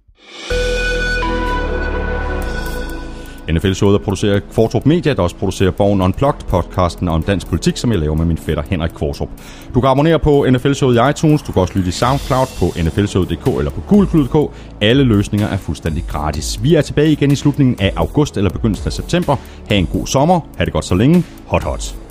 NFL-showet er produceret af Kvartrup Media, der også producerer Borgen Unplugged, podcasten om dansk politik, som jeg laver med min fætter Henrik Kvartrup. Du kan abonnere på NFL-showet i iTunes, du kan også lytte i SoundCloud på nflshowet.dk eller på gulklud.dk. Alle løsninger er fuldstændig gratis. Vi er tilbage igen i slutningen af august eller begyndelsen af september. Ha' en god sommer, ha' det godt så længe. Hot hot.